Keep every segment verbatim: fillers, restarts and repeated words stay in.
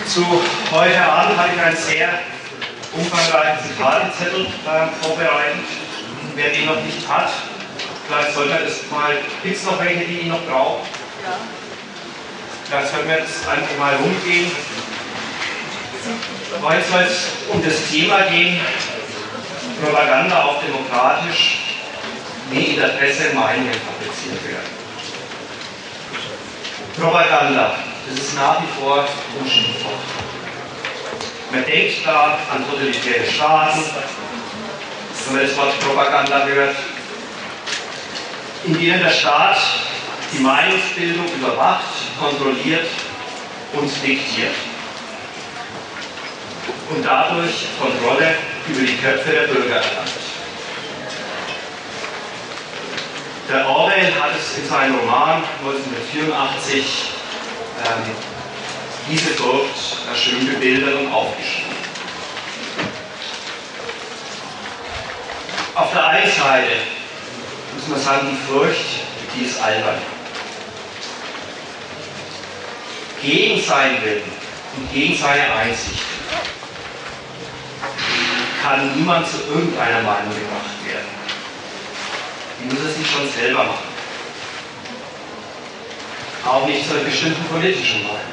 Zu heute Abend habe ich einen sehr umfangreichen Zitatenzettel äh, vorbereitet. Wer den noch nicht hat, vielleicht sollte er das mal. Gibt es noch welche, die ihn noch brauchen? Ja. Vielleicht sollten wir das einfach mal rumgehen. Heute soll es um das Thema gehen: Propaganda auch demokratisch, wie in der Presse Meinungen fabriziert werden. Propaganda, das ist nach wie vor ein Schimpfwort. Man denkt da an totalitäre Staaten, wenn man das Wort Propaganda hört, in denen der Staat die Meinungsbildung überwacht, kontrolliert und diktiert und dadurch Kontrolle über die Köpfe der Bürger erlangt. Der Orwell hat es in seinem Roman neunzehnhundertvierundachtzig ähm, diese Furcht schön bebildert und aufgeschrieben. Auf der einen Seite muss man sagen, die Furcht, die ist albern. Gegen seinen Willen und gegen seine Einsicht kann niemand zu irgendeiner Meinung gemacht werden. Die muss er sich schon selber machen. Auch nicht zu einer bestimmten politischen Meinung.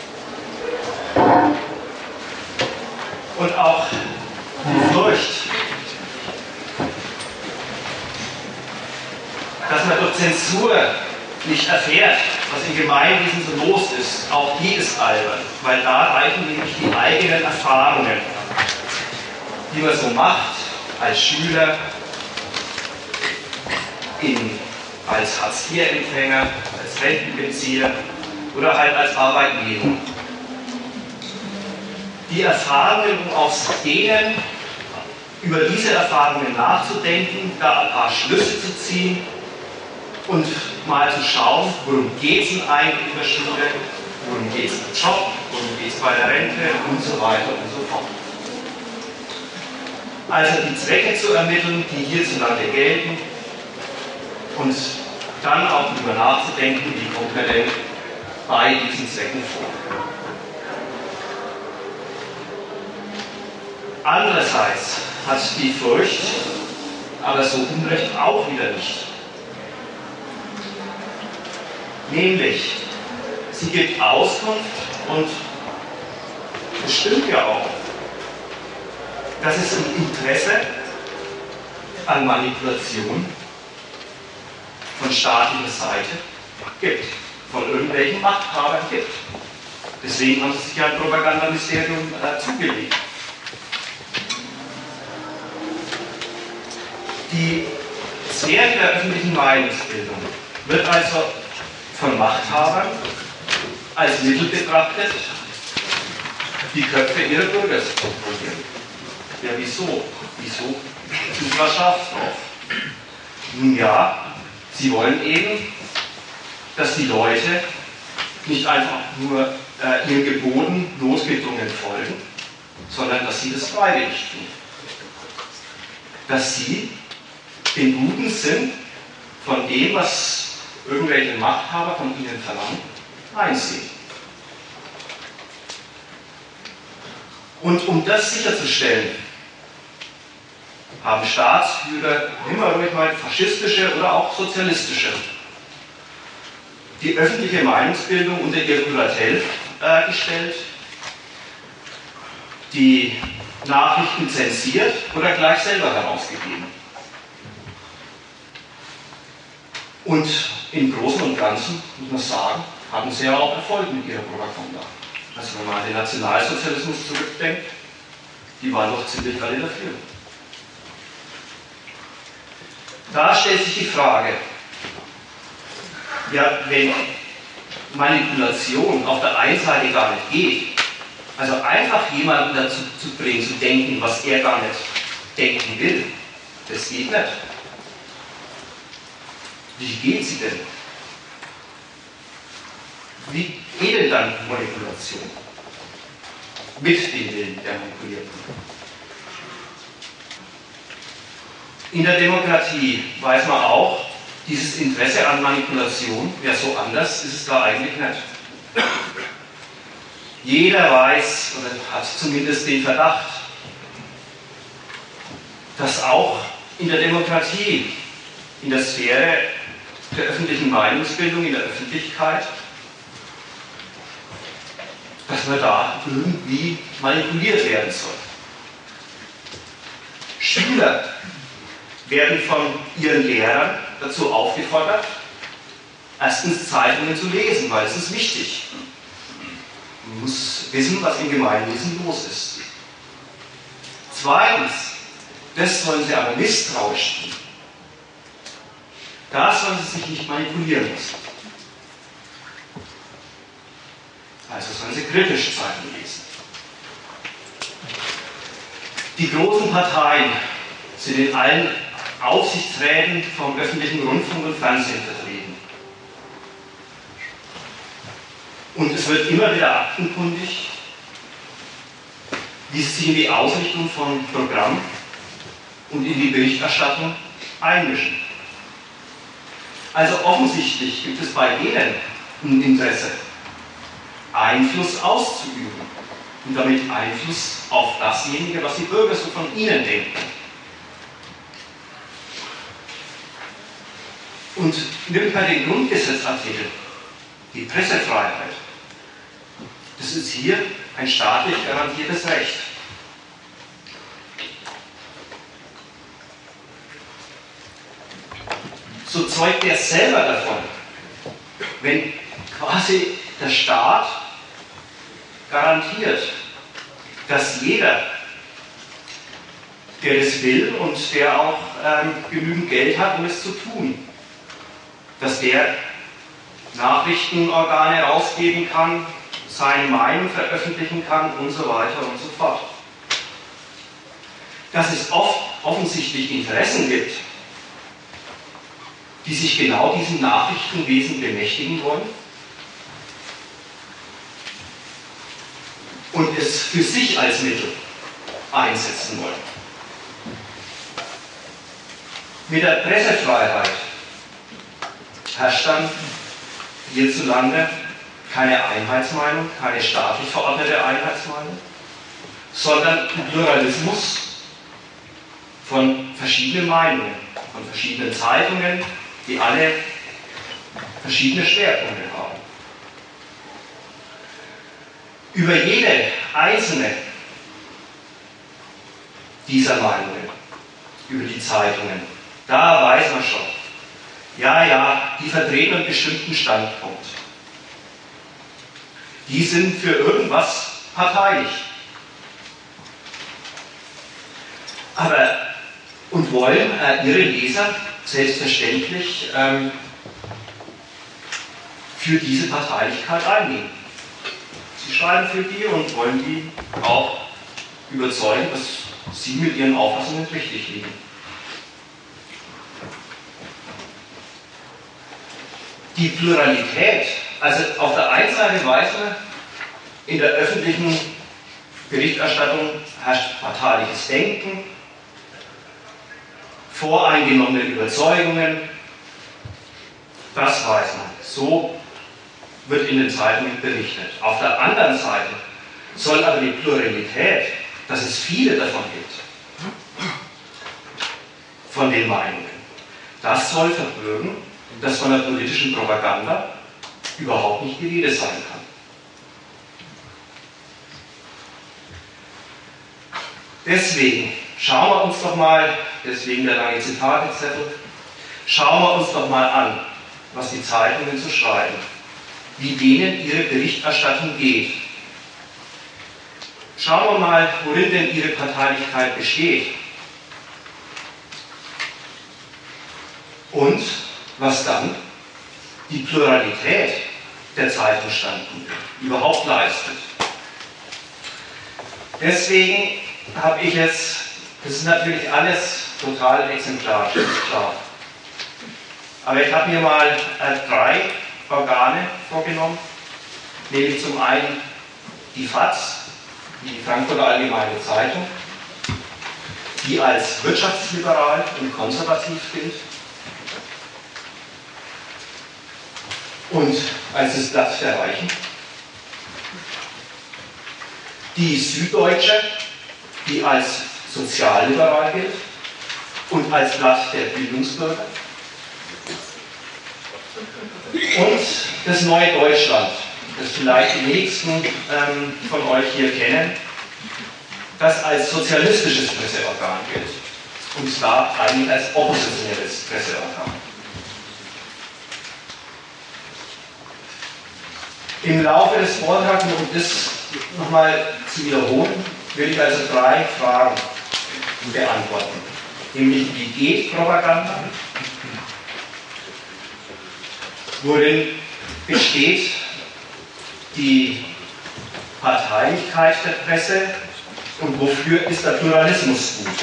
Und auch die Furcht, dass man durch Zensur nicht erfährt, was in Gemeinwesen so los ist, auch die ist albern, weil da reichen nämlich die eigenen Erfahrungen, die man so macht als Schüler, in, als Hartz-vier-Empfänger, als Rentenbezieher oder halt als Arbeitnehmer. Die Erfahrungen, um aus denen über diese Erfahrungen nachzudenken, da ein paar Schlüsse zu ziehen und mal zu schauen, worum geht es denn eigentlich in der Schule, worum geht es im Job, worum geht es bei der Rente und so weiter und so fort. Also die Zwecke zu ermitteln, die hierzulande gelten, und dann auch darüber nachzudenken, wie kommt man denn bei diesen Zwecken vor. Andererseits hat die Furcht aber so Unrecht auch wieder nicht. Nämlich, sie gibt Auskunft und es stimmt ja auch, dass es ein Interesse an Manipulation von staatlicher Seite gibt, von irgendwelchen Machthabern gibt. Deswegen haben sie sich ja ein Propagandaministerium äh, zugelegt. Die Sphäre der öffentlichen Meinungsbildung wird also von Machthabern als Mittel betrachtet, die Köpfe ihrer Bürger zu kontrollieren. Ja, wieso? Wieso sind wir scharf drauf? Nun ja, sie wollen eben, dass die Leute nicht einfach nur äh, ihren Geboten losgedrungen folgen, sondern dass sie das freiwillig tun. Dass sie den guten Sinn von dem, was irgendwelche Machthaber von ihnen verlangen, einsehen. Und um das sicherzustellen, haben Staatsführer, immer ruhig mal faschistische oder auch sozialistische, die öffentliche Meinungsbildung unter ihre Kuratell äh, gestellt, die Nachrichten zensiert oder gleich selber herausgegeben. Und im Großen und Ganzen, muss man sagen, hatten sie ja auch Erfolg mit ihrer Propaganda. Also wenn man an den Nationalsozialismus zurückdenkt, die waren doch ziemlich alle dafür. Da stellt sich die Frage, ja, wenn Manipulation auf der einen Seite gar nicht geht, also einfach jemanden dazu zu bringen, zu denken, was er gar nicht denken will, das geht nicht. Wie geht sie denn? Wie geht denn dann Manipulation mit dem Willen der Manipulierten? In der Demokratie weiß man auch, dieses Interesse an Manipulation, ja, so anders ist es da eigentlich nicht. Jeder weiß oder hat zumindest den Verdacht, dass auch in der Demokratie, in der Sphäre der öffentlichen Meinungsbildung, in der Öffentlichkeit, dass man da irgendwie manipuliert werden soll. Schüler werden von ihren Lehrern dazu aufgefordert, erstens Zeitungen zu lesen, weil es ist wichtig. Man muss wissen, was im Gemeinwesen los ist. Zweitens, das sollen sie aber misstrauisch tun. Da sollen sie sich nicht manipulieren lassen. Also sollen sie kritisch Zeitung lesen. Die großen Parteien sind in allen Aufsichtsräten vom öffentlichen Rundfunk und Fernsehen vertreten. Und es wird immer wieder aktenkundig, wie sie sich in die Ausrichtung von Programmen und in die Berichterstattung einmischen. Also offensichtlich gibt es bei denen ein Interesse, Einfluss auszuüben und damit Einfluss auf dasjenige, was die Bürger so von ihnen denken. Und nimmt man den Grundgesetzartikel, die Pressefreiheit, das ist hier ein staatlich garantiertes Recht. So zeugt er selber davon, wenn quasi der Staat garantiert, dass jeder, der es will und der auch ähm, genügend Geld hat, um es zu tun, dass der Nachrichtenorgane herausgeben kann, seine Meinung veröffentlichen kann und so weiter und so fort. Dass es oft offensichtlich Interessen gibt, die sich genau diesem Nachrichtenwesen bemächtigen wollen und es für sich als Mittel einsetzen wollen. Mit der Pressefreiheit herrscht dann hierzulande keine Einheitsmeinung, keine staatlich verordnete Einheitsmeinung, sondern ein Pluralismus von verschiedenen Meinungen, von verschiedenen Zeitungen, die alle verschiedene Schwerpunkte haben. Über jede einzelne dieser Meinungen, über die Zeitungen, da weiß man schon, ja, ja, die vertreten einen bestimmten Standpunkt. Die sind für irgendwas parteilich. Aber, und wollen äh, ihre Leser selbstverständlich ähm, für diese Parteilichkeit einnehmen. Sie schreiben für die und wollen die auch überzeugen, dass sie mit ihren Auffassungen richtig liegen. Die Pluralität, also auf der einen Seite weiß man, in der öffentlichen Berichterstattung herrscht parteiliches Denken, voreingenommene Überzeugungen, das weiß man. So wird in den Zeitungen berichtet. Auf der anderen Seite soll aber die Pluralität, dass es viele davon gibt, von den Meinungen, das soll verbürgen, dass von der politischen Propaganda überhaupt nicht die Rede sein kann. Deswegen schauen wir uns doch mal, deswegen der lange Zitatezettel, schauen wir uns doch mal an, was die Zeitungen so schreiben, wie denen ihre Berichterstattung geht. Schauen wir mal, worin denn ihre Parteilichkeit besteht. Und was dann die Pluralität der Zeitungsstandpunkte überhaupt leistet. Deswegen habe ich jetzt, das ist natürlich alles total exemplarisch, ist klar. Aber ich habe mir mal äh, drei Organe vorgenommen, nämlich zum einen die F A Z, die Frankfurter Allgemeine Zeitung, die als wirtschaftsliberal und konservativ gilt, und als das Blatt der Reichen, die Süddeutsche, die als sozialliberal gilt und als Blatt der Bildungsbürger, und das Neue Deutschland, das vielleicht die wenigsten ähm, von euch hier kennen, das als sozialistisches Presseorgan gilt und da eigentlich als oppositionelles Presseorgan. Im Laufe des Vortrags, um das nochmal zu wiederholen, will ich also drei Fragen beantworten. Nämlich, wie geht Propaganda? Worin besteht die Parteilichkeit der Presse und wofür ist der Pluralismus gut?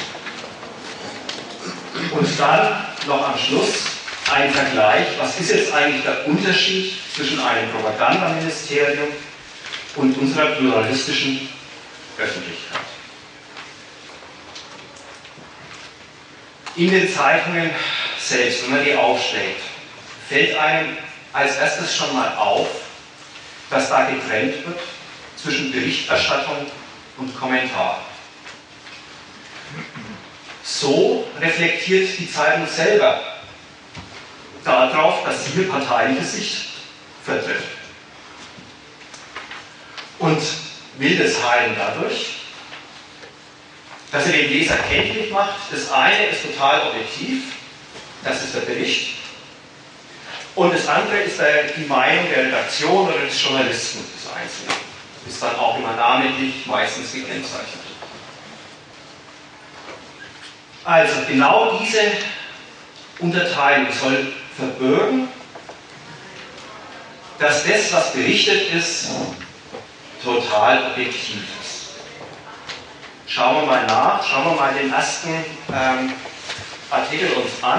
Und dann noch am Schluss ein Vergleich, was ist jetzt eigentlich der Unterschied zwischen einem Propagandaministerium und unserer pluralistischen Öffentlichkeit. In den Zeitungen selbst, wenn man die aufschlägt, fällt einem als erstes schon mal auf, dass da getrennt wird zwischen Berichterstattung und Kommentar. So reflektiert die Zeitung selber darauf, dass sie eine parteiliche Sicht vertritt. Und will das heilen dadurch, dass sie dem Leser kenntlich macht, das eine ist total objektiv, das ist der Bericht, und das andere ist die Meinung der Redaktion oder des Journalisten des Einzelnen. Ist dann auch immer namentlich meistens gekennzeichnet. Also genau diese Unterteilung soll verbürgen, dass das, was berichtet ist, total objektiv ist. Schauen wir mal nach, schauen wir mal den ersten ähm, Artikel uns an,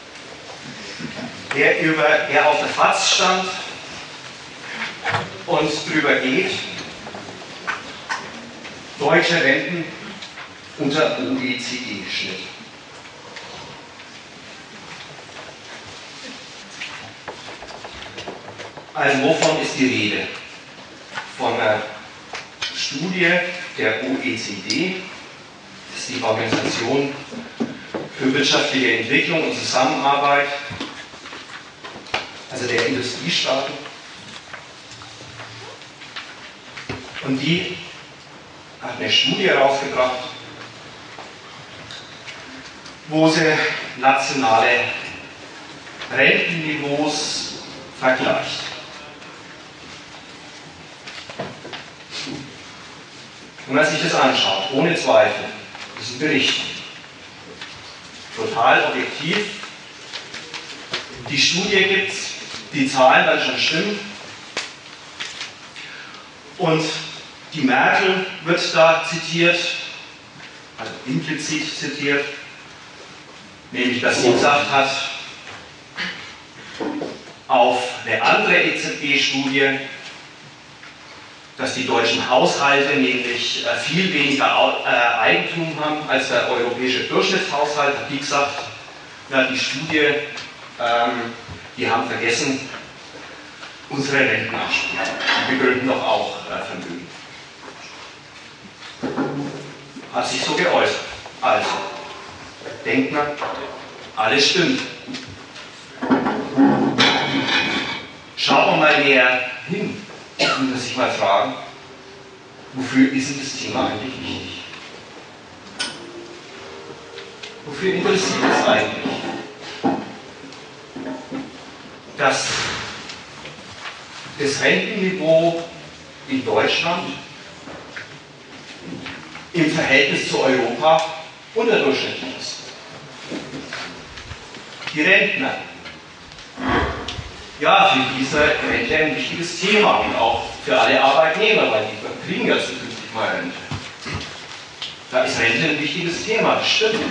der, über, der auf der FAZ stand und drüber geht: Deutsche Renten unter O E C D-Schnitt. Also wovon ist die Rede? Von einer Studie der O E C D, das ist die Organisation für wirtschaftliche Entwicklung und Zusammenarbeit, also der Industriestaaten. Und die hat eine Studie herausgebracht, wo sie nationale Rentenniveaus vergleicht. Wenn man sich das anschaut, ohne Zweifel, das ist ein Bericht, total objektiv. Die Studie gibt es, die Zahlen dann schon stimmen. Und die Merkel wird da zitiert, also implizit zitiert, nämlich dass sie gesagt hat, auf eine andere E Z B-Studie, dass die deutschen Haushalte nämlich äh, viel weniger äh, Eigentum haben als der europäische Durchschnittshaushalt, hat die gesagt, na, die Studie, ähm, die haben vergessen, unsere Rentenansprüche, die begründen doch auch äh, Vermögen. Hat sich so geäußert. Also, denkt man, alles stimmt. Schauen wir mal näher hin. Und muss sich mal fragen, wofür ist denn das Thema eigentlich wichtig? Wofür interessiert es eigentlich, dass das Rentenniveau in Deutschland im Verhältnis zu Europa unterdurchschnittlich ist? Die Rentner. Ja, für diese Rente ein wichtiges Thema und auch für alle Arbeitnehmer, weil die kriegen ja zukünftig mal Rente. Da ist Rente ein wichtiges Thema, das stimmt.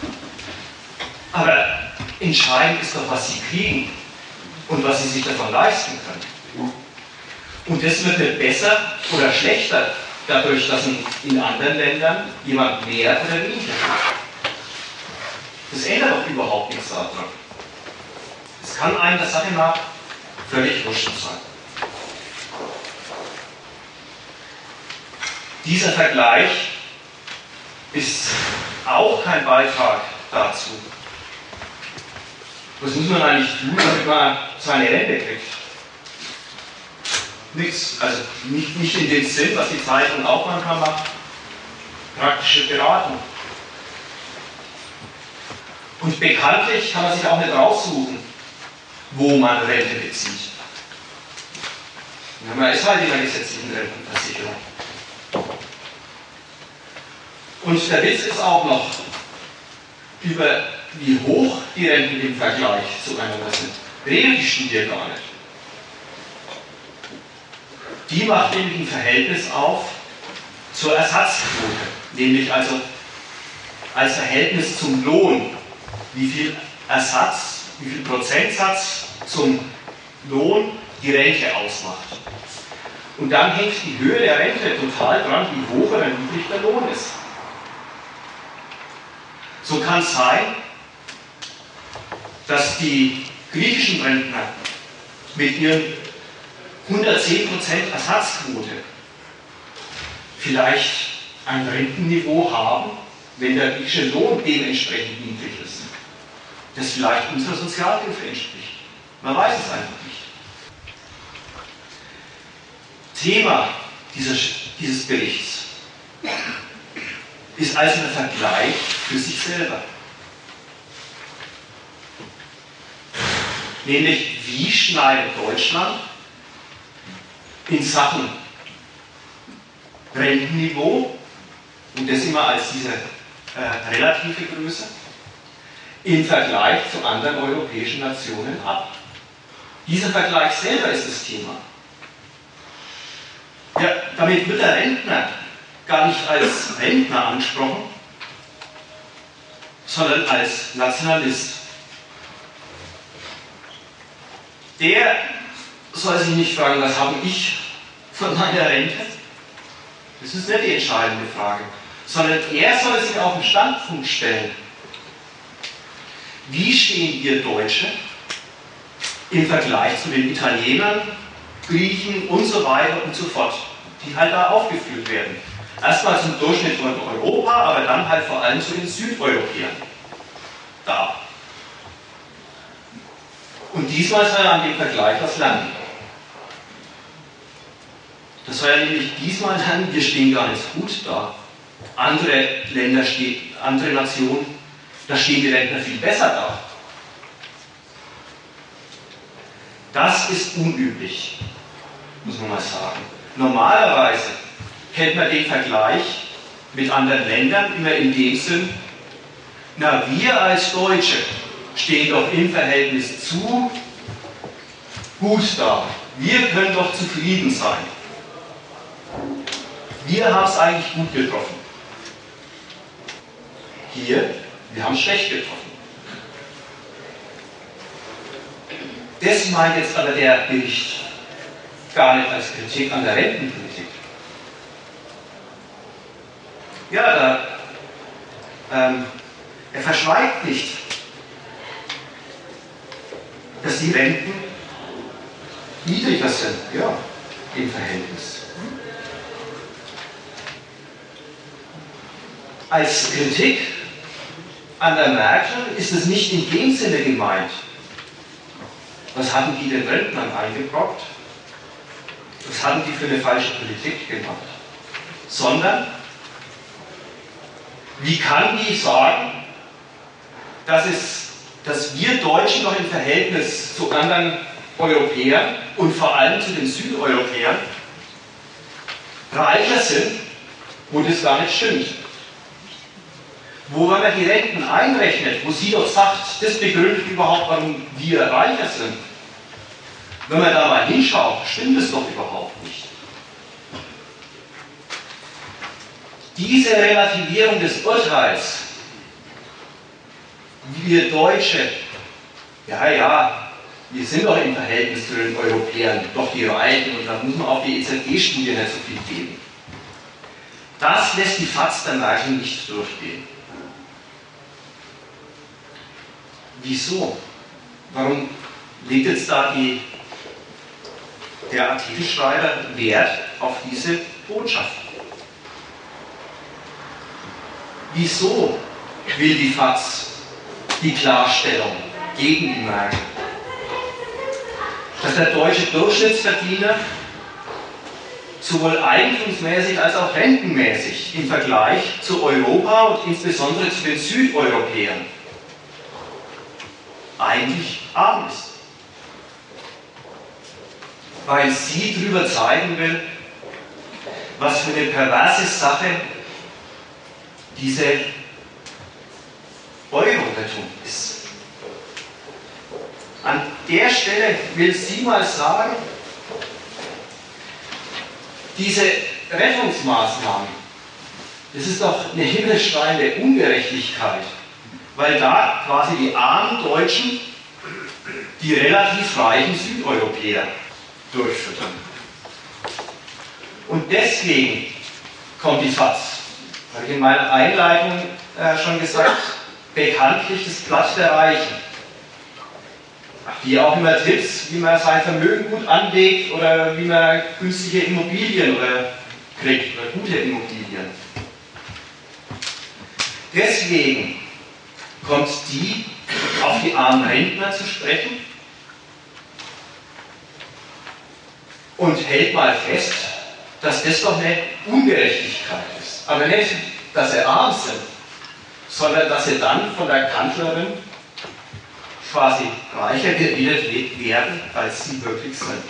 Aber entscheidend ist doch, was sie kriegen und was sie sich davon leisten können. Und das wird nicht besser oder schlechter, dadurch, dass in anderen Ländern jemand mehr oder weniger kriegt. Das ändert doch überhaupt nichts daran. Es kann einem der Sache nach völlig wurscht sein. Dieser Vergleich ist auch kein Beitrag dazu. Was muss man eigentlich tun, damit man seine Rente kriegt? Nichts, also nicht, nicht in dem Sinn, was die Zeitung auch manchmal macht, praktische Beratung. Und bekanntlich kann man sich auch nicht raussuchen, wo man Rente bezieht. Ja, man ist halt in der gesetzlichen Rentenversicherung. Und der Witz ist auch noch, über wie hoch die Renten im Vergleich zueinander sind, redet die Studie gar nicht. Die macht nämlich ein Verhältnis auf zur Ersatzquote, nämlich also als Verhältnis zum Lohn, wie viel Ersatz, wie viel Prozentsatz zum Lohn die Rente ausmacht. Und dann hängt die Höhe der Rente total dran, wie hoch oder niedrig der Lohn ist. So kann es sein, dass die griechischen Rentner mit ihren hundertzehn Prozent Ersatzquote vielleicht ein Rentenniveau haben, wenn der griechische Lohn dementsprechend niedrig ist, das vielleicht unserer Sozialhilfe entspricht. Man weiß es einfach nicht. Thema dieses, dieses Berichts ist also ein Vergleich für sich selber. Nämlich, wie schneidet Deutschland in Sachen Rentenniveau, und das immer als diese äh, relative Größe, im Vergleich zu anderen europäischen Nationen ab. Dieser Vergleich selber ist das Thema. Ja, damit wird der Rentner gar nicht als Rentner angesprochen, sondern als Nationalist. Der soll sich nicht fragen, was habe ich von meiner Rente? Das ist nicht die entscheidende Frage, sondern er soll sich auf den Standpunkt stellen. Wie stehen wir Deutsche im Vergleich zu den Italienern, Griechen und so weiter und so fort, die halt da aufgeführt werden? Erstmal zum Durchschnitt von Europa, aber dann halt vor allem zu den Südeuropäern. Da. Und diesmal soll er an dem Vergleich was lernen. Das soll ja nämlich diesmal lernen, wir stehen gar nicht so gut da. Andere Länder, stehen, andere Nationen, da stehen die Rentner viel besser da. Das ist unüblich, muss man mal sagen. Normalerweise kennt man den Vergleich mit anderen Ländern immer in dem Sinn, na, wir als Deutsche stehen doch im Verhältnis zu gut da. Wir können doch zufrieden sein. Wir haben es eigentlich gut getroffen. Hier, wir haben es schlecht getroffen. Das meint jetzt aber der Bericht gar nicht als Kritik an der Rentenpolitik. Ja, da, ähm, er verschweigt nicht, dass die Renten niedriger sind, ja, im Verhältnis. Als Kritik an der Merkel ist es nicht in dem Sinne gemeint, was hatten die den Rentnern eingebrockt, was hatten die für eine falsche Politik gemacht, sondern wie kann die sagen, dass, es, dass wir Deutschen noch im Verhältnis zu anderen Europäern und vor allem zu den Südeuropäern reicher sind, wo das gar nicht stimmt. Wo, wenn man die Renten einrechnet, wo sie doch sagt, das begründet überhaupt, warum wir reicher sind. Wenn man da mal hinschaut, stimmt es doch überhaupt nicht. Diese Relativierung des Urteils, wir Deutsche, ja, ja, wir sind doch im Verhältnis zu den Europäern, doch die Reichen, und da muss man auf die E Z B-Studie nicht so viel geben. Das lässt die Fatz der Merkel nicht durchgehen. Wieso? Warum legt jetzt da die, der Artikelschreiber Wert auf diese Botschaft? Wieso will die F A Z die Klarstellung gegen die Merkel, dass der deutsche Durchschnittsverdiener sowohl eigentumsmäßig als auch rentenmäßig im Vergleich zu Europa und insbesondere zu den Südeuropäern eigentlich arm ist? Weil sie darüber zeigen will, was für eine perverse Sache diese Euro-Rettung ist. An der Stelle will sie mal sagen, diese Rettungsmaßnahmen, das ist doch eine himmelschreiende Ungerechtigkeit, weil da quasi die armen Deutschen die relativ reichen Südeuropäer durchfüttern. Und deswegen kommt die F A Z, habe ich in meiner Einleitung äh, schon gesagt, bekanntlich das Blatt der Reichen, die auch immer Tipps, wie man sein Vermögen gut anlegt oder wie man günstige Immobilien oder kriegt oder gute Immobilien. Deswegen kommt die auf die armen Rentner zu sprechen und hält mal fest, dass das doch eine Ungerechtigkeit ist. Aber nicht, dass sie arm sind, sondern dass sie dann von der Kanzlerin quasi reicher geredet werden, als sie wirklich sind.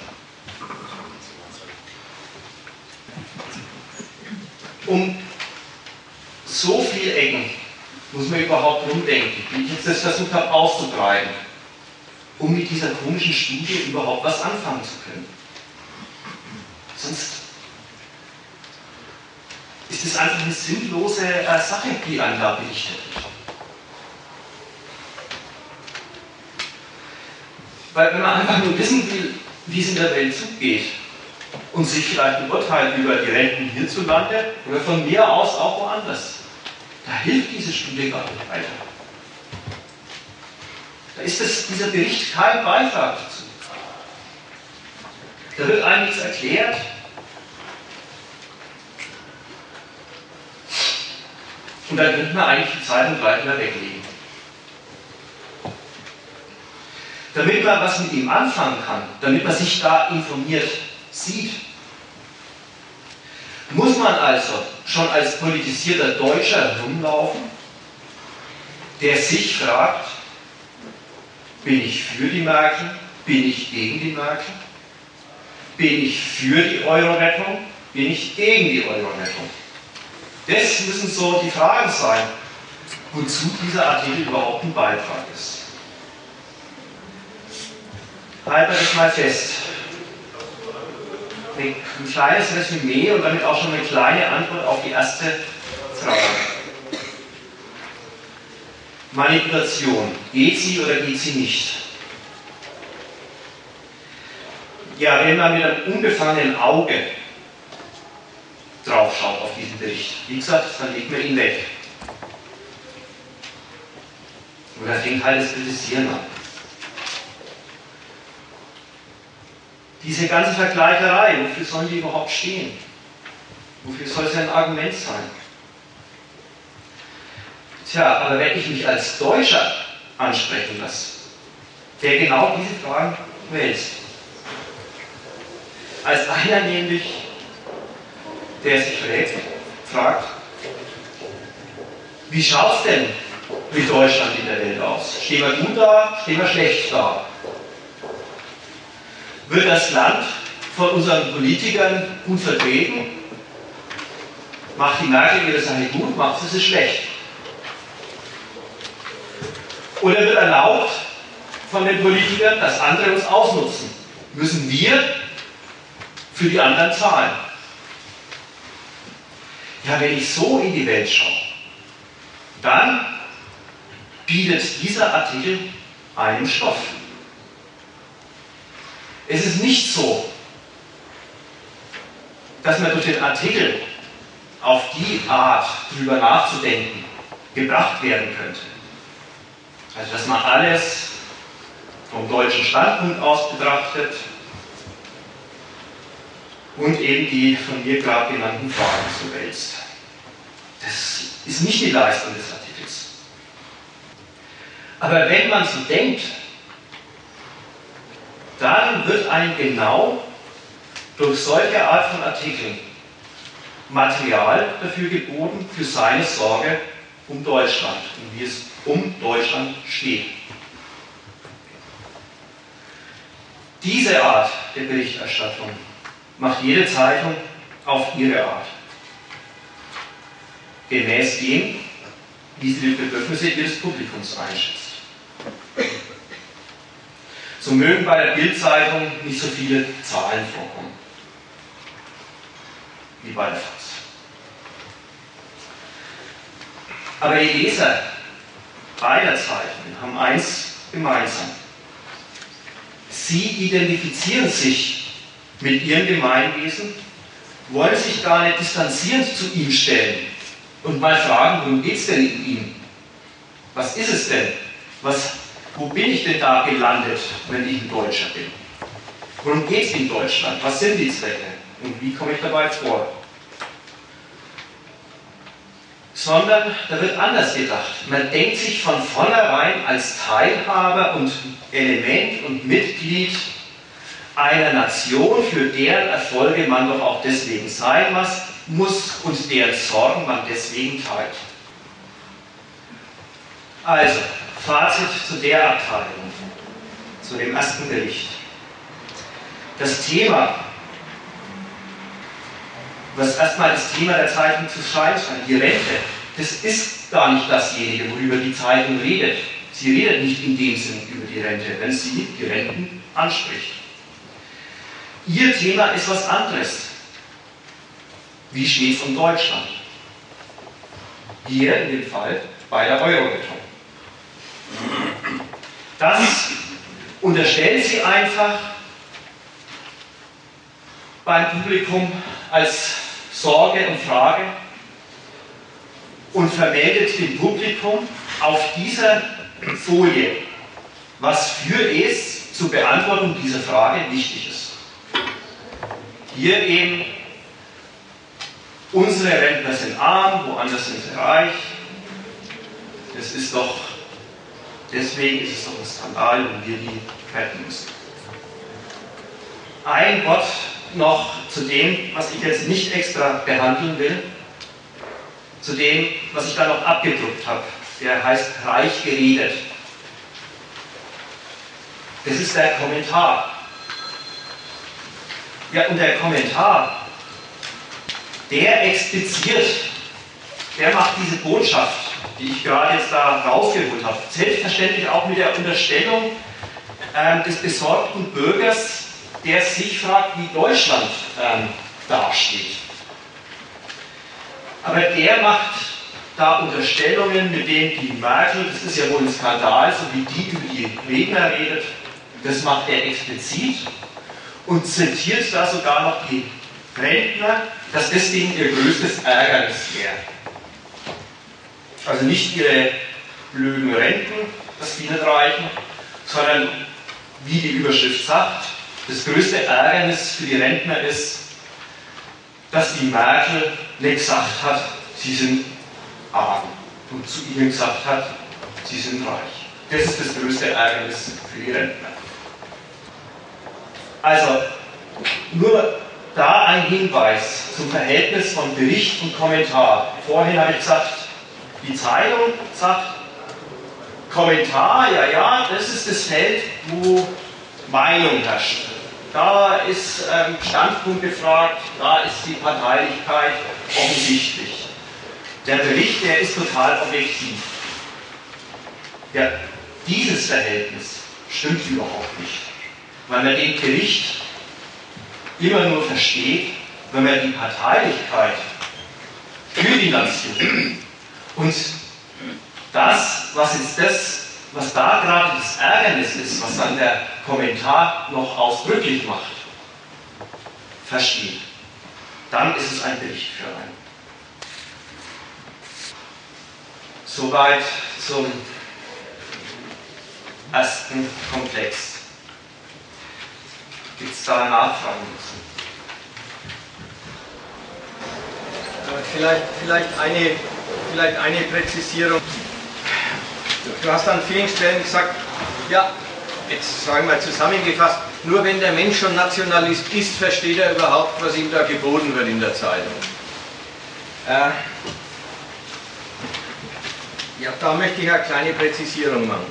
Um so viele Ecken muss man überhaupt rumdenken, wie ich jetzt das versucht habe auszutreiben, um mit dieser komischen Studie überhaupt was anfangen zu können. Sonst ist es einfach eine sinnlose äh, Sache, die einem da berichtet wird. Weil wenn man einfach nur wissen will, wie es in der Welt zugeht und sich vielleicht ein Urteil über die Renten hierzulande oder von mir aus auch woanders, da hilft diese Studie gar nicht weiter. Da ist das, dieser Bericht kein Beitrag dazu. Da wird einem nichts erklärt. Und dann könnte man eigentlich die Zeitung gleich wieder weglegen. Damit man was mit ihm anfangen kann, damit man sich da informiert sieht, muss man also schon als politisierter Deutscher rumlaufen, der sich fragt, bin ich für die Merkel, bin ich gegen die Merkel, bin ich für die Euro-Rettung, bin ich gegen die Euro-Rettung. Das müssen so die Fragen sein, wozu dieser Artikel überhaupt ein Beitrag ist. Halten wir das mal fest. Ein kleines Resümee und damit auch schon eine kleine Antwort auf die erste Frage. Manipulation. Geht sie oder geht sie nicht? Ja, wenn man mit einem unbefangenen Auge drauf schaut auf diesen Bericht, wie gesagt, dann legt man ihn weg. Und da fängt halt das Kritisieren an. Diese ganze Vergleicherei, wofür sollen die überhaupt stehen? Wofür soll es ein Argument sein? Tja, aber wenn ich mich als Deutscher ansprechen lasse, der genau diese Fragen wälzt, als einer nämlich, der sich fragt, fragt wie schaut es denn mit Deutschland in der Welt aus? Stehen wir gut da, stehen wir schlecht da? Wird das Land von unseren Politikern gut vertreten? Macht die Merkel ihre Sache gut, macht sie sie schlecht? Oder wird erlaubt von den Politikern, dass andere uns ausnutzen? Müssen wir für die anderen zahlen? Ja, wenn ich so in die Welt schaue, dann bietet dieser Artikel einen Stoff. Es ist nicht so, dass man durch den Artikel auf die Art, darüber nachzudenken, gebracht werden könnte. Also, dass man alles vom deutschen Standpunkt aus betrachtet und eben die von mir gerade genannten Fragen zu wälzt. Das ist nicht die Leistung des Artikels. Aber wenn man so denkt, dann wird einem genau durch solche Art von Artikeln Material dafür geboten, für seine Sorge um Deutschland und wie es um Deutschland steht. Diese Art der Berichterstattung macht jede Zeitung auf ihre Art. Gemäß dem, wie sie die Bedürfnisse ihres Publikums einschätzt. So mögen bei der Bild-Zeitung nicht so viele Zahlen vorkommen, wie bei der FAZ. Aber die Leser beider Zeitungen haben eins gemeinsam. Sie identifizieren sich mit ihrem Gemeinwesen, wollen sich gar nicht distanzierend zu ihm stellen und mal fragen, worum geht es denn in ihm? Was ist es denn? Was, wo bin ich denn da gelandet, wenn ich ein Deutscher bin? Worum geht es in Deutschland? Was sind die Zwecke? Und wie komme ich dabei vor? Sondern da wird anders gedacht. Man denkt sich von vornherein als Teilhaber und Element und Mitglied einer Nation, für deren Erfolge man doch auch deswegen sein muss und deren Sorgen man deswegen teilt. Also, Fazit zu der Abteilung, zu dem ersten Bericht. Das Thema, was erstmal das Thema der Zeitung zu scheint, die Rente, das ist gar nicht dasjenige, worüber die Zeitung redet. Sie redet nicht in dem Sinn über die Rente, wenn sie die Renten anspricht. Ihr Thema ist was anderes. Wie steht es um Deutschland? Hier in dem Fall bei der Euro-Rettung. Das unterstellt sie einfach beim Publikum als Sorge und Frage und vermeldet dem Publikum auf dieser Folie, was für es zur Beantwortung dieser Frage wichtig ist. Hier eben, unsere Rentner sind arm, woanders sind sie reich. Das ist doch, deswegen ist es doch ein Skandal, wenn wir die retten müssen. Ein Wort noch zu dem, was ich jetzt nicht extra behandeln will, zu dem, was ich da noch abgedruckt habe. Der heißt reich geredet. Das ist der Kommentar. Ja, und der Kommentar, der expliziert, der macht diese Botschaft, die ich gerade jetzt da rausgeholt habe, selbstverständlich auch mit der Unterstellung äh, des besorgten Bürgers, der sich fragt, wie Deutschland ähm, dasteht. Aber der macht da Unterstellungen, mit denen die Merkel, das ist ja wohl ein Skandal, so wie die über die Redner redet, das macht er explizit und zitiert da sogar noch die Rentner, dass deswegen ihr größtes Ärgernis wäre. Also nicht ihre blöden Renten, dass die nicht reichen, sondern wie die Überschrift sagt, das größte Ärgernis für die Rentner ist, dass die Merkel nicht gesagt hat, sie sind arm und zu ihnen gesagt hat, sie sind reich. Das ist das größte Ärgernis für die Rentner. Also, nur da ein Hinweis zum Verhältnis von Bericht und Kommentar. Vorhin habe ich gesagt, die Zeitung sagt, Kommentar, ja, ja, das ist das Feld, wo Meinung herrscht. Da ist ähm, Standpunkt gefragt, da ist die Parteilichkeit offensichtlich. Der Bericht, der ist total objektiv. Ja, dieses Verhältnis stimmt überhaupt nicht. Weil man den Bericht immer nur versteht, wenn man die Parteilichkeit für die Nation und das, was ist das, was da gerade das Ärgernis ist, was dann der Kommentar noch ausdrücklich macht, versteht. Dann ist es ein Bericht für einen. Soweit zum ersten Komplex. Gibt es da Nachfragen dazu? vielleicht, vielleicht, eine, vielleicht eine Präzisierung. Du hast an vielen Stellen gesagt, ja, jetzt sagen wir zusammengefasst, nur wenn der Mensch schon Nationalist ist, versteht er überhaupt, was ihm da geboten wird in der Zeitung. Äh, ja, da möchte ich eine kleine Präzisierung machen.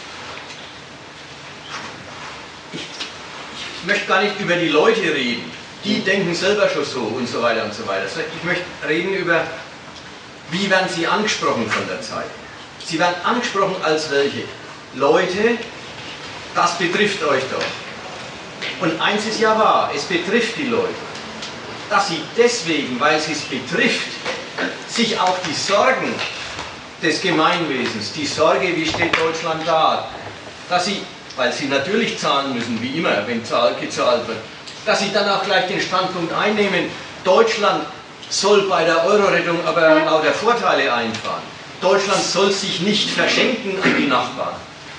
Ich, ich möchte gar nicht über die Leute reden, die denken selber schon so und so weiter und so weiter. Ich möchte reden über, wie werden sie angesprochen von der Zeitung. Sie werden angesprochen als welche? Leute, das betrifft euch doch. Und eins ist ja wahr, es betrifft die Leute. Dass sie deswegen, weil sie es betrifft, sich auch die Sorgen des Gemeinwesens, die Sorge, wie steht Deutschland da, dass sie, weil sie natürlich zahlen müssen, wie immer, wenn gezahlt wird, dass sie dann auch gleich den Standpunkt einnehmen, Deutschland soll bei der Euro-Rettung aber lauter Vorteile einfahren. Deutschland soll sich nicht verschenken an die Nachbarn.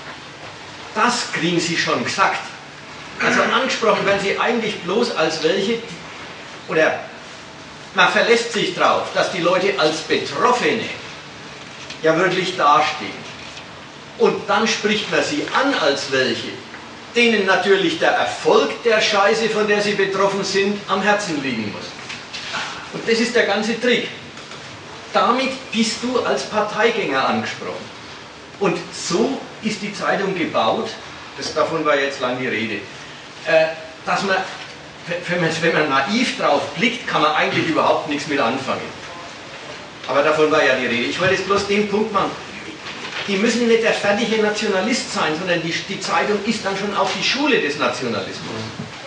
Das kriegen sie schon gesagt. Also angesprochen werden sie eigentlich bloß als welche, oder man verlässt sich darauf, dass die Leute als Betroffene ja wirklich dastehen. Und dann spricht man sie an als welche, denen natürlich der Erfolg der Scheiße, von der sie betroffen sind, am Herzen liegen muss. Und das ist der ganze Trick. Damit bist du als Parteigänger angesprochen. Und so ist die Zeitung gebaut, das, davon war jetzt lang die Rede, äh, dass man, wenn man, wenn man naiv drauf blickt, kann man eigentlich überhaupt nichts mit anfangen. Aber davon war ja die Rede. Ich wollte jetzt bloß den Punkt machen. Die müssen nicht der fertige Nationalist sein, sondern die, die Zeitung ist dann schon auch die Schule des Nationalismus.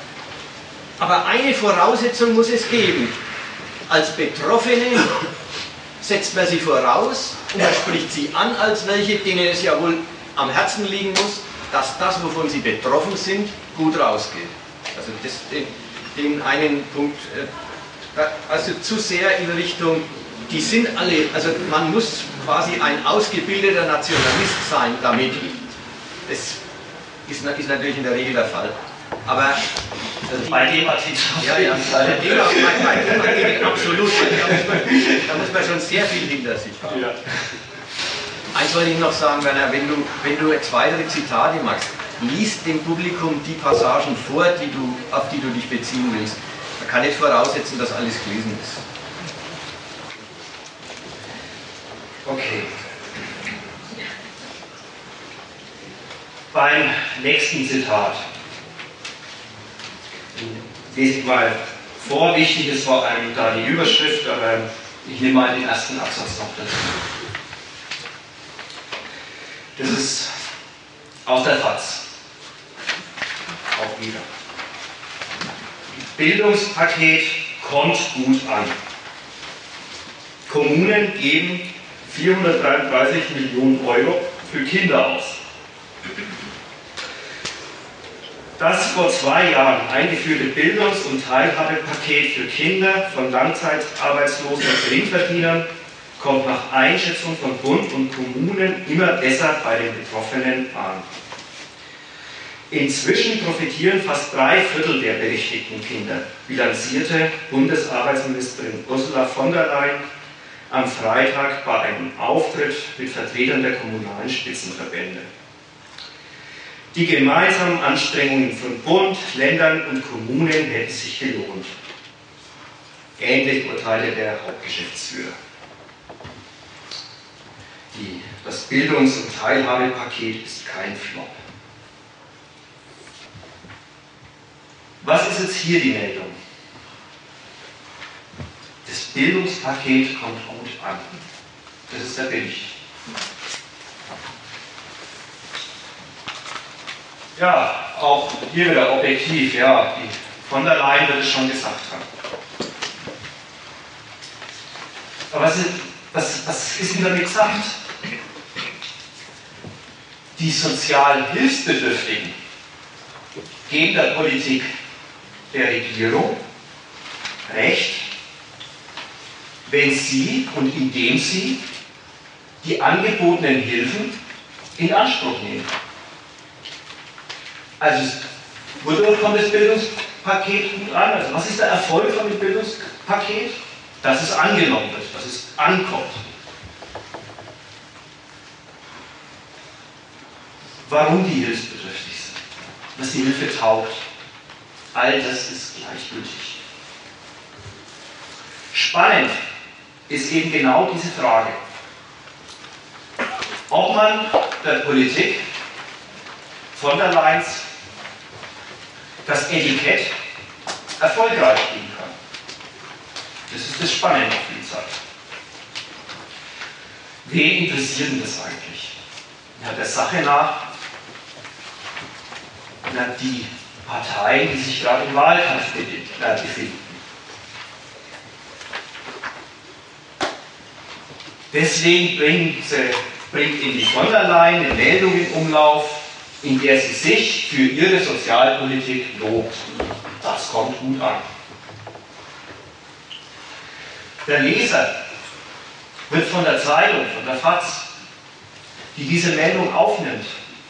Aber eine Voraussetzung muss es geben. Als Betroffene setzt man sie voraus und man spricht sie an als welche, denen es ja wohl am Herzen liegen muss, dass das, wovon sie betroffen sind, gut rausgeht. Also das, den, den einen Punkt, also zu sehr in Richtung, die sind alle, also man muss quasi ein ausgebildeter Nationalist sein damit. Das ist, ist natürlich in der Regel der Fall. Aber also bei dem Artikel. Ja, ja, bei dem Artikel absolut. Da muss, man, da muss man schon sehr viel hinter sich haben. Ja. Eins wollte ich noch sagen, Werner, wenn du, wenn du jetzt weitere Zitate machst, liest dem Publikum die Passagen vor, die du, auf die du dich beziehen willst. Man kann nicht voraussetzen, dass alles gelesen ist. Okay. Beim nächsten Zitat lese ich mal vor. Wichtig ist vor allem da die Überschrift, aber ich nehme mal den ersten Absatz noch dazu. Das ist aus der Faz. Auch wieder. Bildungspaket kommt gut an. Kommunen geben vierhundertdreiunddreißig Millionen Euro für Kinder aus. Das vor zwei Jahren eingeführte Bildungs- und Teilhabepaket für Kinder von Langzeitarbeitslosen und Geringverdienern kommt nach Einschätzung von Bund und Kommunen immer besser bei den Betroffenen an. Inzwischen profitieren fast drei Viertel der berechtigten Kinder, bilanzierte Bundesarbeitsministerin Ursula von der Leyen am Freitag bei einem Auftritt mit Vertretern der kommunalen Spitzenverbände. Die gemeinsamen Anstrengungen von Bund, Ländern und Kommunen hätten sich gelohnt. Ähnlich urteilte der Hauptgeschäftsführer. Die, das Bildungs- und Teilhabepaket ist kein Flop. Was ist jetzt hier die Meldung? Das Bildungspaket kommt gut an. Das ist der Bericht. Ja, auch hier wieder objektiv, ja, die von der Leyen wird es schon gesagt haben. Aber was ist, was, was ist denn damit gesagt? Die sozial Hilfsbedürftigen geben der Politik der Regierung recht, wenn sie und indem sie die angebotenen Hilfen in Anspruch nehmen. Also, wodurch kommt das Bildungspaket gut an? Also, was ist der Erfolg von dem Bildungspaket? dass es angenommen wird, dass es ankommt. Warum die hilfsbedürftig sind, was die Hilfe taugt, all das ist gleichgültig. Spannend ist eben genau diese Frage, ob man der Politik von der Leyen das Etikett erfolgreich geben kann. Das ist das Spannende auf die Zeit. Wen interessiert denn das eigentlich? Ja, der Sache nach, na, die Parteien, die sich gerade im Wahlkampf befinden. Deswegen bringt, sie, bringt in die von der Leyen eine Meldung in Umlauf, in der sie sich für ihre Sozialpolitik lobt. Das kommt gut an. Der Leser wird von der Zeitung, von der FAZ, die diese Meldung aufnimmt,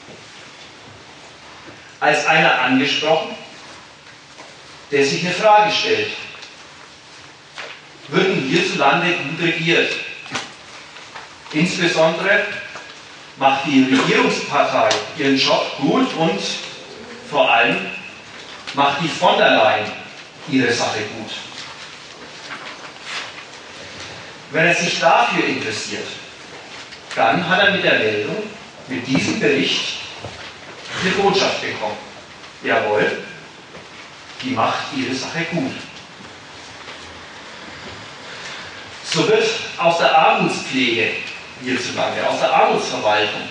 als einer angesprochen, der sich eine Frage stellt. Würden hierzulande gut regiert? Insbesondere macht die Regierungspartei ihren Job gut und vor allem macht die von der Leyen ihre Sache gut. Wenn er sich dafür interessiert, dann hat er mit der Meldung, mit diesem Bericht, eine Botschaft bekommen. Jawohl, die macht ihre Sache gut. So wird aus der Armutspflege hierzulande, aus der Armutsverwaltung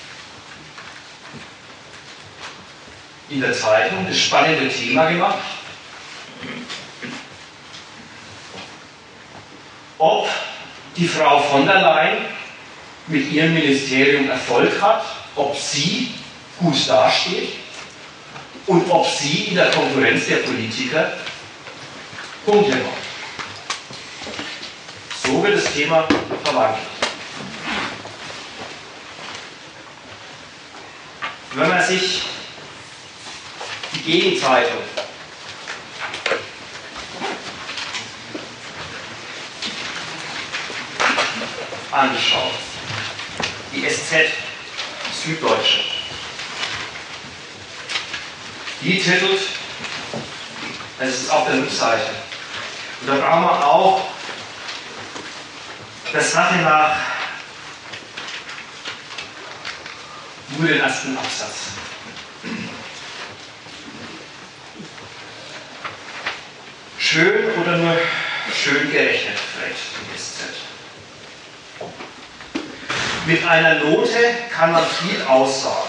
in der Zeitung das spannende Thema gemacht, ob die Frau von der Leyen mit ihrem Ministerium Erfolg hat, ob sie gut dasteht und ob sie in der Konkurrenz der Politiker Punkte macht. So wird das Thema verwandelt. Wenn man sich die Gegenzeitung anschaut, die S Z, Süddeutsche, die titelt, das ist auf der Rückseite, und da brauchen wir auch der Sache nach nur den ersten Absatz. Schön oder nur schön gerechnet, fragt die S Z. Mit einer Note kann man viel aussagen.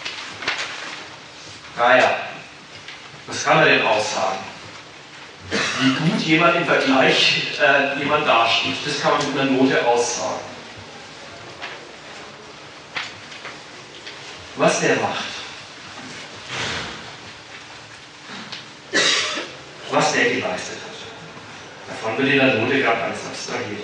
Naja, was kann man denn aussagen? Wie gut jemand im Vergleich äh, jemand dasteht, das kann man mit einer Note aussagen. Was der macht, was der geleistet hat, davon wird in der Note gerade ganz abstrahiert.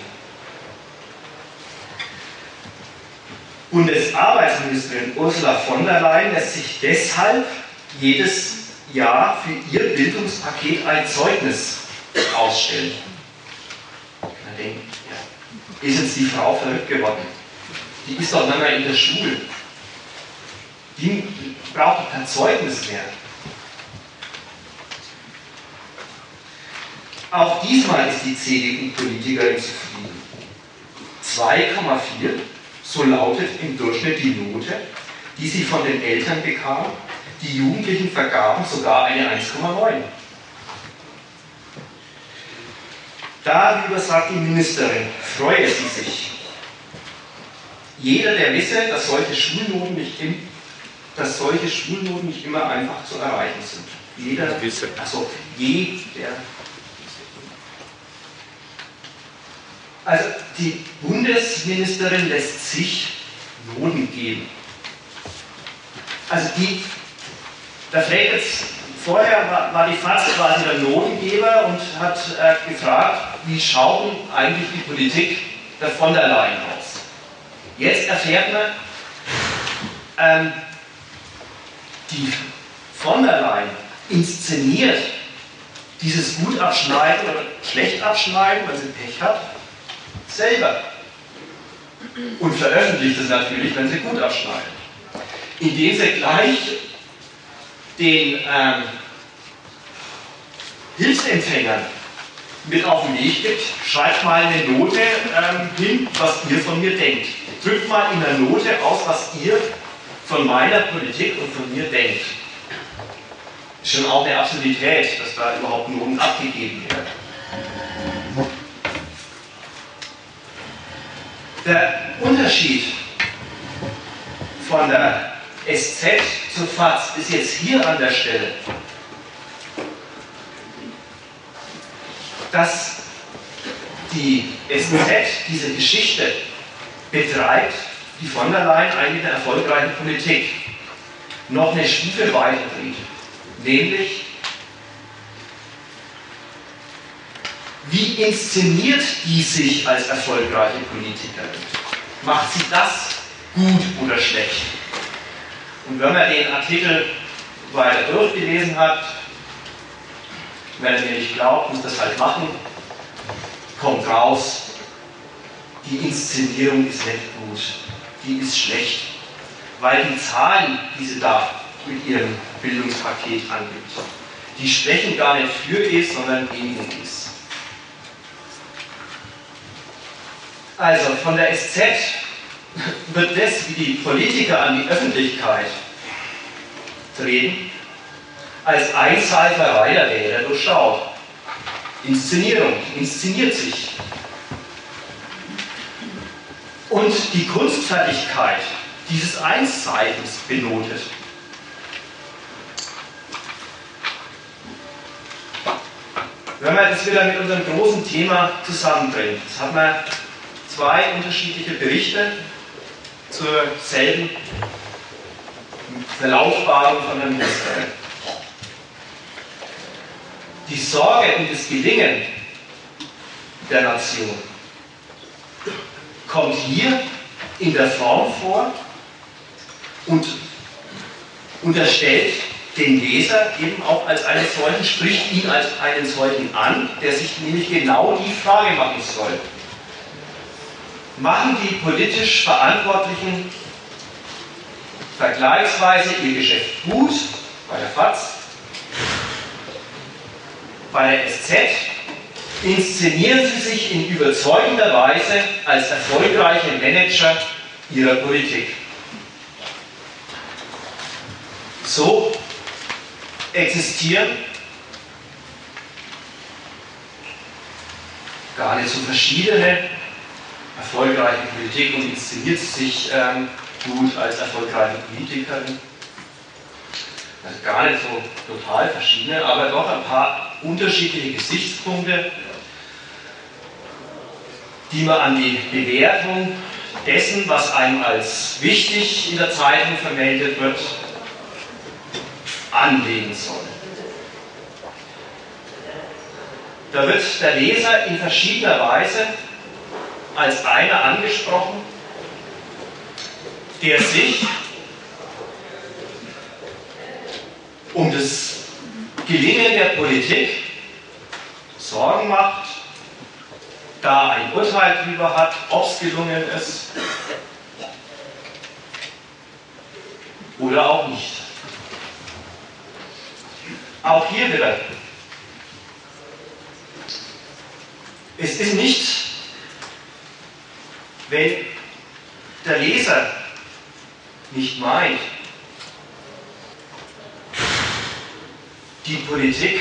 Bundesarbeitsministerin Ursula von der Leyen lässt sich deshalb jedes Jahr für ihr Bildungspaket ein Zeugnis ausstellen. Man denkt, ja, ist jetzt die Frau verrückt geworden? Die ist doch nicht mehr in der Schule. Die braucht kein Zeugnis mehr. Auch diesmal ist die C D U-Politikerin zufrieden. zwei Komma vier, so lautet im Durchschnitt die Note, die sie von den Eltern bekam. Die Jugendlichen vergaben sogar eine eins Komma neun. Darüber sagt die Ministerin, freue sie sich. Jeder, der wisse, dass solche Schulnoten nicht, im, dass solche Schulnoten nicht immer einfach zu erreichen sind. Jeder, also jeder. Also die Bundesministerin lässt sich Noten geben. Also die, da fällt jetzt, vorher war, war die FAZ quasi der Notengeber und hat äh, gefragt, wie schaut denn eigentlich die Politik der von der Leyen aus? Jetzt erfährt man, ähm, die von der Leyen inszeniert dieses gut abschneiden oder schlecht abschneiden, wenn sie Pech hat, selber. Und veröffentlicht es natürlich, wenn sie gut abschneiden. Indem sie gleich den ähm, Hilfsempfängern mit auf den Weg gibt, schreibt mal eine Note ähm, hin, was ihr von mir denkt. Drückt mal in der Note aus, was ihr von meiner Politik und von mir denkt. Ist schon auch eine Absurdität, dass da überhaupt Noten abgegeben werden. Der Unterschied von der S Z zur F A Z ist jetzt hier an der Stelle, dass die S Z diese Geschichte betreibt, die von der Leyen eigentlich eine erfolgreiche Politik noch eine Stufe weiter dreht. Nämlich, wie inszeniert die sich als erfolgreiche Politikerin? Macht sie das gut oder schlecht? Und wenn man den Artikel weiter durchgelesen hat, wenn er mir nicht glaubt, muss das halt machen, kommt raus, die Inszenierung ist nicht gut, die ist schlecht, weil die Zahlen, die sie da mit ihrem Bildungspaket angibt, die sprechen gar nicht für es, sondern gegen es. Also von der S Z wird das, wie die Politiker an die Öffentlichkeit treten, als Einseiferei der Wähler durchschaut. Inszenierung, inszeniert sich. Und die Kunstfertigkeit dieses Einsseifens benotet. Wenn man das wieder mit unserem großen Thema zusammenbringt, jetzt hat man zwei unterschiedliche Berichte zur selben Verlaufbarung von der Ministerin. Die Sorge um das Gelingen der Nation kommt hier in der Form vor und unterstellt den Leser eben auch als einen solchen, spricht ihn als einen solchen an, der sich nämlich genau die Frage machen soll. Machen die politisch Verantwortlichen vergleichsweise ihr Geschäft gut bei der F A Z? Bei der S Z inszenieren sie sich in überzeugender Weise als erfolgreiche Manager ihrer Politik. So existieren gar nicht so verschiedene erfolgreiche Politik und inszeniert sich ähm, gut als erfolgreiche Politikerin. Also gar nicht so total verschiedene, aber doch ein paar unterschiedliche Gesichtspunkte, die man an die Bewertung dessen, was einem als wichtig in der Zeitung vermeldet wird, anlegen soll. Da wird der Leser in verschiedener Weise als einer angesprochen, der sich um das Gelingen der Politik Sorgen macht, da ein Urteil darüber hat, ob es gelungen ist oder auch nicht. Auch hier wieder. Es ist nicht, wenn der Leser nicht meint, die Politik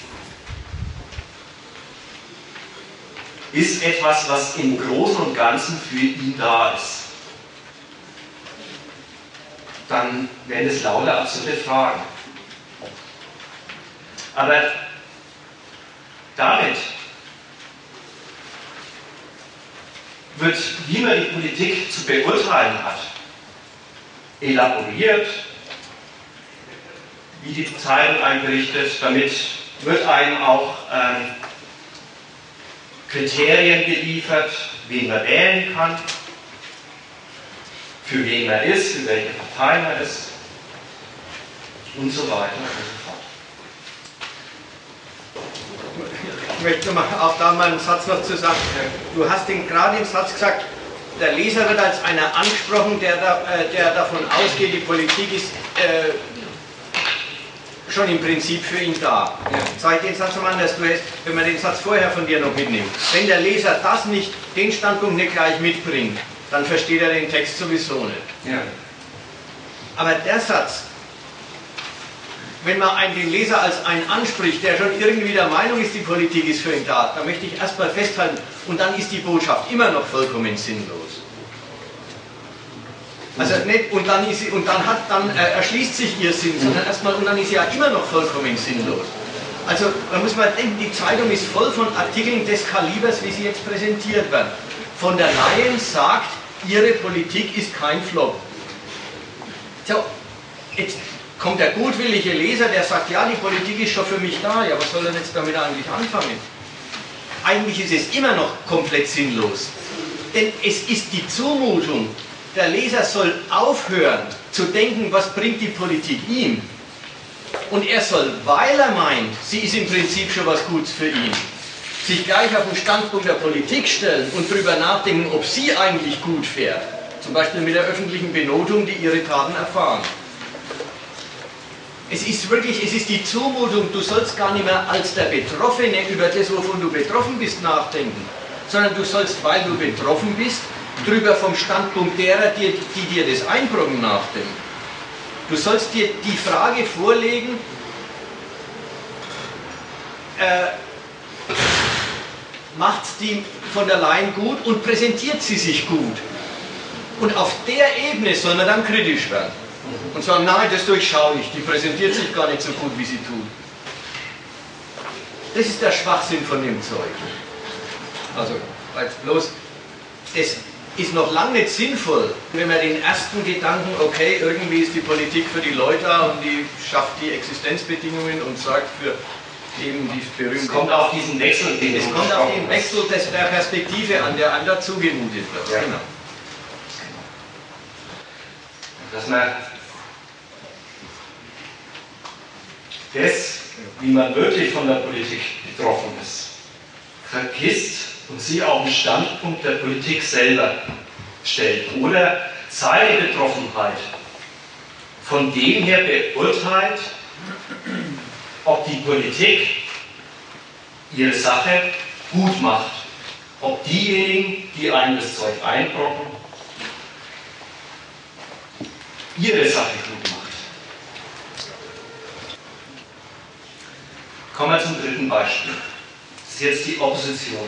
ist etwas, was im Großen und Ganzen für ihn da ist. Dann wären es lauter absurde Fragen. Aber damit wird, wie man die Politik zu beurteilen hat, elaboriert, wie die Zeitung einberichtet. Damit wird einem auch ähm, Kriterien geliefert, wen man wählen kann, für wen man ist, für welche Partei man ist und so weiter und so fort. möchte noch mal, auch da mal einen Satz noch zu sagen. Du hast den, gerade im Satz gesagt, der Leser wird als einer angesprochen, der, da, äh, der davon ausgeht, die Politik ist äh, schon im Prinzip für ihn da. Ja. Sag ich den Satz nochmal anders, du hast, wenn man den Satz vorher von dir noch mitnimmt. Wenn der Leser das nicht, den Standpunkt nicht gleich mitbringt, dann versteht er den Text sowieso nicht. Ja. Aber der Satz, wenn man einen, den Leser als einen anspricht, der schon irgendwie der Meinung ist, die Politik ist für ihn da, dann möchte ich erstmal festhalten, und dann ist die Botschaft immer noch vollkommen sinnlos. Also nicht, und dann, ist sie, und dann, hat, dann äh, erschließt sich ihr Sinn, sondern erstmal, und dann ist sie ja immer noch vollkommen sinnlos. Also da muss man denken, die Zeitung ist voll von Artikeln des Kalibers, wie sie jetzt präsentiert werden. Von der Leyen sagt, ihre Politik ist kein Flop. So, jetzt kommt der gutwillige Leser, der sagt, ja, die Politik ist schon für mich da, ja, was soll er jetzt damit eigentlich anfangen? Eigentlich ist es immer noch komplett sinnlos. Denn es ist die Zumutung, der Leser soll aufhören zu denken, was bringt die Politik ihm. Und er soll, weil er meint, sie ist im Prinzip schon was Gutes für ihn, sich gleich auf den Standpunkt der Politik stellen und darüber nachdenken, ob sie eigentlich gut fährt. Zum Beispiel mit der öffentlichen Benotung, die ihre Taten erfahren. Es ist wirklich, es ist die Zumutung, du sollst gar nicht mehr als der Betroffene über das, wovon du betroffen bist, nachdenken, sondern du sollst, weil du betroffen bist, drüber vom Standpunkt derer, die, die dir das einbringen, nachdenken. Du sollst dir die Frage vorlegen, äh, macht die von der Leyen gut und präsentiert sie sich gut? Und auf der Ebene soll man dann kritisch werden und sagen, nein, das durchschaue ich, die präsentiert sich gar nicht so gut, wie sie tut. Das ist der Schwachsinn von dem Zeug. Also, jetzt bloß, das ist noch lange nicht sinnvoll, wenn man den ersten Gedanken, okay, irgendwie ist die Politik für die Leute da und die schafft die Existenzbedingungen und sorgt für eben die berühmte... Es kommt auf diesen Wechsel, den Es kommt auf den Wechsel des, der Perspektive an, der einem dazu gemutet wird. Ja. Genau. Dass man das, wie man wirklich von der Politik betroffen ist, vergisst und sie auf den Standpunkt der Politik selber stellt oder seine Betroffenheit von dem her beurteilt, ob die Politik ihre Sache gut macht, ob diejenigen, die einem das Zeug einbrocken, ihre Sache gut macht. Kommen wir zum dritten Beispiel. Das ist jetzt die Opposition.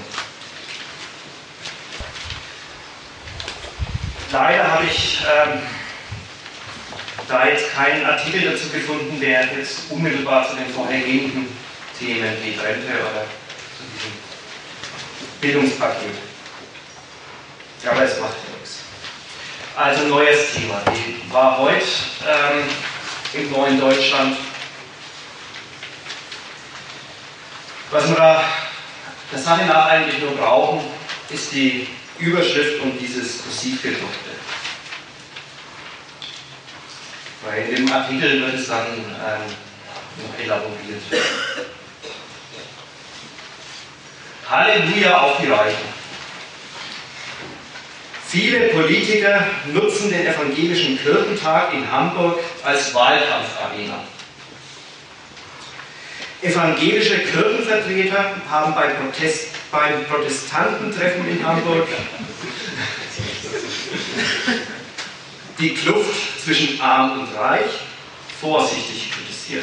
Leider habe ich ähm, da jetzt keinen Artikel dazu gefunden, der jetzt unmittelbar zu den vorhergehenden Themen geht, Rente oder zu diesem Bildungspaket. Ja, aber es macht ja nichts. Also neues Thema. Die war heute ähm, im neuen Deutschland. Was wir da der Sache nach eigentlich nur brauchen, ist die Überschrift und dieses Kursivgedruckte. Weil in dem Artikel wird es dann ähm, noch elaboriert. Halleluja auf die Reichen. Viele Politiker nutzen den evangelischen Kirchentag in Hamburg als Wahlkampfarena. Evangelische Kirchenvertreter haben bei Protest, beim Protestantentreffen in Hamburg die Kluft zwischen Arm und Reich vorsichtig kritisiert.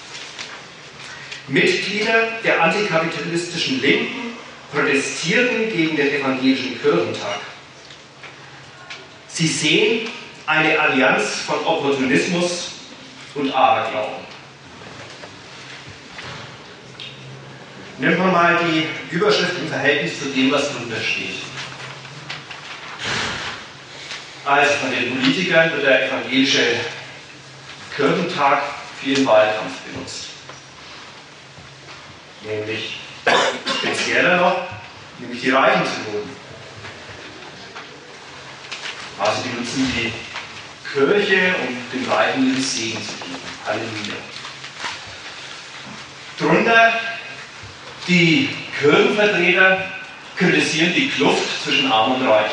Mitglieder der antikapitalistischen Linken protestierten gegen den evangelischen Kirchentag. Sie sehen eine Allianz von Opportunismus und Aberglauben. Nehmen wir mal die Überschrift im Verhältnis zu dem, was drunter steht. Also von den Politikern wird der evangelische Kirchentag für den Wahlkampf benutzt. Nämlich spezieller noch, nämlich die Reichen zu loben. Also die nutzen die Kirche, um den Reichen ihren Segen zu geben. Halleluja. Drunter: Die Kirchenvertreter kritisieren die Kluft zwischen Arm und Reich.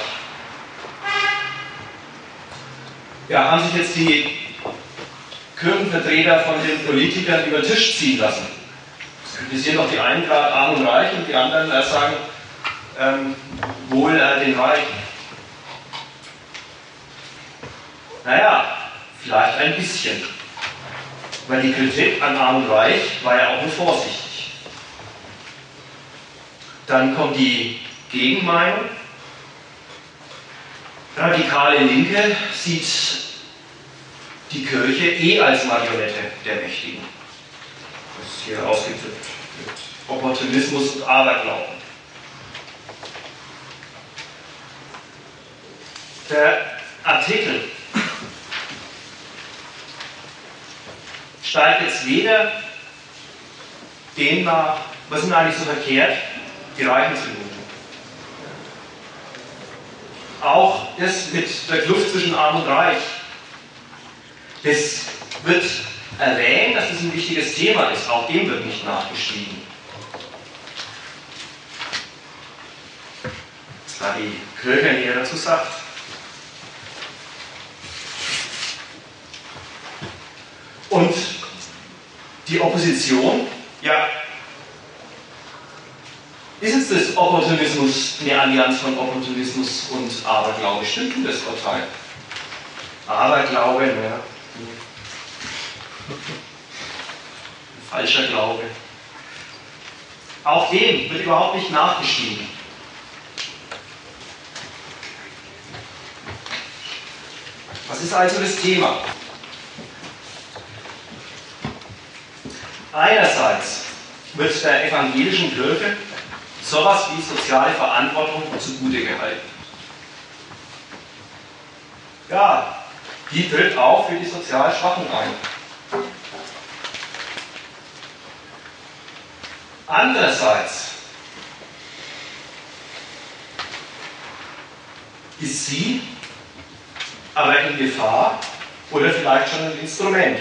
Ja, haben sich jetzt die Kirchenvertreter von den Politikern über den Tisch ziehen lassen. Das kritisieren doch die einen gerade Arm und Reich und die anderen äh, sagen ähm, wohl äh, den Reichen. Naja, vielleicht ein bisschen. Weil die Kritik an Arm und Reich war ja auch nur vorsichtig. Dann kommt die Gegenmeinung. Radikale Linke sieht die Kirche eh als Marionette der Mächtigen. Das ist hier ausgedrückt mit Opportunismus und Aberglauben. Der Artikel steigt jetzt weder dem nach, was ist denn eigentlich so verkehrt, die Reichen zu tun. Auch das mit der Kluft zwischen Arm und Reich, das wird erwähnt, dass das ein wichtiges Thema ist, auch dem wird nicht nachgeschrieben. Was da die Kirche näher dazu sagt. Und die Opposition, ja, ist jetzt das Opportunismus eine Allianz von Opportunismus und Aberglaube? Stimmt denn das Urteil? Aberglaube, naja. Falscher Glaube. Auch dem wird überhaupt nicht nachgeschrieben. Was ist also das Thema? Einerseits wird der evangelischen Kirche sowas wie soziale Verantwortung zugute gehalten. Ja, die tritt auch für die sozial Schwachen ein. Andererseits ist sie aber in Gefahr oder vielleicht schon ein Instrument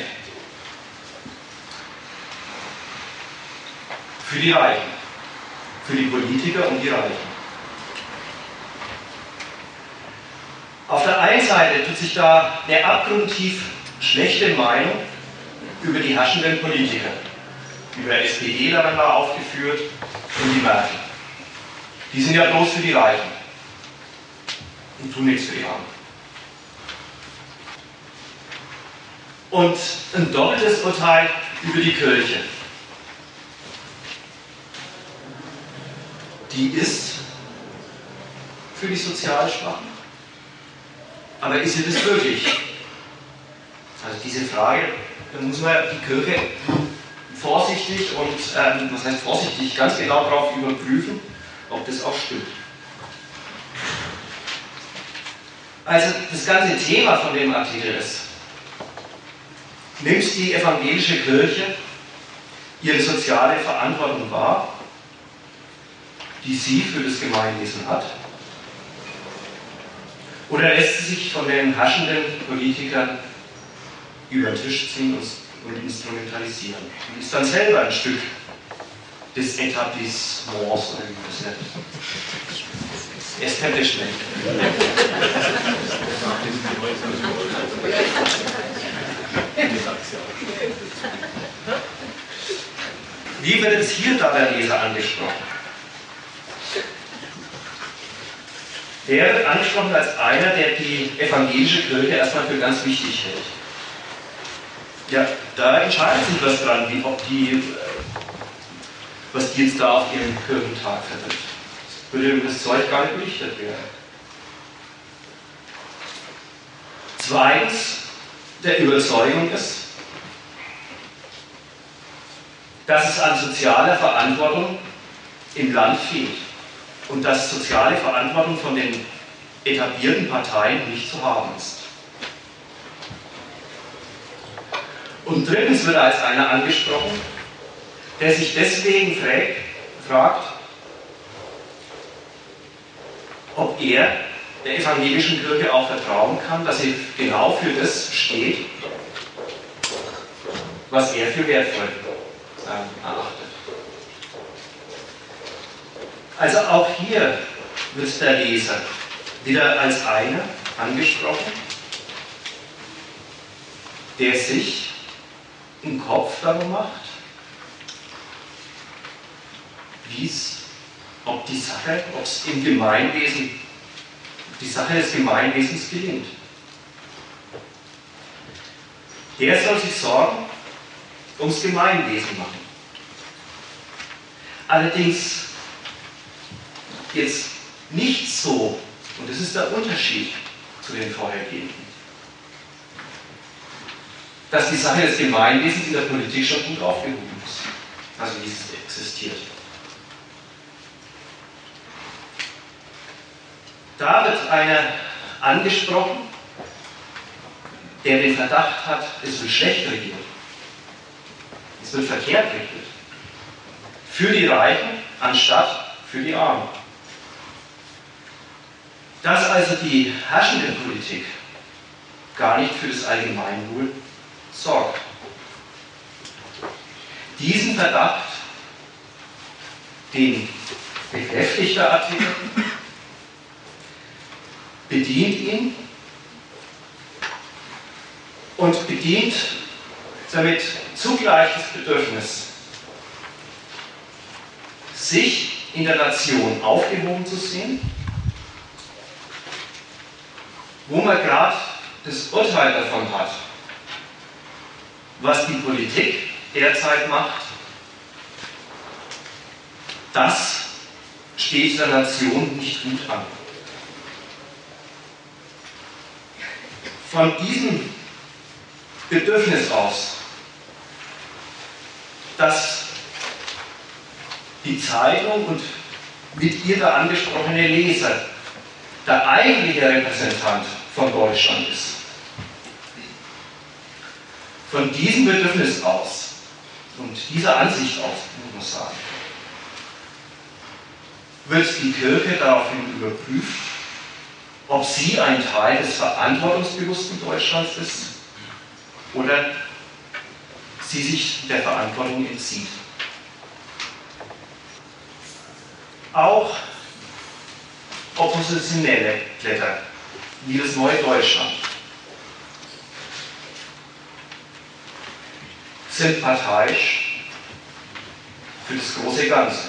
für die Reichen, für die Politiker und die Reichen. Auf der einen Seite tut sich da eine abgrundtief schlechte Meinung über die herrschenden Politiker, über SPDler werden da aufgeführt und die Merkel. Die sind ja bloß für die Reichen und tun nichts für die Armen. Und ein doppeltes Urteil über die Kirche. Die ist für die sozial Schwachen. Aber ist sie das wirklich? Also diese Frage, da muss man die Kirche vorsichtig und, ähm, was heißt vorsichtig, ganz genau darauf überprüfen, ob das auch stimmt. Also das ganze Thema von dem Artikel ist, nimmt die evangelische Kirche ihre soziale Verantwortung wahr, die sie für das Gemeinwesen hat? Oder lässt sie sich von den herrschenden Politikern über den Tisch ziehen und instrumentalisieren? Und ist dann selber ein Stück des Etablissements, oder wie man das nennt. Establishment. Wie wird jetzt hier da der Leser angesprochen? Der wird angesprochen als einer, der die evangelische Kirche erstmal für ganz wichtig hält. Ja, da entscheidet sich was dran, wie, ob die, was die jetzt da auf ihrem Kirchentag vertritt. Das würde über das Zeug gar nicht berichtet werden. Zweitens, der Überzeugung ist, dass es an sozialer Verantwortung im Land fehlt. Und dass soziale Verantwortung von den etablierten Parteien nicht zu haben ist. Und drittens wird als einer angesprochen, der sich deswegen fragt, fragt, ob er der evangelischen Kirche auch vertrauen kann, dass sie genau für das steht, was er für wertvoll ähm, erachtet. Also auch hier wird der Leser wieder als einer angesprochen, der sich im Kopf darum macht, wie es, ob die Sache, ob es im Gemeinwesen, die Sache des Gemeinwesens gelingt. Der soll sich Sorgen ums Gemeinwesen machen. Allerdings jetzt nicht so, und das ist der Unterschied zu den vorhergehenden, dass die Sache des Gemeinwesens in der Politik schon gut aufgehoben ist, also wie es existiert. Da wird einer angesprochen, der den Verdacht hat, es wird schlecht regiert. Es wird verkehrt regiert. Für die Reichen anstatt für die Armen. Dass also die herrschende Politik gar nicht für das Allgemeinwohl sorgt. Diesen Verdacht, den bekräftigt der Artikel, bedient ihn und bedient damit zugleich das Bedürfnis, sich in der Nation aufgehoben zu sehen, wo man gerade das Urteil davon hat, was die Politik derzeit macht, das steht der Nation nicht gut an. Von diesem Bedürfnis aus, dass die Zeitung und mit ihr der angesprochene Leser der eigentliche Repräsentant von Deutschland ist. Von diesem Bedürfnis aus und dieser Ansicht aus, muss man sagen, wird die Kirche daraufhin überprüft, ob sie ein Teil des verantwortungsbewussten Deutschlands ist oder sie sich der Verantwortung entzieht. Auch oppositionelle Blätter, wie das Neue Deutschland, sind parteiisch für das große Ganze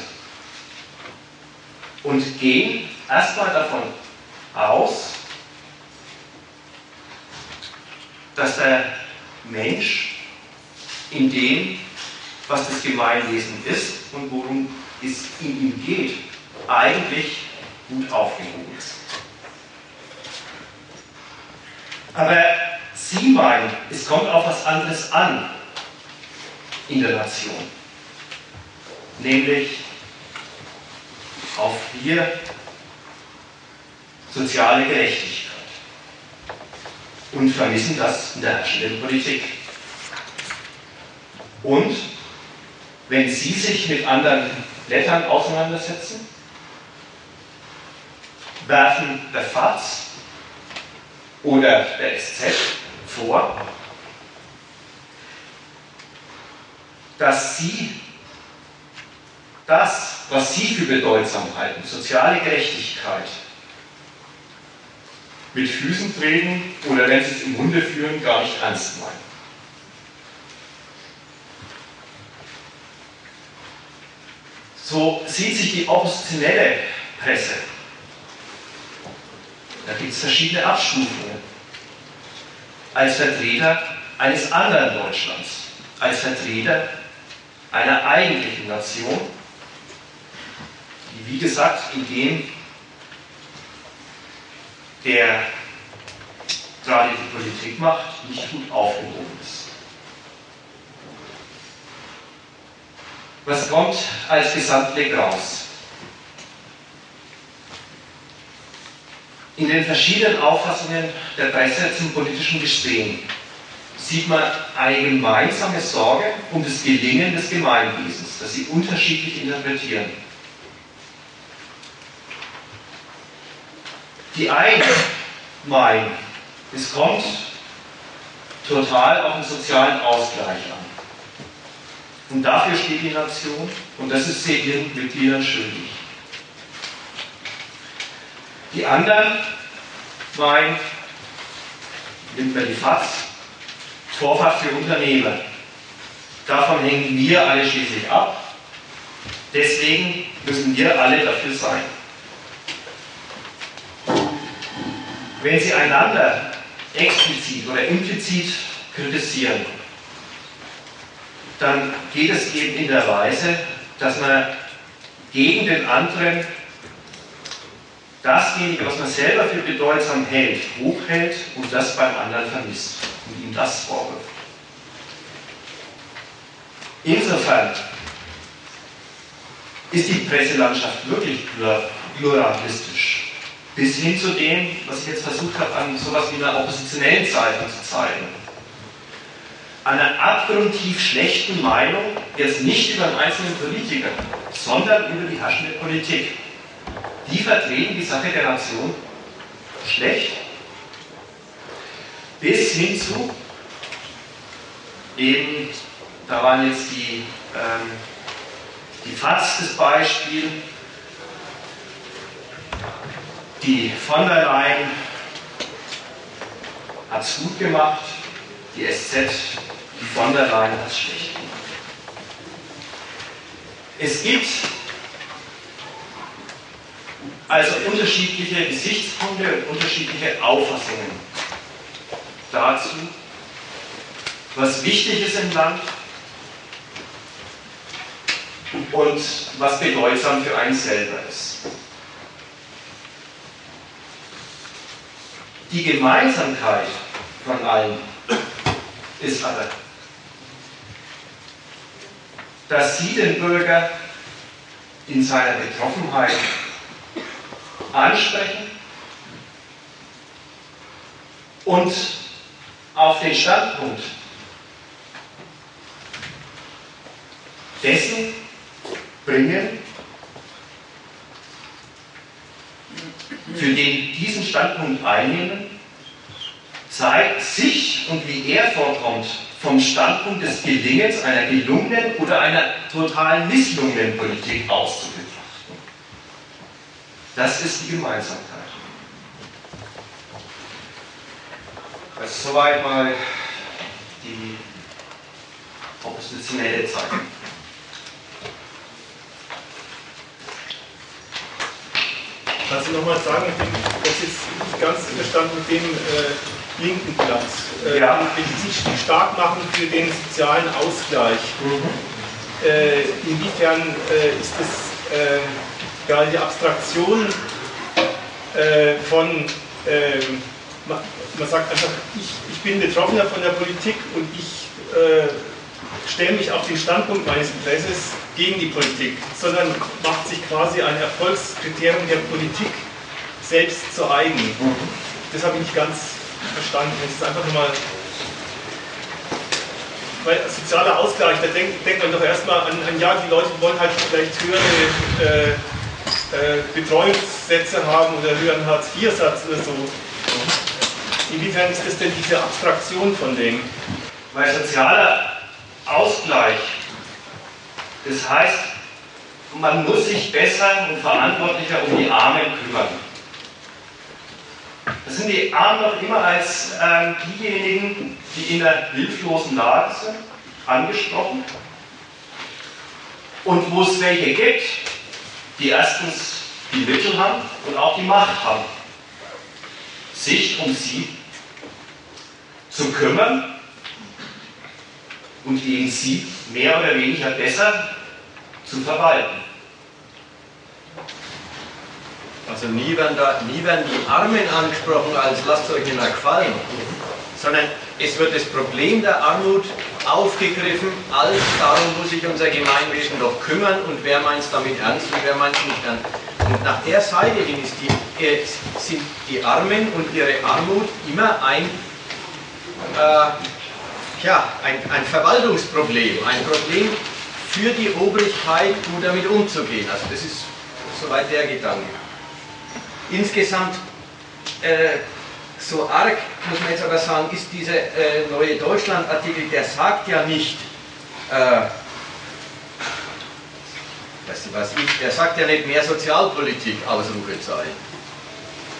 und gehen erstmal davon aus, dass der Mensch in dem, was das Gemeinwesen ist und worum es in ihm geht, eigentlich gut aufgehoben ist. Aber Sie meinen, es kommt auf was anderes an in der Nation, nämlich auf hier soziale Gerechtigkeit und vermissen das in der herrschenden Politik. Und wenn Sie sich mit anderen Blättern auseinandersetzen, werfen der F A Z oder der S Z vor, dass Sie das, was Sie für bedeutsam halten, soziale Gerechtigkeit, mit Füßen treten oder wenn Sie es im Munde führen, gar nicht ernst meinen. So sieht sich die oppositionelle Presse. Da gibt es verschiedene Abstufungen. Als Vertreter eines anderen Deutschlands, als Vertreter einer eigentlichen Nation, die wie gesagt in dem der gerade die Politik macht, nicht gut aufgehoben ist. Was kommt als Gesamtblick raus? In den verschiedenen Auffassungen der Presse zum politischen Geschehen sieht man eine gemeinsame Sorge um das Gelingen des Gemeinwesens, das sie unterschiedlich interpretieren. Die einen meinen, es kommt total auf den sozialen Ausgleich an. Und dafür steht die Nation und das ist sie ihren Mitgliedern schuldig. Die anderen meinen, nimmt man die F A Z, Vorfahrt für Unternehmer. Davon hängen wir alle schließlich ab. Deswegen müssen wir alle dafür sein. Wenn Sie einander explizit oder implizit kritisieren, dann geht es eben in der Weise, dass man gegen den anderen dasjenige, was man selber für bedeutsam hält, hochhält und das beim anderen vermisst und ihm das vorwirft. Insofern ist die Presselandschaft wirklich pluralistisch. Bis hin zu dem, was ich jetzt versucht habe, an sowas wie einer oppositionellen Zeitung zu zeigen. Einer abgrundtief schlechten Meinung, jetzt nicht über einen einzelnen Politiker, sondern über die herrschende Politik. Die vertreten die Sache der Nation schlecht, bis hin zu, eben, da waren jetzt die, ähm, die F A Z das Beispiel, die von der Leyen hat es gut gemacht, die S Z, die von der Leyen hat es schlecht gemacht. Es gibt also unterschiedliche Gesichtspunkte und unterschiedliche Auffassungen dazu, was wichtig ist im Land und was bedeutsam für einen selber ist. Die Gemeinsamkeit von allen ist aber, dass sie den Bürger in seiner Betroffenheit ansprechen und auf den Standpunkt dessen bringen, für den diesen Standpunkt einnehmen, zeigt sich und wie er vorkommt vom Standpunkt des Gelingens einer gelungenen oder einer total misslungenen Politik aus zu betrachten. Das ist die Gemeinsamkeit. Das ist soweit mal die oppositionelle Zeit. Kannst du nochmal sagen, ich bin das ist nicht ganz verstanden mit dem äh, linken Platz. Äh, Ja. Wenn die sich stark machen für den sozialen Ausgleich, Mhm. äh, inwiefern äh, ist das äh, gerade die Abstraktion äh, von, äh, man, man sagt einfach, ich, ich bin Betroffener von der Politik und ich äh, stelle mich auf den Standpunkt meines Interesses gegen die Politik, sondern macht sich quasi ein Erfolgskriterium der Politik selbst zu eigen. Das habe ich nicht ganz verstanden. Das ist einfach nur mal, weil sozialer Ausgleich, da denkt, denkt man doch erstmal an, an, ja, die Leute wollen halt vielleicht höhere äh, äh, Betreuungssätze haben oder höheren Hartz vier Satz oder so. Inwiefern ist das denn diese Abstraktion von dem? Weil sozialer Ausgleich, das heißt, man muss sich besser und verantwortlicher um die Armen kümmern. Das sind die Armen noch immer als ähm, diejenigen, die in einer hilflosen Lage sind, angesprochen. Und wo es welche gibt, die erstens die Mittel haben und auch die Macht haben, sich um sie zu kümmern und gegen sie mehr oder weniger besser zu verwalten. Also nie werden, da, nie werden die Armen angesprochen, als lasst euch nicht mehr gefallen, sondern es wird das Problem der Armut aufgegriffen, als darum muss sich unser Gemeinwesen doch kümmern und wer meint es damit ernst und wer meint es nicht ernst. Und nach der Seite hin ist die, äh, sind die Armen und ihre Armut immer ein, äh, ja, ein, ein Verwaltungsproblem, ein Problem für die Obrigkeit, gut damit umzugehen. Also das ist soweit der Gedanke. Insgesamt äh, so arg, muss man jetzt aber sagen, ist dieser äh, neue Deutschland-Artikel, der sagt ja nicht, äh, weißt du was ich, der sagt ja nicht mehr Sozialpolitik, Ausrufezeichen.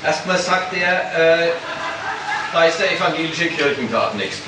Erstmal sagt er, äh, da ist der evangelische Kirchentag nächstens.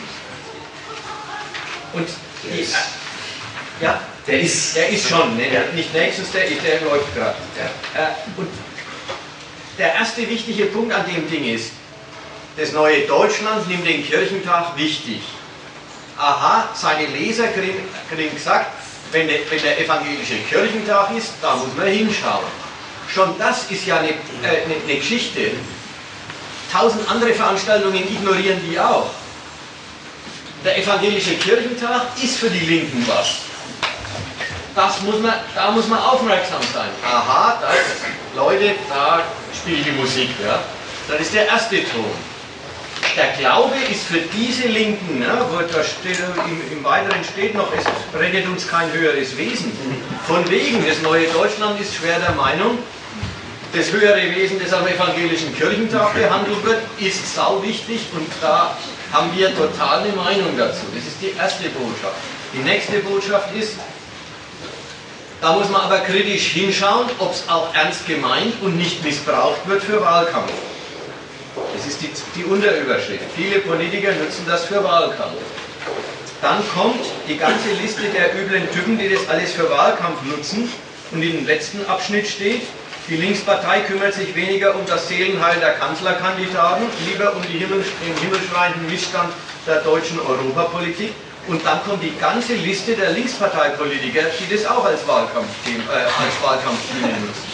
Und die, äh, ja, Der ist. der ist schon, ne? Ja. Nicht nächstens, der, der läuft gerade. Ja. Äh, und der erste wichtige Punkt an dem Ding ist, das neue Deutschland nimmt den Kirchentag wichtig. Aha, seine Leser kriegen, kriegen gesagt, wenn der, wenn der evangelische Kirchentag ist, da muss man hinschauen. Schon das ist ja eine, äh, eine, eine Geschichte. Tausend andere Veranstaltungen ignorieren die auch. Der evangelische Kirchentag ist für die Linken was. Das muss man, da muss man aufmerksam sein. Aha, das, Leute, da spielt die Musik. Ja? Das ist der erste Ton. Der Glaube ist für diese Linken, ne, wo da steht, im, im Weiteren steht noch, es rettet uns kein höheres Wesen. Von wegen, das neue Deutschland ist schwer der Meinung, das höhere Wesen, das am evangelischen Kirchentag behandelt wird, ist sau wichtig und da haben wir total eine Meinung dazu. Das ist die erste Botschaft. Die nächste Botschaft ist, da muss man aber kritisch hinschauen, ob es auch ernst gemeint und nicht missbraucht wird für Wahlkampf. Das ist die, die Unterüberschrift. Viele Politiker nutzen das für Wahlkampf. Dann kommt die ganze Liste der üblen Typen, die das alles für Wahlkampf nutzen. Und in dem letzten Abschnitt steht, die Linkspartei kümmert sich weniger um das Seelenheil der Kanzlerkandidaten, lieber um die Himmel, den himmelschreienden Missstand der deutschen Europapolitik. Und dann kommt die ganze Liste der Linksparteipolitiker, die das auch als Wahlkampfthemen äh, als Wahlkampfschiene nutzen.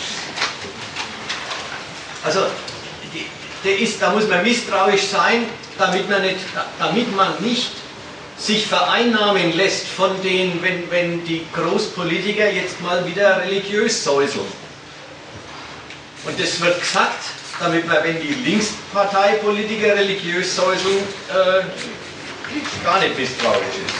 Also, die, der ist, da muss man misstrauisch sein, damit man nicht, damit man nicht sich vereinnahmen lässt von den, wenn, wenn die Großpolitiker jetzt mal wieder religiös säuseln. Und das wird gesagt, damit man, wenn die Linksparteipolitiker religiös säuseln, äh, gar nicht misstrauisch ist.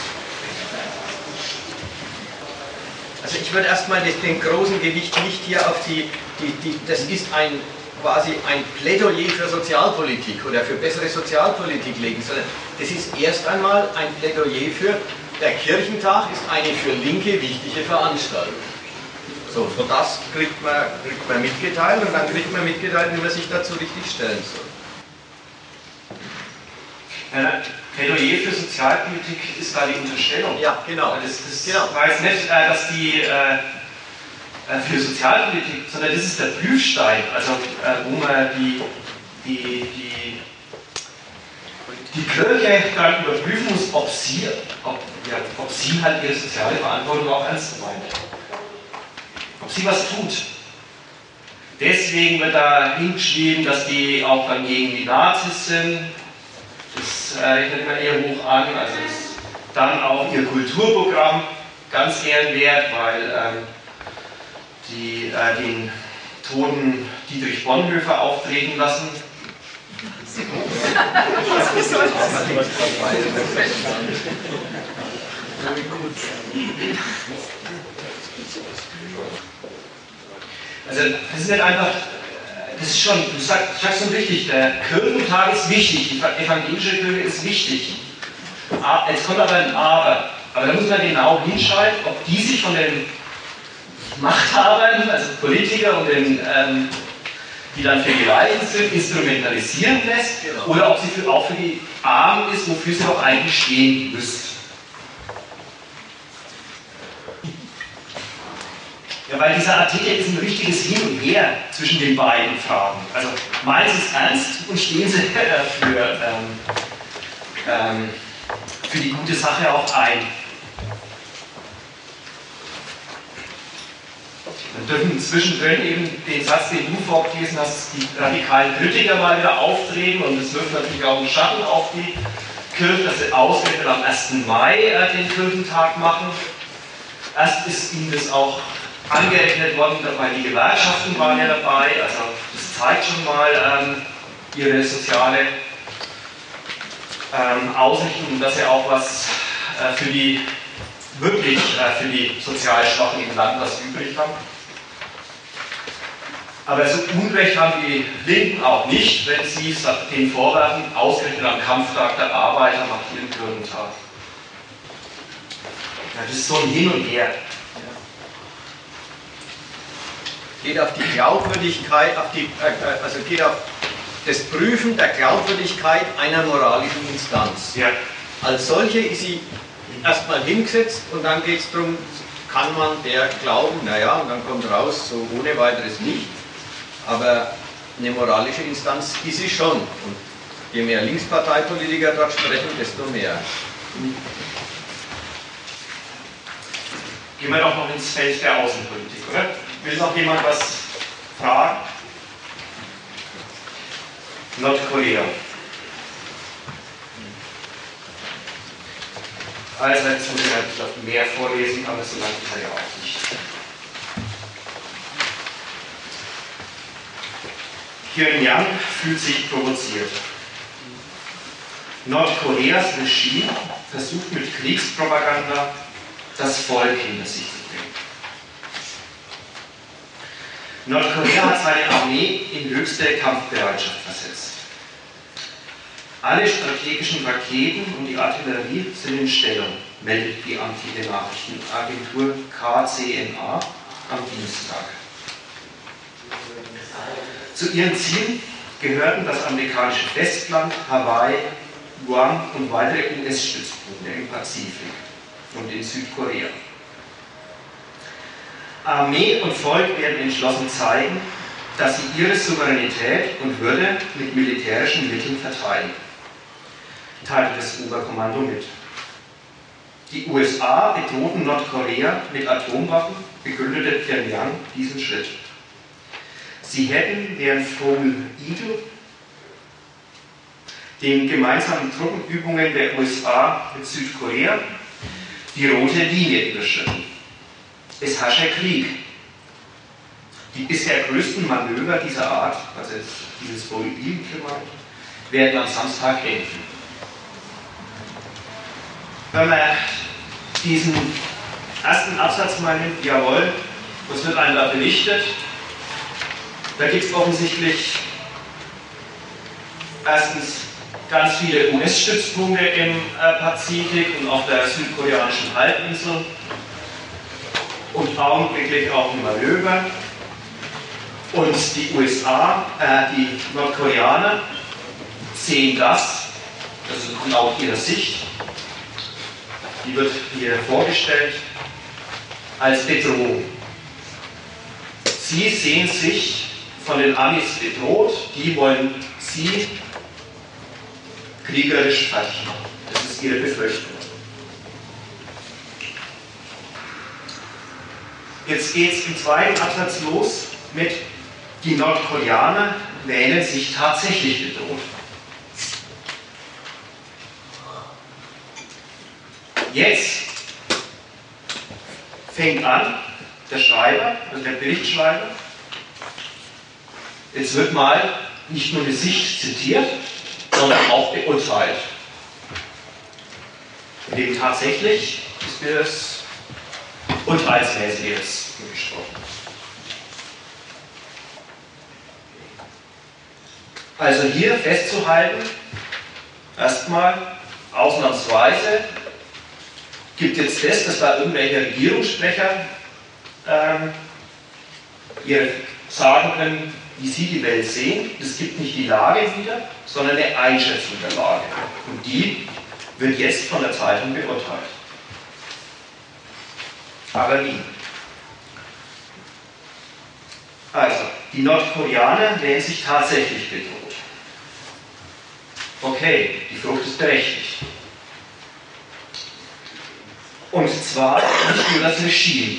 Also ich würde erstmal den großen Gewicht nicht hier auf die, die, die, das ist ein quasi ein Plädoyer für Sozialpolitik oder für bessere Sozialpolitik legen, sondern das ist erst einmal ein Plädoyer für, der Kirchentag ist eine für Linke wichtige Veranstaltung. So, so das kriegt man, kriegt man mitgeteilt und dann kriegt man mitgeteilt, wie man sich dazu richtig stellen soll. Ja, Plädoyer für Sozialpolitik ist da die Unterstellung. Ja, genau. Das, das genau. heißt nicht, äh, dass die äh, für Sozialpolitik, sondern das ist der Prüfstein, also äh, wo man die, die, die, die Kirche dann überprüfen muss, ob sie, ob, ja, ob sie halt ihre soziale Verantwortung auch ernst meint. Ob sie was tut. Deswegen wird da hingeschrieben, dass die auch dann gegen die Nazis sind. Das äh, rechnet man eher hoch an. Also das, dann auch ihr Kulturprogramm ganz ehrenwert, weil ähm, die äh, den toten Dietrich Bonhoeffer auftreten lassen. Also das ist nicht einfach, das ist schon, du sagst, du sagst schon richtig, der Kirchentag ist wichtig, die evangelische Kirche ist wichtig. Jetzt kommt aber ein Aber. Aber da muss man genau hinschreiben, ob die sich von den Machthabern, also Politiker und den, ähm, die dann für die Reichen sind, instrumentalisieren lässt, genau. Oder ob sie für, auch für die Armen ist, wofür sie auch eigentlich stehen müsste. Ja, weil dieser Artikel ist ein richtiges Hin und Her zwischen den beiden Fragen. Also meinen sie es ernst und stehen sie für, ähm, ähm, für die gute Sache auch ein. Wir dürfen zwischendrin eben den Satz, den du vorgelesen hast, die radikalen Kritiker mal wieder auftreten und es wirft natürlich auch einen Schatten auf die Kirche, dass sie ausgerechnet am ersten Mai äh, den Kirchentag machen. Erst ist ihnen das auch angerechnet worden, weil die Gewerkschaften waren ja dabei, also das zeigt schon mal ähm, ihre soziale ähm, Ausrichtung, dass sie auch was äh, für die wirklich äh, für die sozial Schwachen im Land was übrig haben. Aber so Unrecht haben die Linken auch nicht, wenn sie den vorwerfen, ausgerechnet am Kampftag der Arbeiter macht ihren Kirchentag. Ja, das ist so ein Hin und Her. Geht auf die Glaubwürdigkeit, auf die, also geht auf das Prüfen der Glaubwürdigkeit einer moralischen Instanz. Ja. Als solche ist sie erstmal hingesetzt und dann geht es darum, kann man der glauben, naja, und dann kommt raus, so ohne weiteres nicht. Aber eine moralische Instanz ist sie schon. Und je mehr Linksparteipolitiker dort sprechen, desto mehr. Gehen wir doch noch ins Feld der Außenpolitik, oder? Will noch jemand was fragen? Nordkorea. Also jetzt muss ich halt mehr vorlesen, aber so lange ist er ja auch nicht. Pyongyang fühlt sich provoziert. Nordkoreas Regime versucht mit Kriegspropaganda das Volk hinter sich zu bringen. Nordkorea hat seine Armee in höchste Kampfbereitschaft versetzt. Alle strategischen Raketen und die Artillerie sind in Stellung, meldet die amtliche Nachrichtenagentur K C N A am Dienstag. Zu ihren Zielen gehörten das amerikanische Festland, Hawaii, Guam und weitere U S-Stützpunkte im Pazifik und in Südkorea. Armee und Volk werden entschlossen zeigen, dass sie ihre Souveränität und Würde mit militärischen Mitteln verteidigen, teilte das Oberkommando mit. Die U S A bedrohten Nordkorea mit Atomwaffen, begründete Pyongyang diesen Schritt. Sie hätten während Foal Eagle, den gemeinsamen Truppenübungen der U S A mit Südkorea, die rote Linie überschritten. Es herrsche Krieg. Die bisher größten Manöver dieser Art, also dieses Foal Eagle gemeint, werden am Samstag enden. Wenn man diesen ersten Absatz mal nimmt, jawohl, was wird einem da berichtet? Da gibt es offensichtlich erstens ganz viele U S-Stützpunkte im äh, Pazifik und auf der südkoreanischen Halbinsel und augenblicklich auch ein Manöver. Und die U S A, äh, die Nordkoreaner sehen das, also laut ihrer Sicht, die wird hier vorgestellt, als Bedrohung. Sie sehen sich von den Amis bedroht, die wollen sie kriegerisch fertig machen. Das ist ihre Befürchtung. Jetzt geht es im zweiten Absatz los mit: Die Nordkoreaner wähnen sich tatsächlich bedroht. Jetzt fängt an der Schreiber, also der Berichtschreiber, jetzt wird mal nicht nur eine Sicht zitiert, sondern auch beurteilt. In dem tatsächlich ist mir das Urteilsmäßiges gesprochen. Also hier festzuhalten, erstmal ausnahmsweise gibt jetzt fest, dass da irgendwelche Regierungssprecher ähm, ihre sagen können, wie sie die Welt sehen. Es gibt nicht die Lage wieder, sondern eine Einschätzung der Lage. Und die wird jetzt von der Zeitung beurteilt. Aber wie? Also, die Nordkoreaner wählen sich tatsächlich bedroht. Okay, die Furcht ist berechtigt. Und zwar nicht nur das Regime.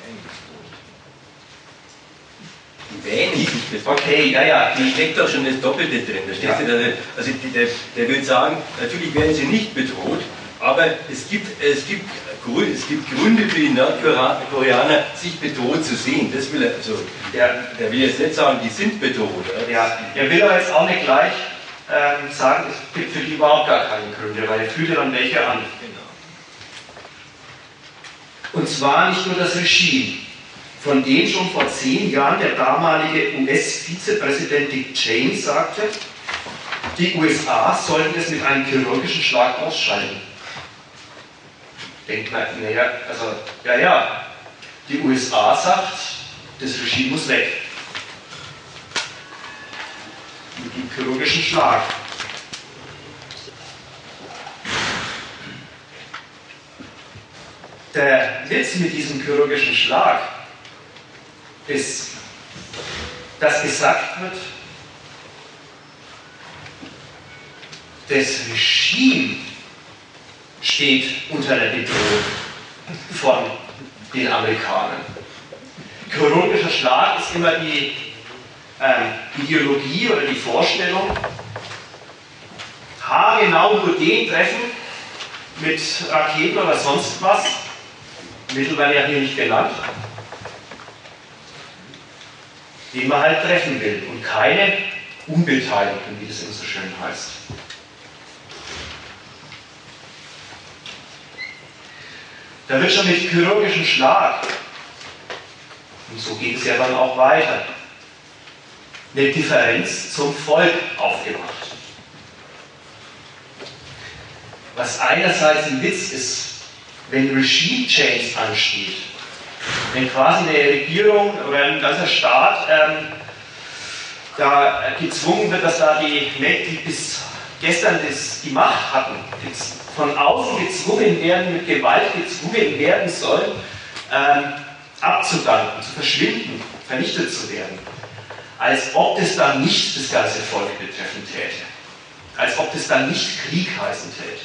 Die wähnen sich bedroht. Okay, ja, ja. Da steckt doch schon das Doppelte drin. Da Ja. da, also der, der will sagen, natürlich werden sie nicht bedroht, aber es gibt, es gibt, es gibt Gründe für die Nordkoreaner, sich bedroht zu sehen. Das will er, also, der, der will jetzt nicht sagen, die sind bedroht. Oder? Ja, er will aber jetzt auch nicht gleich ähm, sagen, es gibt für die überhaupt gar keine Gründe, weil er führt ja dann welche an. Genau. Und zwar nicht nur das Regime, von dem schon vor zehn Jahren der damalige U S-Vizepräsident Dick Cheney sagte, die U S A sollten es mit einem chirurgischen Schlag ausschalten. Denkt man, naja, also, ja, ja, die U S A sagt, das Regime muss weg. Die chirurgischen Schlag. Der Witz mit diesem chirurgischen Schlag ist, dass gesagt wird, das Regime steht unter der Bedrohung von den Amerikanern. Chirurgischer Schlag ist immer die ähm, Ideologie oder die Vorstellung, haargenau nur den treffen mit Raketen oder sonst was, Mittel werden ja hier nicht genannt, den man halt treffen will und keine Unbeteiligten, wie das immer so schön heißt. Da wird schon mit chirurgischem Schlag, und so geht es ja dann auch weiter, eine Differenz zum Volk aufgemacht. Was einerseits ein Witz ist, wenn Regime Change ansteht, wenn quasi eine Regierung oder ein ganzer Staat ähm, da gezwungen wird, dass da die Mächte, die bis gestern das, die Macht hatten, von außen gezwungen werden, mit Gewalt gezwungen werden sollen, ähm, abzudanken, zu verschwinden, vernichtet zu werden. Als ob das dann nicht das ganze Volk betreffen täte. Als ob das dann nicht Krieg heißen täte.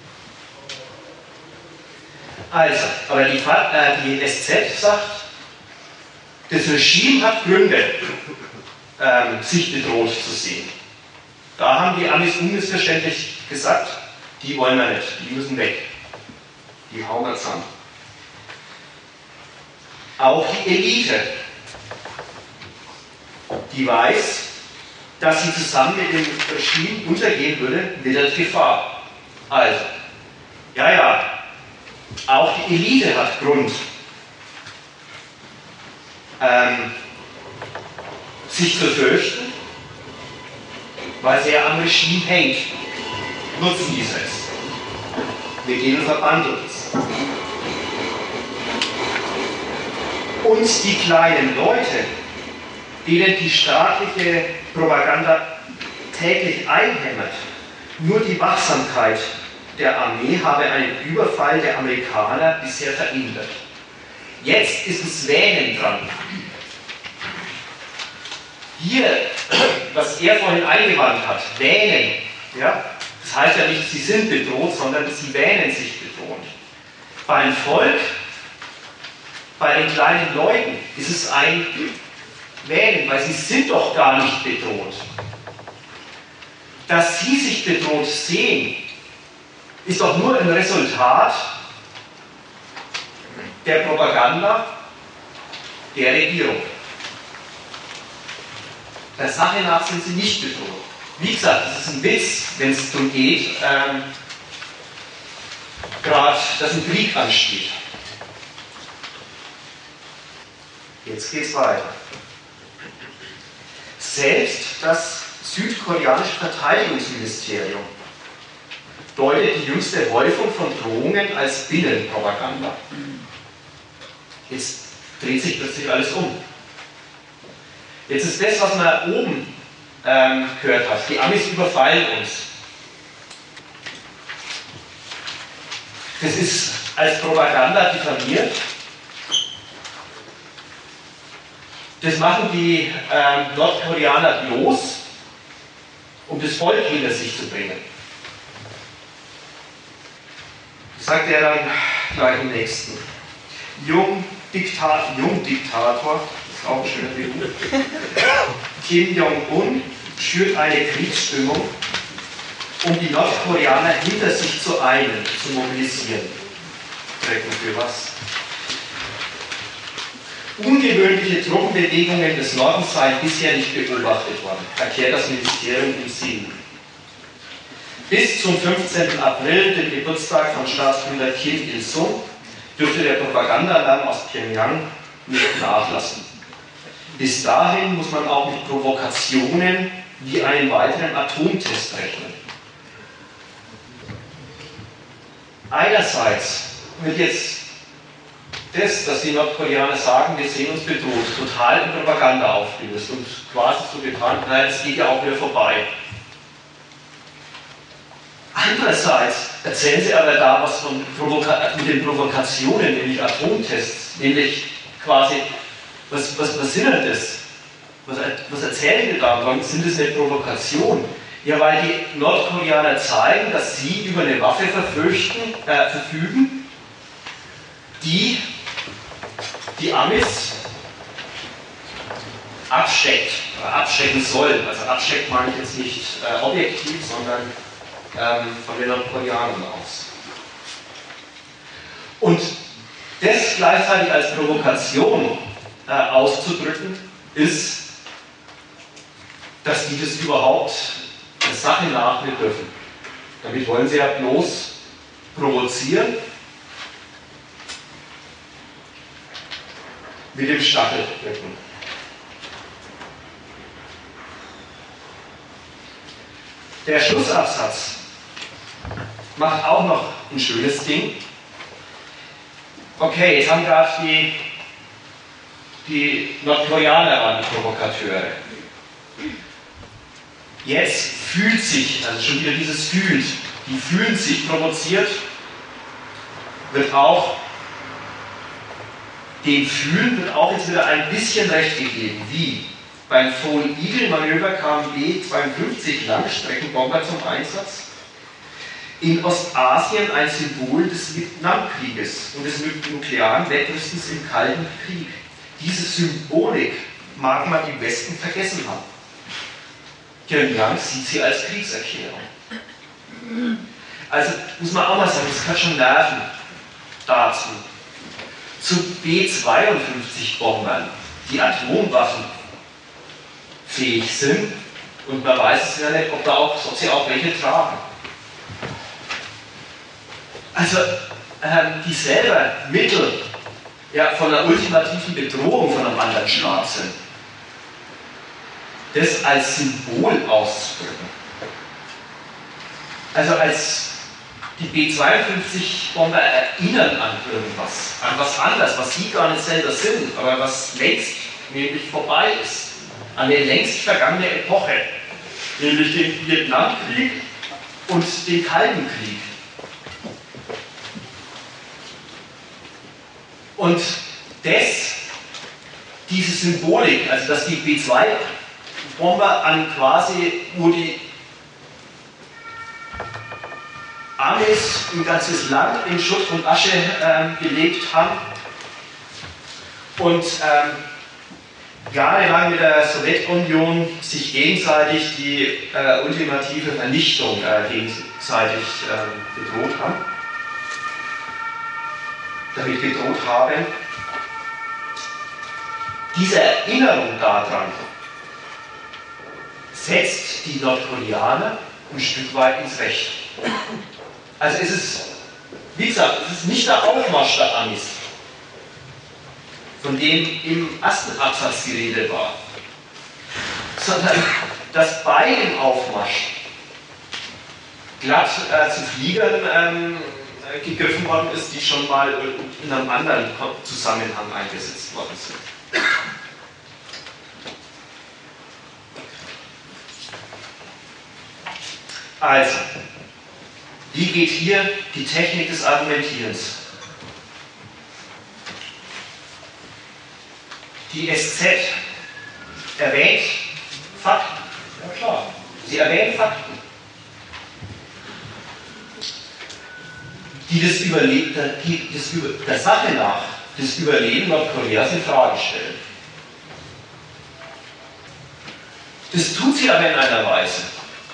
Also, aber die, äh, die S Z sagt, das Regime hat Gründe, ähm, sich bedroht zu sehen. Da haben die Amis unmissverständlich gesagt, die wollen wir nicht, die müssen weg. Die hauen wir zusammen. Auch die Elite, die weiß, dass sie zusammen mit dem Regime untergehen würde, wittert Gefahr. Also, ja, ja, auch die Elite hat Grund, ähm, sich zu fürchten, weil sie ja am Regime hängt. Nutzen die es. Wir gehen und verbandeln es. Und die kleinen Leute, denen die staatliche Propaganda täglich einhämmert, nur die Wachsamkeit der Armee habe einen Überfall der Amerikaner bisher verhindert. Jetzt ist es Wähnen dran. Hier, was er vorhin eingewandt hat, Wähnen, ja, das heißt ja nicht, sie sind bedroht, sondern sie wähnen sich bedroht. Beim Volk, bei den kleinen Leuten ist es ein Wähnen, weil sie sind doch gar nicht bedroht. Dass sie sich bedroht sehen, ist doch nur ein Resultat der Propaganda der Regierung. Der Sache nach sind sie nicht bedroht. Wie gesagt, das ist ein Witz, wenn es darum geht, ähm, gerade, dass ein Krieg ansteht. Jetzt geht es weiter. Selbst das südkoreanische Verteidigungsministerium deutet die jüngste Häufung von Drohungen als Binnenpropaganda. Jetzt dreht sich plötzlich alles um. Jetzt ist das, was man oben ähm, gehört hat, die Amis überfallen uns. Das ist als Propaganda diffamiert. Das machen die ähm, Nordkoreaner bloß, um das Volk hinter sich zu bringen. Das sagt er dann gleich im nächsten. Jungdiktator, Jungdiktator, das ist auch ein schöner Beruf, Kim Jong-un schürt eine Kriegsstimmung, um die Nordkoreaner hinter sich zu einen, zu mobilisieren. Strecken für was? Ungewöhnliche Truppenbewegungen des Nordens seien bisher nicht beobachtet worden, erklärt das Ministerium im Süden. Bis zum fünfzehnten April, dem Geburtstag von Staatsgründer Kim Il-sung, dürfte der Propagandaalarm aus Pyongyang nicht nachlassen. Bis dahin muss man auch mit Provokationen wie einen weiteren Atomtest rechnen. Einerseits wird jetzt das, dass die Nordkoreaner sagen, wir sehen uns bedroht, total in Propaganda aufgelöst und quasi so getan, naja, das geht ja auch wieder vorbei. Andererseits erzählen sie aber da was von Provoka mit den Provokationen, nämlich Atomtests, nämlich quasi, was, was, was sind denn das? Was, was erzählen die da? Warum sind das eine Provokation? Ja, weil die Nordkoreaner zeigen, dass sie über eine Waffe verfürchten, äh, verfügen, die die Amis abschreckt, oder abschrecken soll. Also abschreckt meine ich jetzt nicht äh, objektiv, sondern ähm, von den Nordkoreanern aus. Und das gleichzeitig als Provokation äh, auszudrücken, ist, dass die das überhaupt der Sache nachgehen dürfen. Damit wollen sie ja bloß provozieren mit dem Stachelrücken. Der Schlussabsatz macht auch noch ein schönes Ding. Okay, jetzt haben gerade die, die Nordkoreaner waren die Provokateure. Jetzt fühlt sich, also schon wieder dieses fühlt, die fühlen sich provoziert, wird auch, dem Fühlen wird auch jetzt wieder ein bisschen recht gegeben. Wie? Beim Foal Eagle Manöver kamen B zweiundfünfzig Langstreckenbomber zum Einsatz. In Ostasien ein Symbol des Vietnamkrieges und des nuklearen Wettrüstens im Kalten Krieg. Diese Symbolik mag man im Westen vergessen haben. Pyongyang sieht sie als Kriegserklärung. Also muss man auch mal sagen, es kann schon nerven dazu. Zu B zweiundfünfzig Bombern, die Atomwaffen fähig sind und man weiß es ja nicht, ob, da auch, ob sie auch welche tragen. Also ähm, die selber Mittel ja, von einer ultimativen Bedrohung von einem anderen Staat sind. Das als Symbol auszudrücken. Also als die B zweiundfünfzig Bomber erinnern an irgendwas, an was anderes, was sie gar nicht selber sind, aber was längst nämlich vorbei ist. An eine längst vergangene Epoche, nämlich den Vietnamkrieg und den Kalten Krieg. Und das, diese Symbolik, also dass die B zwei Bomber an quasi, wo die Amis ein ganzes Land in Schutt und Asche ähm, gelegt haben und ähm, jahrelang mit der Sowjetunion sich gegenseitig die äh, ultimative Vernichtung äh, gegenseitig äh, bedroht haben, damit gedroht haben. Diese Erinnerung daran setzt die Nordkoreaner ein Stück weit ins Recht. Also es ist, wie gesagt, es ist nicht der Aufmarsch der Amis, von dem im ersten Absatz die Rede war, sondern dass bei dem Aufmarsch glatt äh, zu Fliegern ähm, gegriffen worden ist, die schon mal in einem anderen Zusammenhang eingesetzt worden sind. Also, wie geht hier die Technik des Argumentierens? Die S Z erwähnt Fakten. Ja klar, sie erwähnt Fakten, die das Überleben, die das Über, der Sache nach das Überleben Nordkoreas in Frage stellen. Das tut sie aber in einer Weise,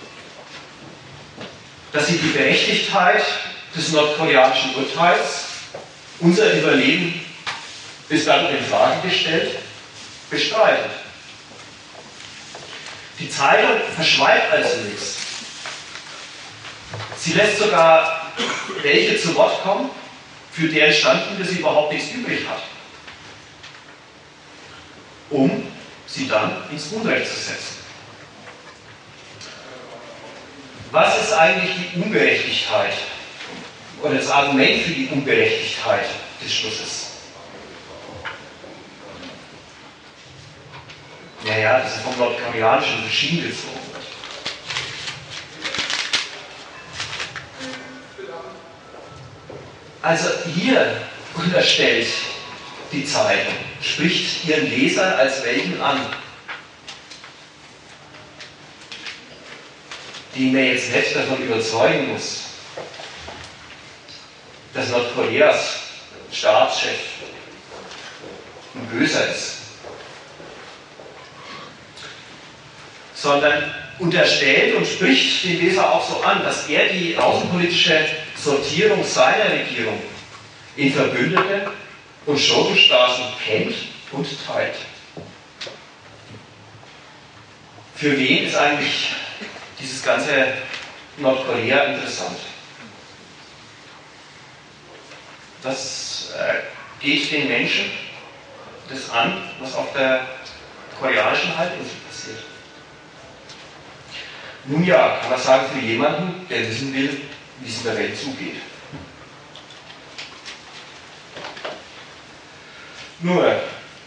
dass sie die Berechtigtheit des nordkoreanischen Urteils, unser Überleben ist dann in Frage gestellt, bestreitet. Die Zeitung verschweigt also nichts. Sie lässt sogar welche zu Wort kommen, für deren Standpunkte sie überhaupt nichts übrig hat, um sie dann ins Unrecht zu setzen. Was ist eigentlich die Ungerechtigkeit oder das Argument für die Ungerechtigkeit des Schlusses? naja, das vom nordkoreanischen Regime gezogen wird. Also hier unterstellt die Zeitung, spricht ihren Leser als welchen an, die mir jetzt nicht davon überzeugen muss, dass Nordkoreas Staatschef ein Böser ist, sondern unterstellt und spricht den Leser auch so an, dass er die außenpolitische Sortierung seiner Regierung in Verbündete und Schurkenstaaten kennt und teilt. Für wen ist eigentlich dieses ganze Nordkorea interessant? Das äh, geht den Menschen das an, was auf der koreanischen Halbinsel passiert. Nun ja, kann man sagen, für jemanden, der wissen will, wie es in der Welt zugeht. Nur,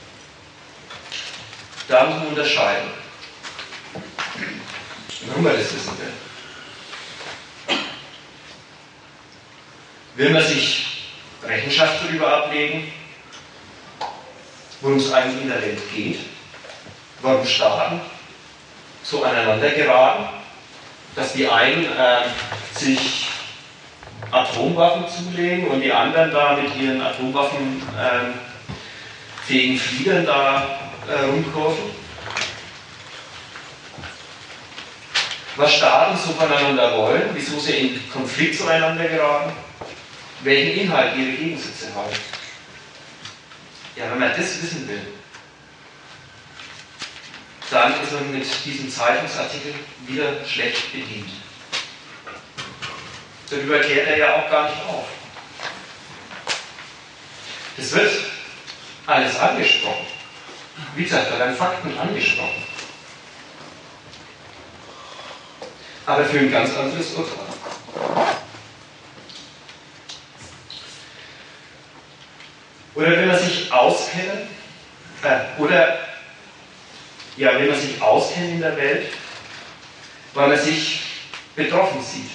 da muss man unterscheiden, warum man das wissen will. Will man sich Rechenschaft darüber ablegen, worum es eigentlich in der Welt geht, warum Staaten so aneinander geraten, dass die einen äh, sich Atomwaffen zulegen und die anderen da mit ihren atomwaffenfähigen äh, Fliegern da äh, rumkurven. Was Staaten so voneinander wollen, wieso sie in Konflikt zueinander geraten, welchen Inhalt ihre Gegensätze haben. Ja, wenn man das wissen will, dann ist man mit diesem Zeitungsartikel wieder schlecht bedient. Darüber klärt er ja auch gar nicht auf. Das wird alles angesprochen. Wie gesagt, da werden Fakten angesprochen. Aber für ein ganz anderes Urteil. Oder wenn man sich auskennt, äh, oder ja, wenn man sich auskennt in der Welt, weil man sich betroffen sieht.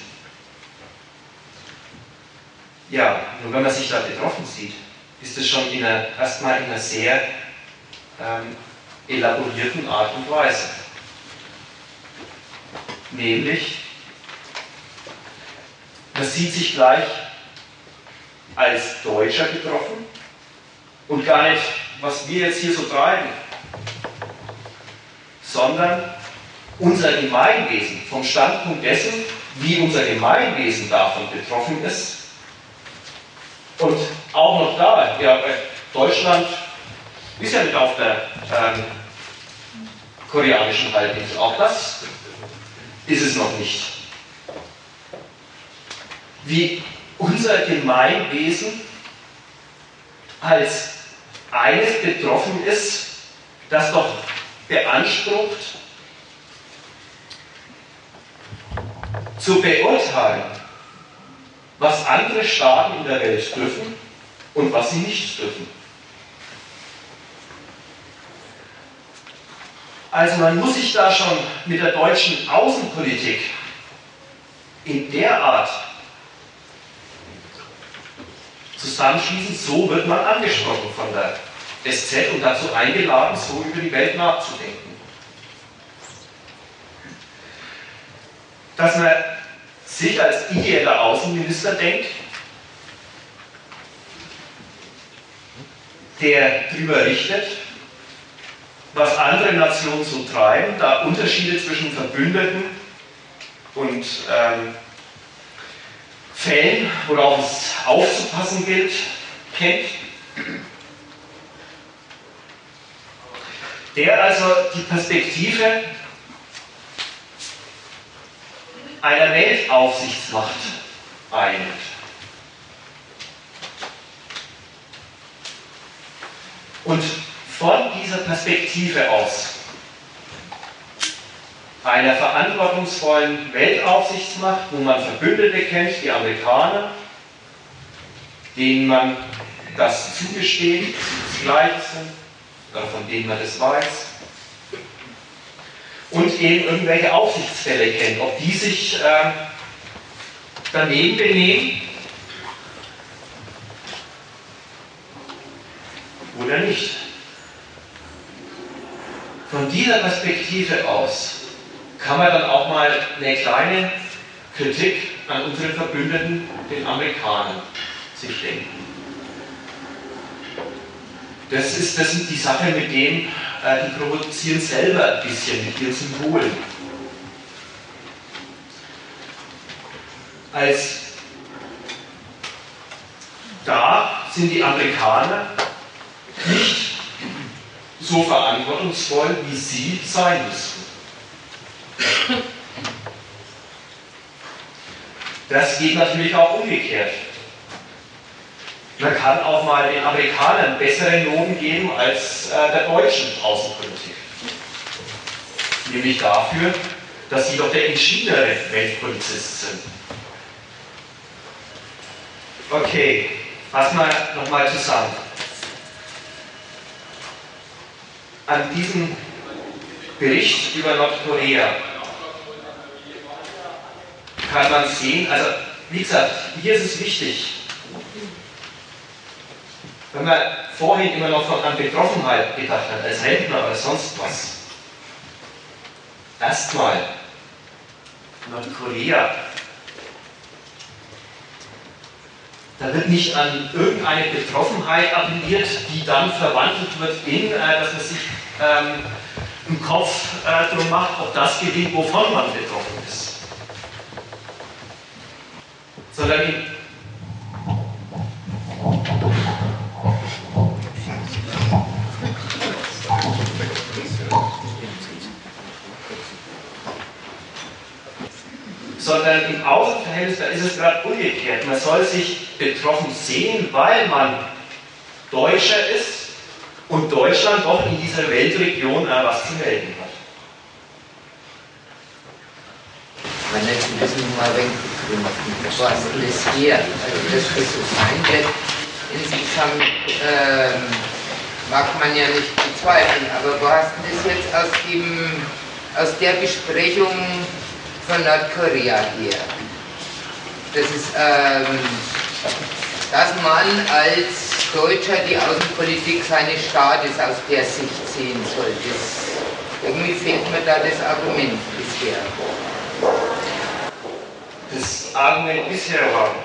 Ja, nur wenn man sich da betroffen sieht, ist es schon in einer, erstmal in einer sehr ähm, elaborierten Art und Weise. Nämlich, man sieht sich gleich als Deutscher betroffen und gar nicht, was wir jetzt hier so treiben, sondern unser Gemeinwesen, vom Standpunkt dessen, wie unser Gemeinwesen davon betroffen ist. Und auch noch da, ja, Deutschland ist ja nicht auf der ähm, koreanischen Halbinsel, auch das ist es noch nicht. Wie unser Gemeinwesen als eines betroffen ist, das doch beansprucht, zu beurteilen, was andere Staaten in der Welt dürfen und was sie nicht dürfen. Also man muss sich da schon mit der deutschen Außenpolitik in der Art zusammenschließen, so wird man angesprochen von der S Z und dazu eingeladen, so über die Welt nachzudenken. Dass man sich als ideeller Außenminister denkt, der darüber richtet, was andere Nationen so treiben, da Unterschiede zwischen Verbündeten und ähm, Fällen, worauf es aufzupassen gilt, kennt. Der also die Perspektive einer Weltaufsichtsmacht einnimmt. Und von dieser Perspektive aus einer verantwortungsvollen Weltaufsichtsmacht, wo man Verbündete kennt, die Amerikaner, denen man das zugesteht, die das Gleiche sind, oder von denen man das weiß, und eben irgendwelche Aufsichtsfälle kennt, ob die sich äh, daneben benehmen oder nicht. Von dieser Perspektive aus kann man dann auch mal eine kleine Kritik an unseren Verbündeten, den Amerikanern, sich denken. Das ist, das sind die Sachen, mit denen äh, die provozieren selber ein bisschen mit ihren Symbolen. Als da sind die Amerikaner nicht so verantwortungsvoll, wie sie sein müssten. Das geht natürlich auch umgekehrt. Man kann auch mal den Amerikanern bessere Noten geben als äh, der deutschen Außenpolitik. Nämlich dafür, dass sie doch der entschiedenere Weltpolizist sind. Okay, fassen wir nochmal zusammen. An diesem Bericht über Nordkorea kann man sehen, also wie gesagt, hier ist es wichtig, wenn man vorhin immer noch von an Betroffenheit gedacht hat, als Rentner oder sonst was. Erstmal Nordkorea. Da wird nicht an irgendeine Betroffenheit appelliert, die dann verwandelt wird in, äh, dass man sich ähm, im Kopf äh, drum macht, ob das gelingt, wovon man betroffen ist. Sondern in sondern im Außenverhältnis, da ist es gerade umgekehrt. Man soll sich betroffen sehen, weil man Deutscher ist und Deutschland doch in dieser Weltregion äh, was zu melden hat. Man jetzt ein bisschen mal weggegründet, was das hier, also das wird so sein wird. Insgesamt ähm, mag man ja nicht bezweifeln, aber wo hast du das jetzt aus, dem, aus der Besprechung von Nordkorea hier? Das ist, ähm, dass man als Deutscher die Außenpolitik seines Staates aus der Sicht sehen soll. Das, irgendwie fehlt mir da das Argument bisher. Das Argument bisher war,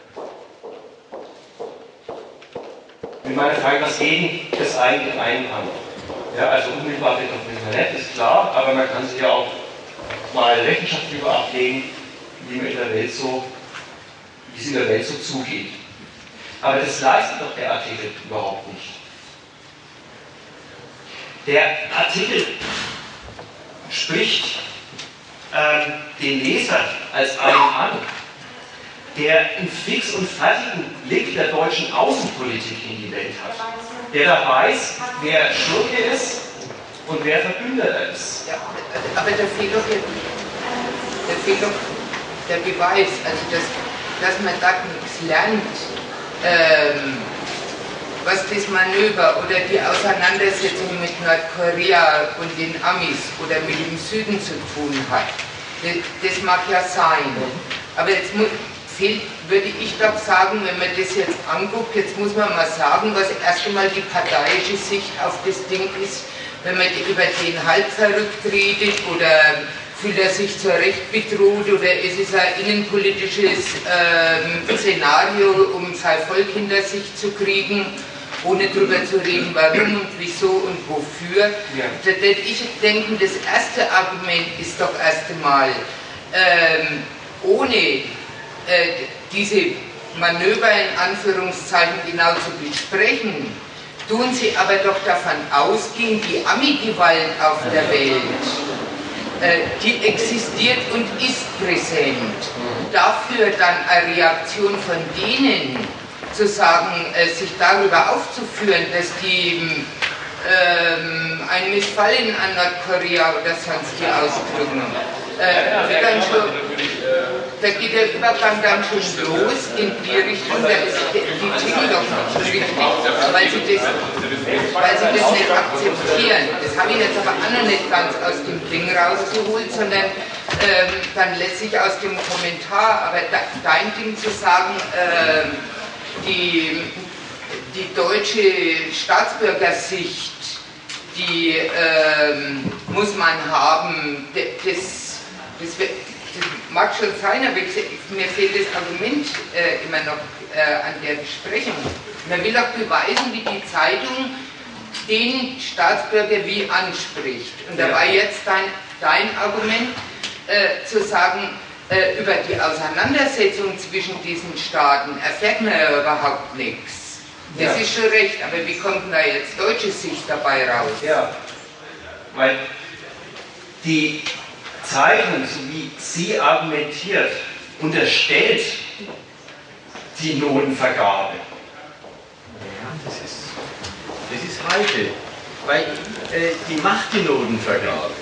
wie meine Frage, was gegen das eigentlich einhand. Ja, also unmittelbar betroffen ist man nicht, ist klar, aber man kann sich ja auch mal Rechenschaft darüber ablegen, wie man in der Welt so, wie es in der Welt so zugeht. Aber das leistet doch der Artikel überhaupt nicht. Der Artikel spricht ähm, den Leser als einen an, der einen fix und fertigen Blick der deutschen Außenpolitik in die Welt hat. Der da weiß, wer Schurke ist und wer Verbündeter ist. Ja, aber da fehlt doch jetzt, da fehlt doch der Beweis, also dass, dass man da nichts lernt, ähm, was das Manöver oder die Auseinandersetzung mit Nordkorea und den Amis oder mit dem Süden zu tun hat. Das, das mag ja sein, aber jetzt muss, fehlt, würde ich doch sagen, wenn man das jetzt anguckt, jetzt muss man mal sagen, was erst einmal die parteiische Sicht auf das Ding ist, wenn man über den halb verrückt redet oder fühlt er sich zu Recht bedroht oder ist es ein innenpolitisches äh, Szenario, um sein Volk hinter sich zu kriegen, ohne darüber zu reden, warum und wieso und wofür. Ja. Da würde ich denken, das erste Argument ist doch erst einmal, ähm, ohne äh, diese Manöver in Anführungszeichen genau zu besprechen, tun sie aber doch davon ausgehen, die Ami-Gewalt auf der Welt, äh, die existiert und ist präsent. Dafür dann eine Reaktion von denen zu sagen, äh, sich darüber aufzuführen, dass die ähm, ein Missfallen an Nordkorea oder sonst die ausdrücken. Äh, ja, ja, dann schon, natürlich, äh da geht der Übergang dann schon los in die Richtung, da ist die Jingle doch nicht richtig, weil sie das, weil sie das nicht akzeptieren. Das habe ich jetzt aber auch noch nicht ganz aus dem Ding rausgeholt, sondern ähm, dann letztlich aus dem Kommentar, aber da, dein Ding zu sagen, ähm, die, die deutsche Staatsbürgersicht, die ähm, muss man haben, das, das, das mag schon sein, aber ich, mir fehlt das Argument äh, immer noch äh, an der Besprechung. Man will auch beweisen, wie die Zeitung den Staatsbürger wie anspricht. Und da war jetzt dein, dein Argument, äh, zu sagen, äh, über die Auseinandersetzung zwischen diesen Staaten erfährt man ja überhaupt nichts. Das ja. ist schon recht, aber wie kommt denn da jetzt deutsche Sicht dabei raus? Ja, weil die Zeitung, so wie sie argumentiert, unterstellt die Notenvergabe. Ja, das ist, das ist heikel, weil äh, die macht die Notenvergabe.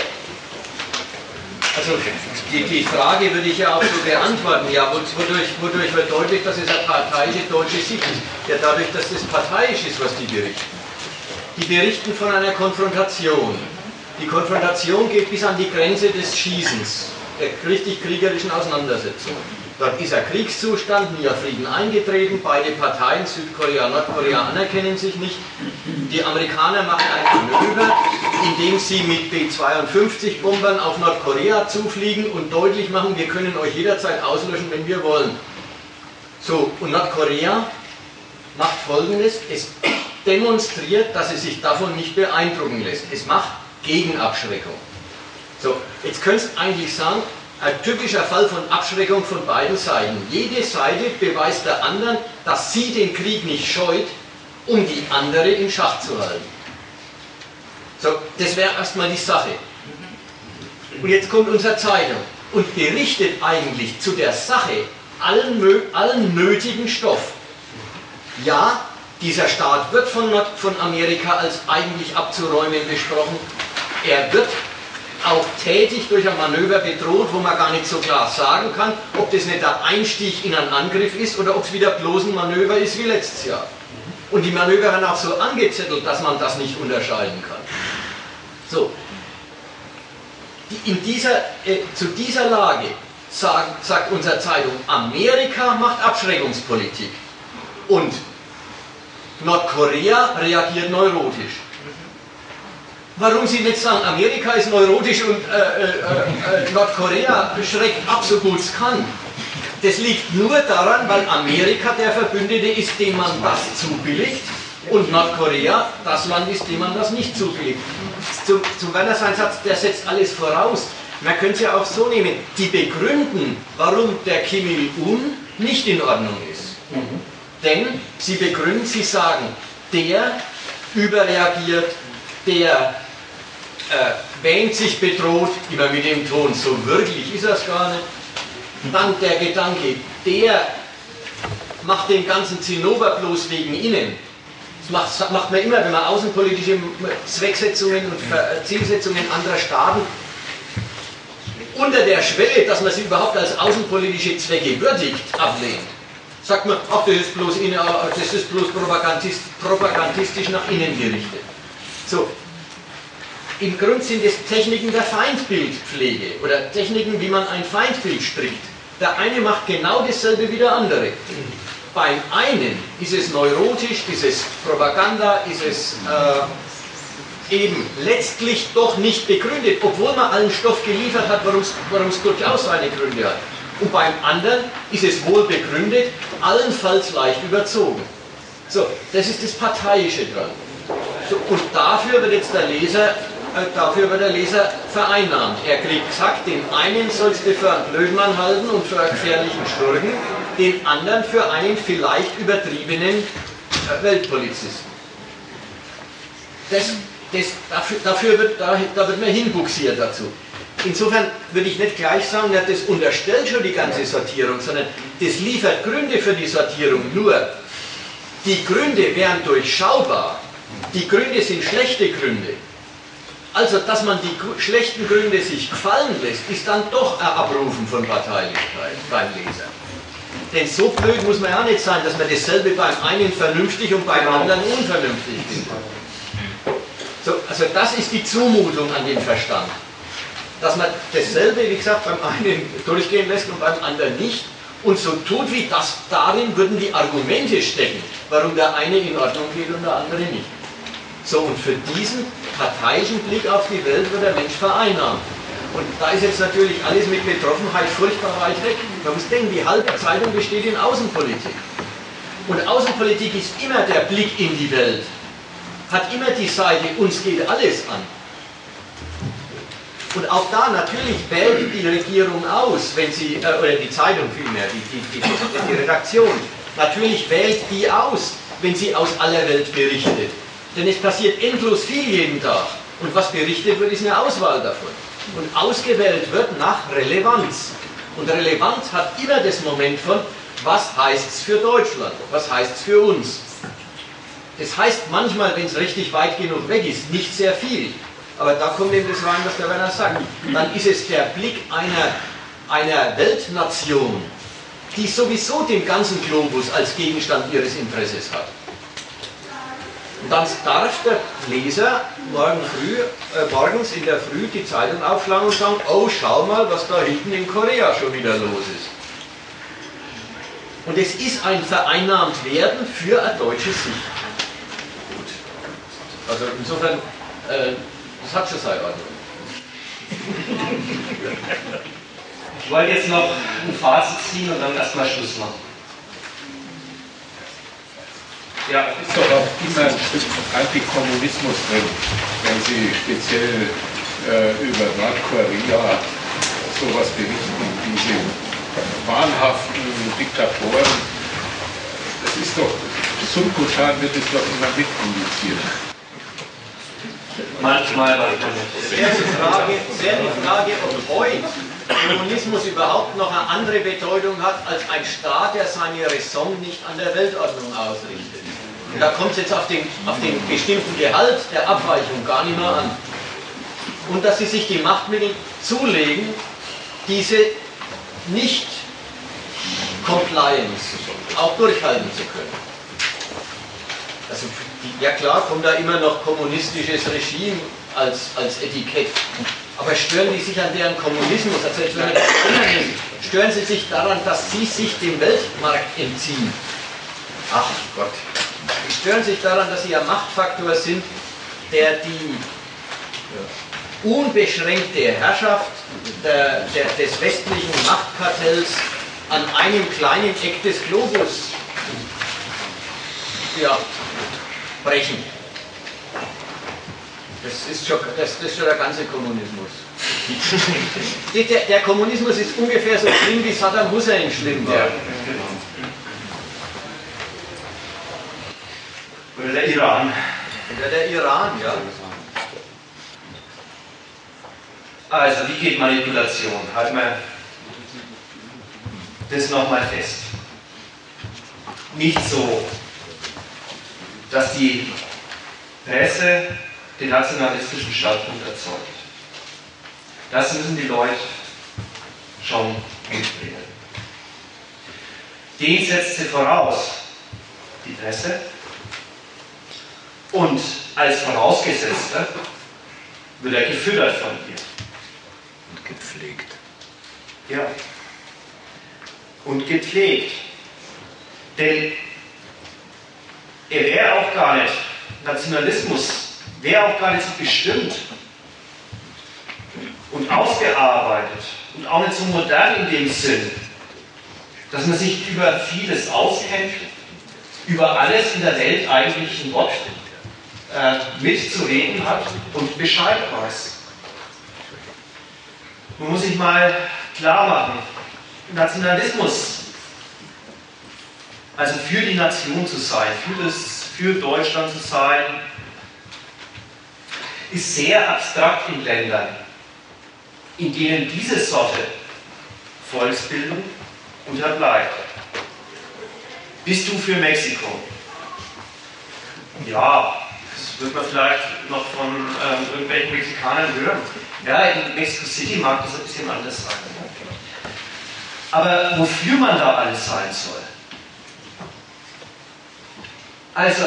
Also die, die Frage würde ich ja auch so beantworten, ja, wodurch, wodurch wird deutlich, dass es eine parteiische deutsche Sicht ist? Ja, dadurch, dass das parteiisch ist, was die berichten. Die berichten von einer Konfrontation. Die Konfrontation geht bis an die Grenze des Schießens, der richtig kriegerischen Auseinandersetzung. Dort ist ein Kriegszustand, nie ein Frieden eingetreten, beide Parteien, Südkorea und Nordkorea, anerkennen sich nicht. Die Amerikaner machen ein Manöver, indem sie mit B zweiundfünfzig Bombern auf Nordkorea zufliegen und deutlich machen, wir können euch jederzeit auslöschen, wenn wir wollen. So, und Nordkorea macht Folgendes, es demonstriert, dass es sich davon nicht beeindrucken lässt. Es macht Gegenabschreckung. So, jetzt könntest du eigentlich sagen, ein typischer Fall von Abschreckung von beiden Seiten. Jede Seite beweist der anderen, dass sie den Krieg nicht scheut, um die andere in Schach zu halten. So, das wäre erstmal die Sache. Und jetzt kommt unsere Zeitung und berichtet eigentlich zu der Sache allen, allen nötigen Stoff. Ja, dieser Staat wird von, Nord von Amerika als eigentlich abzuräumen besprochen. Er wird auch tätig durch ein Manöver bedroht, wo man gar nicht so klar sagen kann, ob das nicht der Einstieg in einen Angriff ist oder ob es wieder bloß ein Manöver ist wie letztes Jahr. Und die Manöver werden auch so angezettelt, dass man das nicht unterscheiden kann. So, die, in dieser, äh, zu dieser Lage sagt, sagt unsere Zeitung, Amerika macht Abschreckungspolitik und Nordkorea reagiert neurotisch. Warum Sie nicht sagen, Amerika ist neurotisch und äh, äh, äh, Nordkorea schreckt ab, so gut es kann. Das liegt nur daran, weil Amerika der Verbündete ist, dem man das zubilligt, und Nordkorea das Land ist, dem man das nicht zubilligt. Zum, zum Werner sein Satz, der setzt alles voraus. Man könnte es ja auch so nehmen, die begründen, warum der Kim Il-un nicht in Ordnung ist. Mhm. Denn sie begründen, sie sagen, der überreagiert, der äh, wähnt sich bedroht, immer mit dem Ton, so wirklich ist er es gar nicht. Dann der Gedanke, der macht den ganzen Zinnober bloß wegen innen. Das macht, macht man immer, wenn man außenpolitische Zwecksetzungen und Zielsetzungen anderer Staaten unter der Schwelle, dass man sie überhaupt als außenpolitische Zwecke würdigt, ablehnt. Sagt man, ach, das ist bloß, innen, das ist bloß propagandist, propagandistisch nach innen gerichtet. So, im Grunde sind es Techniken der Feindbildpflege oder Techniken, wie man ein Feindbild strickt. Der eine macht genau dasselbe wie der andere. Beim einen ist es neurotisch, ist es Propaganda, ist es äh, eben letztlich doch nicht begründet, obwohl man allen Stoff geliefert hat, warum es durchaus seine Gründe hat. Und beim anderen ist es wohl begründet, allenfalls leicht überzogen. So, das ist das Parteiische dran. So, und dafür wird jetzt der Leser, äh, dafür wird der Leser vereinnahmt. Er kriegt gesagt, den einen sollst du für einen Blödmann halten und für einen gefährlichen Schurken, den anderen für einen vielleicht übertriebenen äh, Weltpolizisten. Das, das, dafür, dafür wird, da, da wird man hinbuxiert dazu. Insofern würde ich nicht gleich sagen, das unterstellt schon die ganze Sortierung, sondern das liefert Gründe für die Sortierung. Nur, die Gründe wären durchschaubar. Die Gründe sind schlechte Gründe. Also, dass man die schlechten Gründe sich gefallen lässt, ist dann doch ein Abrufen von Parteilichkeit beim Leser. Denn so blöd muss man ja nicht sein, dass man dasselbe beim einen vernünftig und beim anderen unvernünftig findet. So, also das ist die Zumutung an den Verstand. Dass man dasselbe, wie gesagt, beim einen durchgehen lässt und beim anderen nicht und so tut, wie das darin würden die Argumente stecken, warum der eine in Ordnung geht und der andere nicht. So, und für diesen parteiischen Blick auf die Welt wird der Mensch vereinnahmt. Und da ist jetzt natürlich alles mit Betroffenheit furchtbar weit weg. Man muss denken, die halbe Zeitung besteht in Außenpolitik. Und Außenpolitik ist immer der Blick in die Welt. Hat immer die Seite, uns geht alles an. Und auch da natürlich wählt die Regierung aus, wenn sie, äh, oder die Zeitung vielmehr, die, die, die, die Redaktion, natürlich wählt die aus, wenn sie aus aller Welt berichtet. Denn es passiert endlos viel jeden Tag. Und was berichtet wird, ist eine Auswahl davon. Und ausgewählt wird nach Relevanz. Und Relevanz hat immer das Moment von, was heißt es für Deutschland, was heißt es für uns. Das heißt manchmal, wenn es richtig weit genug weg ist, nicht sehr viel. Aber da kommt eben das rein, was der Werner sagt. Dann ist es der Blick einer, einer Weltnation, die sowieso den ganzen Globus als Gegenstand ihres Interesses hat. Und dann darf der Leser morgen früh, äh, morgens in der Früh die Zeitung aufschlagen und sagen, oh, schau mal, was da hinten in Korea schon wieder los ist. Und es ist ein vereinnahmt werden für eine deutsche Sicht. Gut. Also insofern, äh, das hat schon seine Ordnung. Ich wollte jetzt noch ein Fazit ziehen und dann erstmal Schluss machen. Ja, ist doch auch immer ein Stück Antikommunismus drin, wenn Sie speziell äh, über Nordkorea sowas berichten, diese wahnhaften Diktatoren. Das ist doch, subkutan wird es doch immer mitindiziert. Manchmal war ich nicht. Sehr die Frage, sehr die Frage, ob heute Kommunismus überhaupt noch eine andere Bedeutung hat als ein Staat, der seine Raison nicht an der Weltordnung ausrichtet. Und da kommt es jetzt auf den, auf den bestimmten Gehalt der Abweichung gar nicht mehr an. Und dass sie sich die Machtmittel zulegen, diese nicht Compliance auch durchhalten zu können. Also, ja klar, kommt da immer noch kommunistisches Regime als, als Etikett. Aber stören die sich an deren Kommunismus? Also jetzt, wenn wir das nehmen, stören sie sich daran, dass sie sich dem Weltmarkt entziehen? Ach Gott. Die stören sich daran, dass sie ein Machtfaktor sind, der die unbeschränkte Herrschaft der, der, des westlichen Machtkartells an einem kleinen Eck des Globus ja, brechen. Das ist, schon, das, das ist schon der ganze Kommunismus. der, der Kommunismus ist ungefähr so schlimm, wie Saddam Hussein schlimm war. Ja, genau. Oder der Iran. Oder der Iran, ja. Also, wie geht Manipulation? Halten wir das nochmal fest. Nicht so, dass die Presse den nationalistischen Standpunkt erzeugt. Das müssen die Leute schon mitbringen. Den setzt sie voraus, die Presse. Und als Vorausgesetzter wird er gefüttert von ihr. Und gepflegt. Ja. Und gepflegt. Denn er wäre auch gar nicht, Nationalismus wäre auch gar nicht so bestimmt und ausgearbeitet und auch nicht so modern in dem Sinn, dass man sich über vieles auskennt, über alles in der Welt eigentlich ein Wort äh, mitzureden hat und Bescheid weiß. Man muss sich mal klar machen, Nationalismus, also für die Nation zu sein, für, das, für Deutschland zu sein, ist sehr abstrakt in Ländern, in denen diese Sorte Volksbildung unterbleibt. Bist du für Mexiko? Ja, das wird man vielleicht noch von ähm, irgendwelchen Mexikanern hören. Ja, in Mexico City mag das ein bisschen anders sein. Aber wofür man da alles sein soll. Also,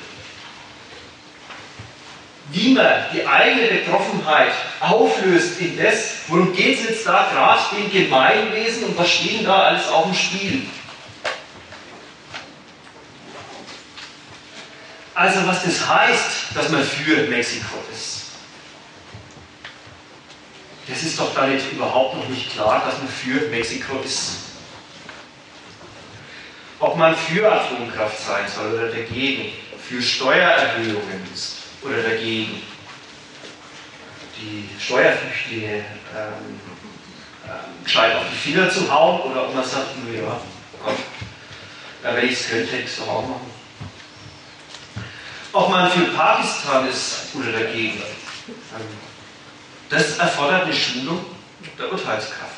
wie man die eigene Betroffenheit auflöst in das, worum geht es jetzt da gerade im Gemeinwesen und was steht denn da alles auf dem Spiel? Also was das heißt, dass man für Mexiko ist, das ist doch da nicht, überhaupt noch nicht klar, dass man für Mexiko ist. Ob man für Atomkraft sein soll oder dagegen, für Steuererhöhungen ist oder dagegen, die Steuerflüchtlinge ähm, ähm, gescheit auf die Finger zu hauen oder ob man sagt, naja, Gott, wenn ich es könnte, hätte ich es doch auch machen. Ob man für Pakistan ist oder dagegen, das erfordert eine Schulung der Urteilskraft.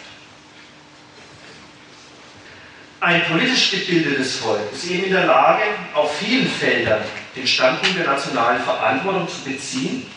Ein politisch gebildetes Volk ist eben in der Lage, auf vielen Feldern den Standpunkt der nationalen Verantwortung zu beziehen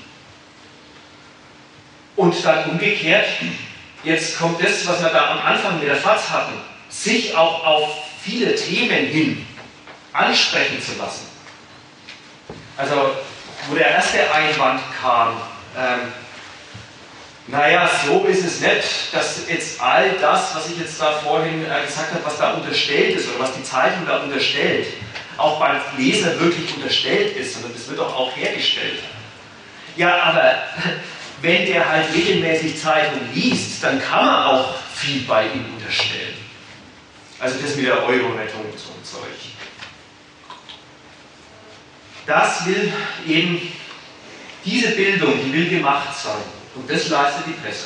und dann umgekehrt, jetzt kommt das, was wir da am Anfang mit der F A Z hatten, sich auch auf viele Themen hin ansprechen zu lassen. Also, wo der erste Einwand kam, ähm, naja, so ist es nicht, dass jetzt all das, was ich jetzt da vorhin äh, gesagt habe, was da unterstellt ist oder was die Zeitung da unterstellt, auch beim Leser wirklich unterstellt ist, sondern das wird doch auch hergestellt. Ja, aber wenn der halt regelmäßig Zeitung liest, dann kann man auch viel bei ihm unterstellen. Also das mit der Euro-Rettung und so ein Zeug. Das will eben, diese Bildung, die will gemacht sein. Und das leistet die Presse.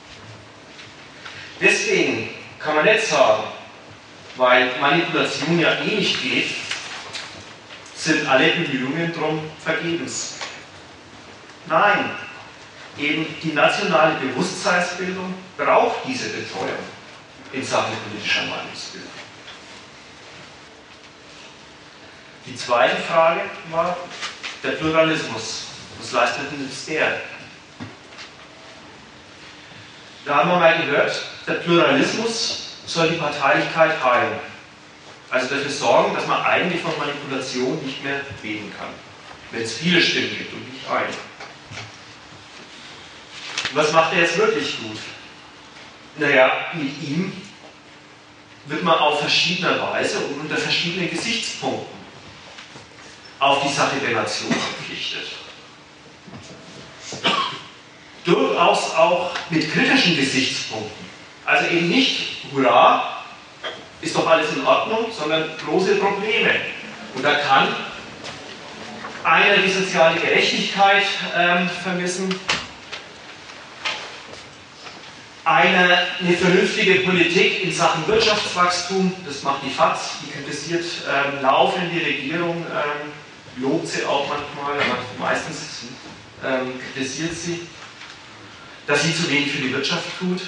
Deswegen kann man nicht sagen, weil Manipulation ja eh nicht geht, sind alle Bemühungen drum vergebens. Nein, eben die nationale Bewusstseinsbildung braucht diese Betreuung in Sachen politischer Meinungsbildung. Die zweite Frage war der Pluralismus. Was leistet denn das der? Da haben wir mal gehört, der Pluralismus soll die Parteilichkeit heilen. Also dafür sorgen, dass man eigentlich von Manipulation nicht mehr reden kann. Wenn es viele Stimmen gibt und nicht eine. Und was macht er jetzt wirklich gut? Naja, mit ihm wird man auf verschiedene Weise und unter verschiedenen Gesichtspunkten auf die Sache der Nation verpflichtet. Durchaus auch mit kritischen Gesichtspunkten. Also eben nicht, hurra, ist doch alles in Ordnung, sondern große Probleme. Und da kann einer die soziale Gerechtigkeit ähm, vermissen, einer eine vernünftige Politik in Sachen Wirtschaftswachstum, das macht die F A Z, die kritisiert ähm, laufend die Regierung, ähm, lobt sie auch manchmal, aber meistens ähm, kritisiert sie, dass sie zu wenig für die Wirtschaft tut.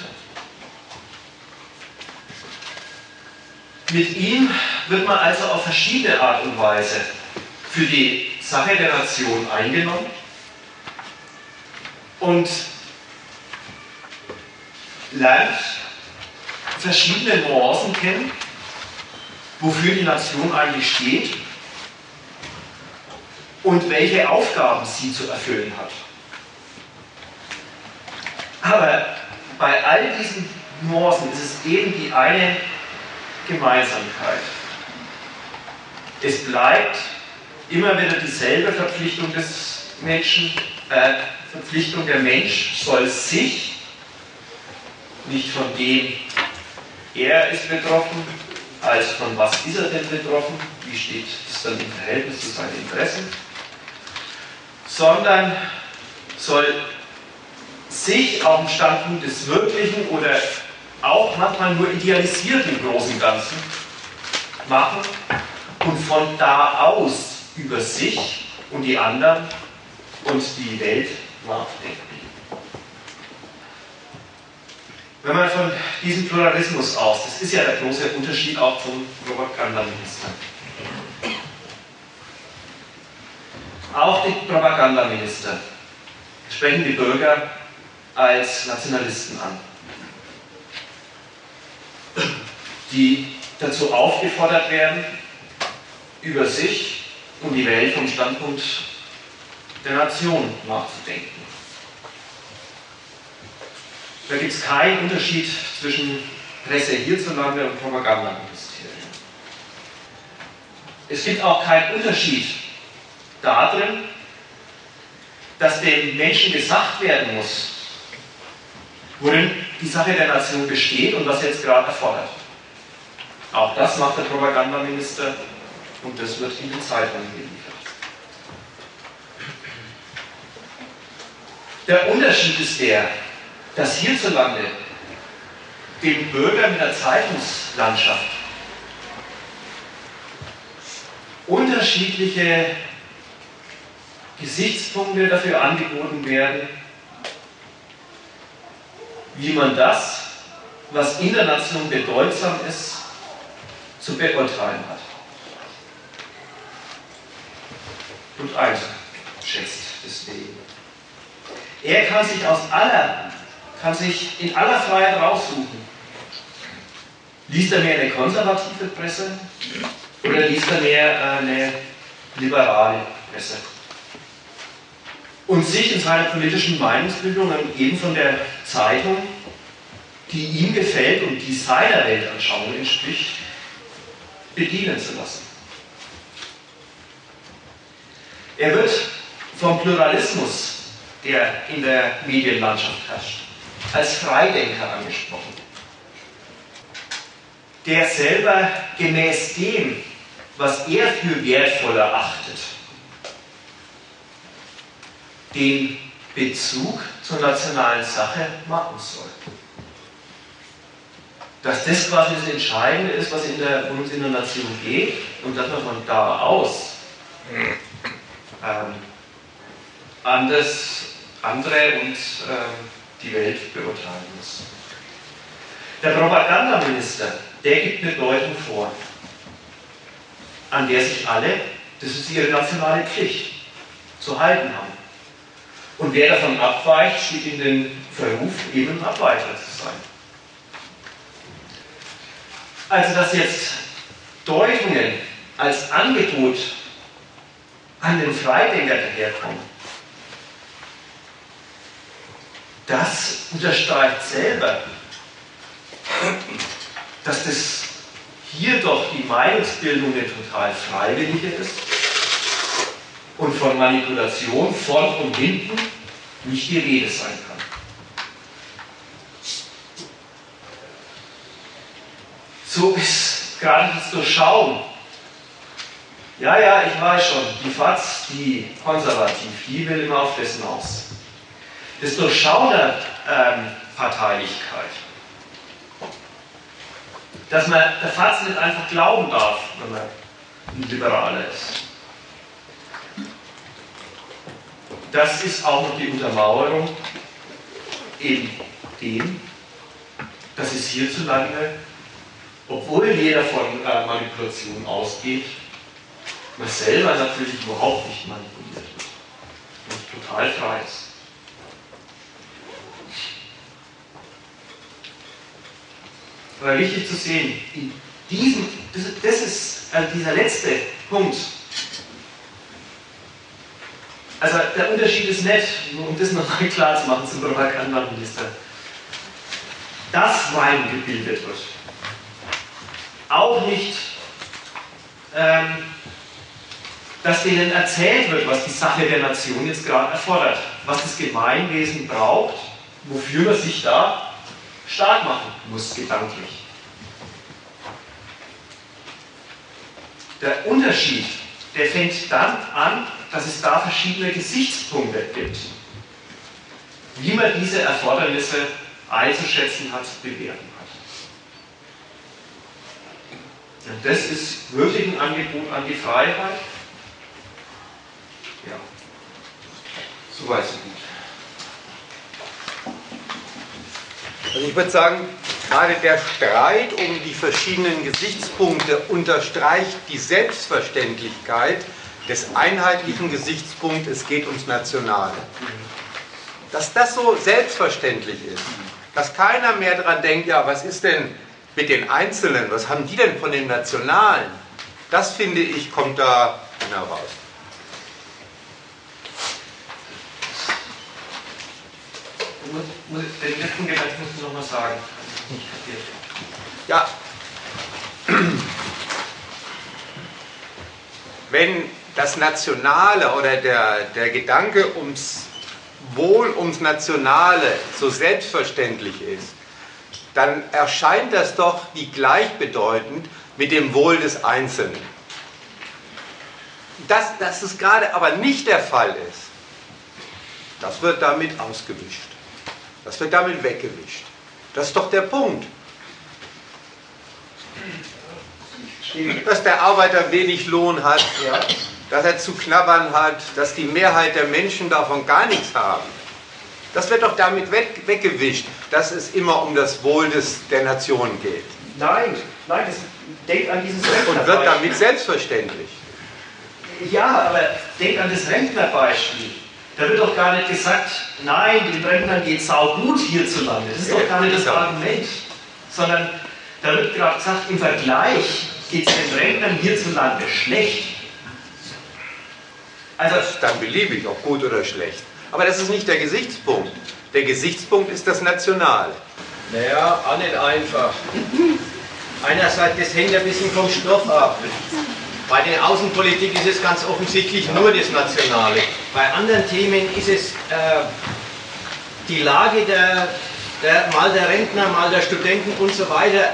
Mit ihm wird man also auf verschiedene Art und Weise für die Sache der Nation eingenommen und lernt verschiedene Nuancen kennen, wofür die Nation eigentlich steht und welche Aufgaben sie zu erfüllen hat. Aber bei all diesen Nuancen ist es eben die eine Gemeinsamkeit. Es bleibt immer wieder dieselbe Verpflichtung des Menschen, äh, Verpflichtung, der Mensch soll sich, nicht von dem er ist betroffen, als von was ist er denn betroffen, wie steht es dann im Verhältnis zu seinen Interessen, sondern soll sich auf dem Standpunkt des Wirklichen oder auch manchmal nur idealisiert im Großen und Ganzen machen und von da aus über sich und die anderen und die Welt nachdenken. Wenn man von diesem Pluralismus aus, das ist ja der große Unterschied auch zum Propagandaminister. Auch die Propagandaminister sprechen die Bürger als Nationalisten an, die dazu aufgefordert werden, über sich und die Welt vom Standpunkt der Nation nachzudenken. Da gibt es keinen Unterschied zwischen Presse hierzulande und Propagandaministerium. Es gibt auch keinen Unterschied darin, dass den Menschen gesagt werden muss, worin die Sache der Nation besteht und was er jetzt gerade erfordert. Auch das macht der Propagandaminister und das wird in den Zeitungen geliefert. Der Unterschied ist der, dass hierzulande dem Bürger mit der Zeitungslandschaft unterschiedliche Gesichtspunkte dafür angeboten werden, wie man das, was in der Nation bedeutsam ist, zu beurteilen hat und einschätzt deswegen. Er kann sich aus aller, kann sich in aller Freiheit raussuchen. Liest er mehr eine konservative Presse oder liest er mehr eine liberale Presse? Und sich in seiner politischen Meinungsbildung eben von der Zeitung, die ihm gefällt und die seiner Weltanschauung entspricht, bedienen zu lassen. Er wird vom Pluralismus, der in der Medienlandschaft herrscht, als Freidenker angesprochen, der selber gemäß dem, was er für wertvoll erachtet, den Bezug zur nationalen Sache machen soll. Dass das quasi das Entscheidende ist, was in der, um uns in der Nation geht, und dass man von da aus ähm, anders, andere und ähm, die Welt beurteilen muss. Der Propagandaminister, der gibt eine Deutung vor, an der sich alle, das ist ihre nationale Pflicht, zu halten haben. Und wer davon abweicht, steht in den Verruf, eben ein Abweicher zu sein. Also, dass jetzt Deutungen als Angebot an den Freidenker daherkommen, das unterstreicht selber, dass das hier doch die Meinungsbildung eine total freiwillige ist und von Manipulation von und hinten nicht die Rede sein kann. So ist gerade das Durchschauen. Ja, ja, ich weiß schon, die F A Z, die konservativ, die will immer auf das hinaus. Das Durchschauen der ähm, Parteilichkeit, dass man der F A Z nicht einfach glauben darf, wenn man ein Liberaler ist. Das ist auch noch die Untermauerung eben dem, dass es hierzulande, obwohl jeder von äh, Manipulation ausgeht, man selber natürlich überhaupt nicht manipuliert wird und total frei ist. Aber wichtig zu sehen, in diesem, das, das ist äh, dieser letzte Punkt. Also der Unterschied ist nicht, um das nochmal klar zu machen zum Propagandaminister, dass Meinung gebildet wird. Auch nicht, ähm, dass denen erzählt wird, was die Sache der Nation jetzt gerade erfordert, was das Gemeinwesen braucht, wofür man sich da stark machen muss, gedanklich. Der Unterschied, der fängt dann an, dass es da verschiedene Gesichtspunkte gibt, wie man diese Erfordernisse einzuschätzen hat, zu bewerten hat. Und das ist wirklich ein Angebot an die Freiheit. Ja, soweit so gut. Also ich würde sagen, gerade der Streit um die verschiedenen Gesichtspunkte unterstreicht die Selbstverständlichkeit des einheitlichen Gesichtspunkts, es geht ums Nationale. dass das so selbstverständlich ist, dass keiner mehr daran denkt, ja, was ist denn mit den Einzelnen, was haben die denn von den Nationalen? Das, finde ich, kommt da genau raus. Den letzten Gedanken musst du noch mal sagen. Ja, wenn das Nationale oder der, der Gedanke ums Wohl, ums Nationale so selbstverständlich ist, dann erscheint das doch wie gleichbedeutend mit dem Wohl des Einzelnen. Dass, dass es gerade aber nicht der Fall ist, das wird damit ausgewischt. Das wird damit weggewischt. Das ist doch der Punkt. Dass der Arbeiter wenig Lohn hat, ja, dass er zu knabbern hat, dass die Mehrheit der Menschen davon gar nichts haben. Das wird doch damit weg, weggewischt, dass es immer um das Wohl des, der Nation geht. Nein, nein, das denkt an dieses Rentnerbeispiel. Und wird damit selbstverständlich. Ja, aber denkt an das Rentnerbeispiel. Da wird doch gar nicht gesagt, nein, den Rentnern geht es saugut hierzulande. Das ist doch gar nicht das Argument. Sondern da wird gerade gesagt, im Vergleich geht es den Rentnern hierzulande schlecht. Also, das ist dann beliebig, ob gut oder schlecht. Aber das ist nicht der Gesichtspunkt. Der Gesichtspunkt ist das Nationale. Naja, auch nicht einfach. Einerseits, das hängt ein bisschen vom Stoff ab. Bei der Außenpolitik ist es ganz offensichtlich nur das Nationale. Bei anderen Themen ist es äh, die Lage der, der, mal der Rentner, mal der Studenten und so weiter,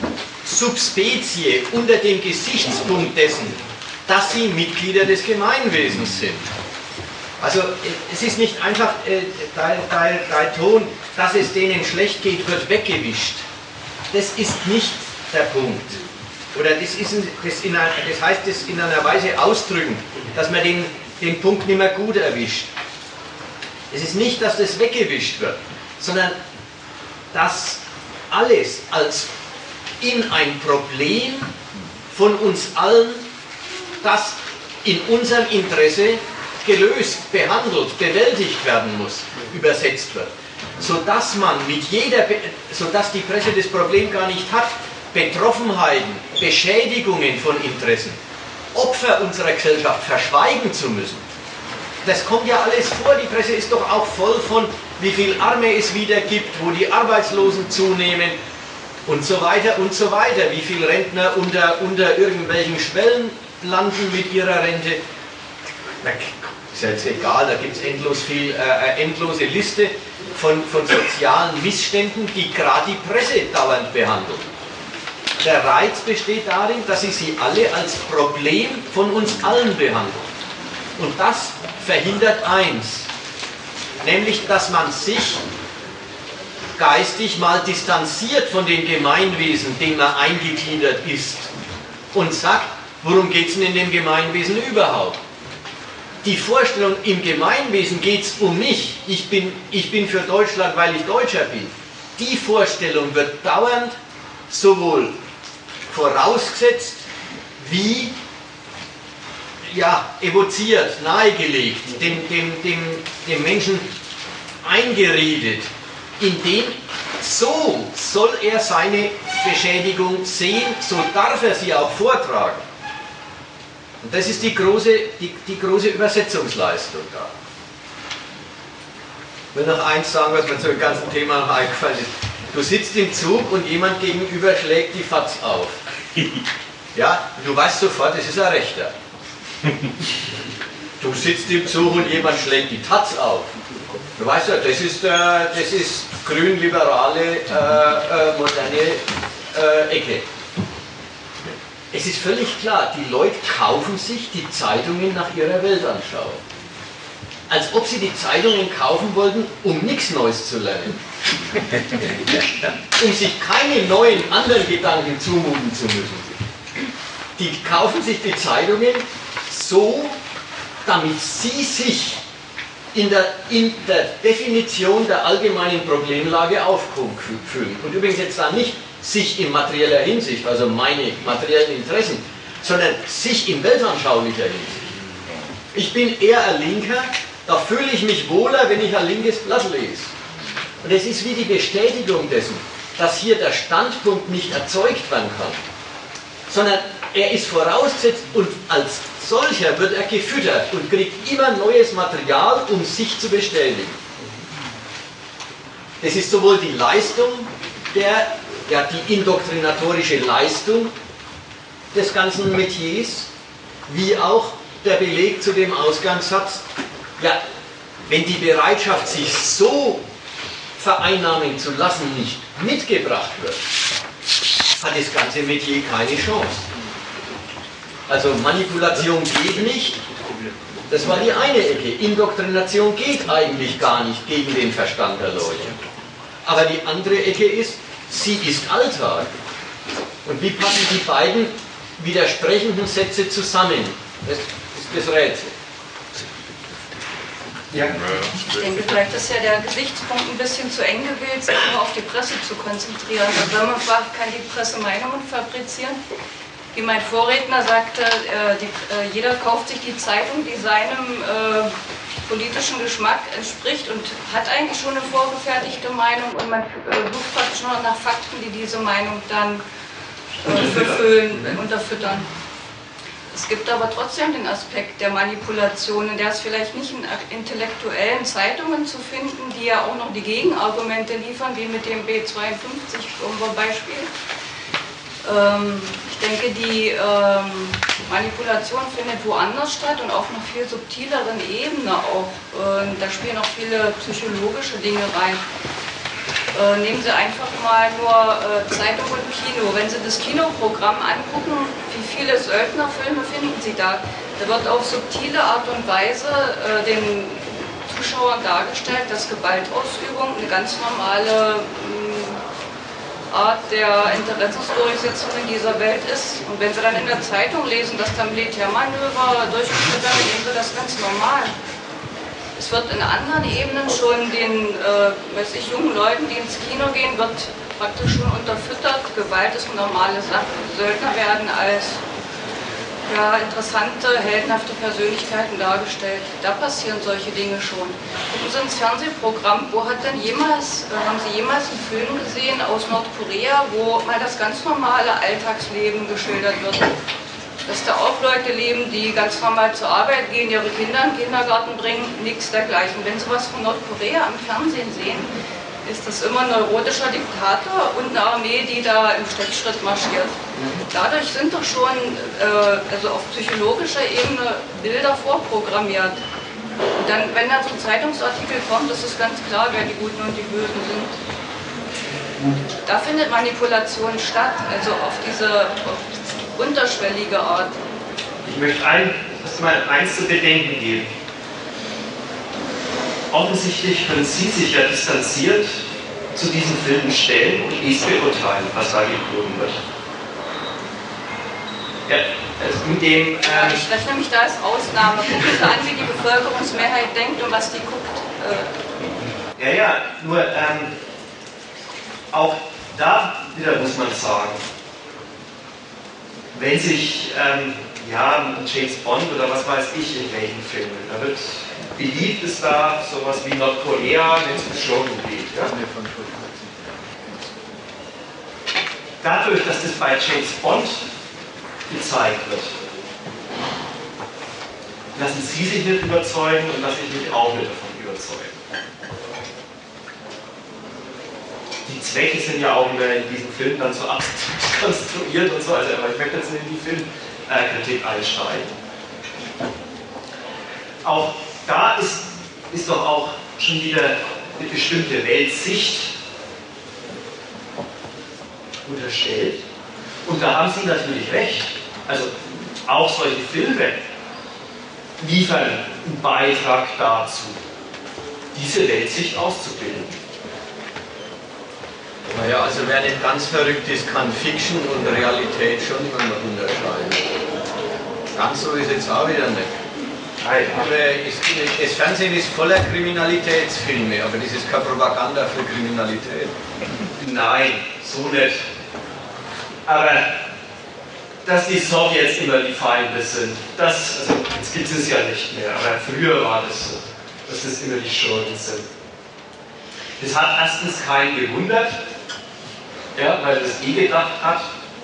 Subspezie unter dem Gesichtspunkt dessen, dass sie Mitglieder des Gemeinwesens sind. Also es ist nicht einfach, äh, dein, dein, dein Ton, dass es denen schlecht geht, wird weggewischt. Das ist nicht der Punkt. Oder das, ist ein, das, in einer, das heißt, das in einer Weise ausdrücken, dass man den, den Punkt nicht mehr gut erwischt. Es ist nicht, dass das weggewischt wird, sondern dass alles als in ein Problem von uns allen, das in unserem Interesse gelöst, behandelt, bewältigt werden muss, übersetzt wird. Sodass man mit jeder, sodass die Presse das Problem gar nicht hat, Betroffenheiten, Beschädigungen von Interessen, Opfer unserer Gesellschaft verschweigen zu müssen. Das kommt ja alles vor, die Presse ist doch auch voll von, wie viel Arme es wieder gibt, wo die Arbeitslosen zunehmen und so weiter und so weiter, wie viele Rentner unter, unter irgendwelchen Schwellen landen mit ihrer Rente. Na, ist ja jetzt egal, da gibt es endlos viel, äh, endlose Liste von, von sozialen Missständen, die gerade die Presse dauernd behandelt. Der Reiz besteht darin, dass sie sie alle als Problem von uns allen behandelt. Und das verhindert eins, nämlich dass man sich geistig mal distanziert von dem Gemeinwesen, dem man eingegliedert ist, und sagt, worum geht es denn in dem Gemeinwesen überhaupt? Die Vorstellung, im Gemeinwesen geht es um mich, ich bin, ich bin für Deutschland, weil ich Deutscher bin, die Vorstellung wird dauernd sowohl vorausgesetzt wie ja, evoziert, nahegelegt, dem, dem, dem, dem Menschen eingeredet, indem so soll er seine Beschädigung sehen, so darf er sie auch vortragen. Und das ist die große, die, die große Übersetzungsleistung da. Ich will noch eins sagen, was mir zu dem ganzen Thema noch eingefallen ist. Du sitzt im Zug und jemand gegenüber schlägt die Fatz auf. Ja, du weißt sofort, das ist ein Rechter. Du sitzt im Zug und jemand schlägt die Taz auf. Du weißt ja, das ist, äh, das ist grün-liberale, äh, äh, moderne äh, Ecke. Es ist völlig klar, die Leute kaufen sich die Zeitungen nach ihrer Weltanschauung. Als ob sie die Zeitungen kaufen wollten, um nichts Neues zu lernen. Um sich keine neuen anderen Gedanken zumuten zu müssen. Die kaufen sich die Zeitungen so, damit sie sich in der, in der Definition der allgemeinen Problemlage aufgehoben fühlen. Und übrigens jetzt da nicht sich in materieller Hinsicht, also meine materiellen Interessen, sondern sich in weltanschaulicher Hinsicht. Ich bin eher ein Linker, Da fühle ich mich wohler, wenn ich ein linkes Blatt lese. Und es ist wie die Bestätigung dessen, dass hier der Standpunkt nicht erzeugt werden kann, sondern er ist vorausgesetzt und als solcher wird er gefüttert und kriegt immer neues Material, um sich zu bestätigen. Das ist sowohl die Leistung, der, ja, die indoktrinatorische Leistung des ganzen Metiers, wie auch der Beleg zu dem Ausgangssatz, ja, wenn die Bereitschaft, sich so vereinnahmen zu lassen, nicht mitgebracht wird, hat das ganze Metier keine Chance. Also Manipulation geht nicht, das war die eine Ecke. Indoktrination geht eigentlich gar nicht gegen den Verstand der Leute. Aber die andere Ecke ist, sie ist Alltag. Und wie passen die beiden widersprechenden Sätze zusammen? Das ist das Rätsel. Ja. Ich denke, vielleicht ist ja der Gesichtspunkt ein bisschen zu eng gewählt, sich nur auf die Presse zu konzentrieren. Also wenn man fragt, kann die Presse Meinungen fabrizieren? Wie mein Vorredner sagte, äh, die, äh, jeder kauft sich die Zeitung, die seinem äh, politischen Geschmack entspricht und hat eigentlich schon eine vorgefertigte Meinung und man äh, sucht praktisch nur nach Fakten, die diese Meinung dann äh, verfüllen, unterfüttern. Es gibt aber trotzdem den Aspekt der Manipulation, in der es vielleicht nicht in intellektuellen Zeitungen zu finden, die ja auch noch die Gegenargumente liefern, wie mit dem B zweiundfünfzig Beispiel. Ähm, ich denke, die ähm, Manipulation findet woanders statt und auf einer viel subtileren Ebene auch. Äh, da spielen auch viele psychologische Dinge rein. Äh, nehmen Sie einfach mal nur äh, Zeitung und Kino. Wenn Sie das Kinoprogramm angucken, wie viele Söldnerfilme finden Sie da? Da wird auf subtile Art und Weise äh, den Zuschauern dargestellt, dass Gewaltausübung eine ganz normale mh, Art der Interessensdurchsetzung in dieser Welt ist. Und wenn Sie dann in der Zeitung lesen, dass da Militärmanöver durchgeführt werden, nehmen Sie das ganz normal. Es wird in anderen Ebenen schon den äh, weiß ich, jungen Leuten, die ins Kino gehen, wird praktisch schon unterfüttert. Gewalt ist eine normale Sache. Söldner werden als ja, interessante, heldenhafte Persönlichkeiten dargestellt. Da passieren solche Dinge schon. Gucken Sie ins Fernsehprogramm, wo hat denn jemals, äh, haben Sie jemals einen Film gesehen aus Nordkorea, wo mal das ganz normale Alltagsleben geschildert wird? Dass da auch Leute leben, die ganz normal zur Arbeit gehen, ihre Kinder in den Kindergarten bringen, nichts dergleichen. Wenn Sie was von Nordkorea am Fernsehen sehen, ist das immer ein neurotischer Diktator und eine Armee, die da im Stechschritt marschiert. Dadurch sind doch schon, äh, also auf psychologischer Ebene, Bilder vorprogrammiert. Und dann, wenn dann so ein Zeitungsartikel kommt, ist es ganz klar, wer die Guten und die Bösen sind. Da findet Manipulation statt, also auf diese auf unterschwellige Art. Ich möchte ein, mal eins zu bedenken geben. Offensichtlich können Sie sich ja distanziert zu diesen Filmen stellen und dies beurteilen, was da geboten wird. Ja, also in dem, ähm ja, ich rechne mich da als Ausnahme. Gucken Sie an, wie die Bevölkerungsmehrheit denkt und was die guckt. Äh. Ja, ja, nur ähm, auch da wieder muss man sagen, wenn sich ähm, ja, James Bond oder was weiß ich in welchen Filmen, da wird beliebt ist da sowas wie Nordkorea, wenn es um Schurken geht. Ja? Dadurch, dass das bei James Bond gezeigt wird, lassen Sie sich nicht überzeugen und lasse ich mich auch nicht davon überzeugen. Die Zwecke sind ja auch immer in diesem Film dann so konstruiert und so, also ich möchte jetzt nicht in die Filmkritik einsteigen. Auch da ist, ist doch auch schon wieder eine bestimmte Weltsicht unterstellt. Und da haben Sie natürlich recht. Also auch solche Filme liefern einen Beitrag dazu, diese Weltsicht auszubilden. Naja, also wer nicht ganz verrückt ist, kann Fiction und Realität schon immer noch unterscheiden. Ganz so ist jetzt auch wieder nicht. Aber es, das Fernsehen ist voller Kriminalitätsfilme, aber das ist keine Propaganda für Kriminalität. Nein, so nicht. Aber dass die Sowjets immer die Feinde sind, das, also jetzt gibt es ja nicht mehr, aber früher war das so. dass das immer die Schurken sind. Das hat erstens keinen gewundert, ja, weil er das eh gedacht hat.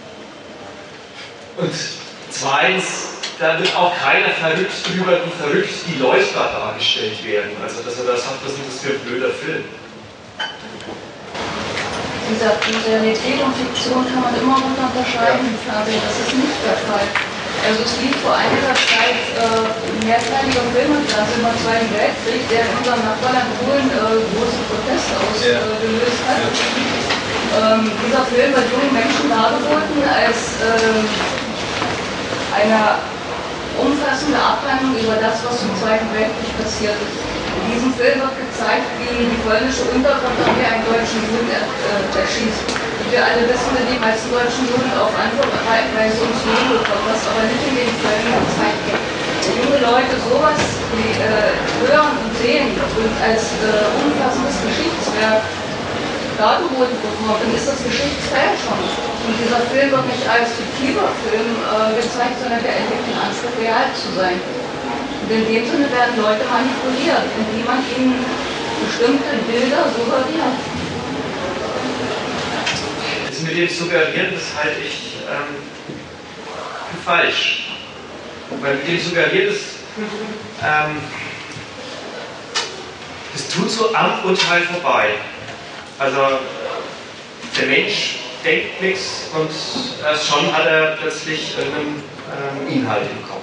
Und zweitens, da wird auch keiner verrückt drüber, wie verrückt die Leute da dargestellt werden. Also, dass er da sagt, was ist das für ein blöder Film. Dieser Realität und Fiktion kann man immer gut unterscheiden im Fernsehen. Das ist nicht der Fall. Also es lief vor einiger Zeit äh, ein mehrteiliger Film im Fernsehen beim Zweiten Weltkrieg, der in unserem Nachbarland Polen äh, große Proteste ausgelöst ja. hat. Ja. Ähm, dieser Film wird jungen Menschen dargeboten als ähm, eine umfassende Abhandlung über das, was im Zweiten Weltkrieg passiert ist. In diesem Film wird gezeigt, wie die polnische Unterkompanie einen deutschen Juden er, äh, erschießt. Wir alle wissen, dass die meisten deutschen Juden auf andere Weise ums Leben gekommen, was aber nicht in den Filmen gezeigt wird. Junge Leute sowas die, äh, hören und sehen und als äh, umfassendes Geschichtswerk dargeboten bekommen, dann ist das Geschichtsfälschung. Und dieser Film wird nicht als fiktiver Film äh, gezeigt, sondern der enthält den Anspruch, real zu sein. Und in dem Sinne werden Leute manipuliert, indem man ihnen bestimmte Bilder suggeriert. Das mit dem Suggerieren, das halte ich ähm, für falsch. Weil mit dem Suggerieren, das, ähm, das tut so am Urteil vorbei. Also der Mensch denkt nichts und erst schon hat er plötzlich einen ähm, Inhalt im Kopf.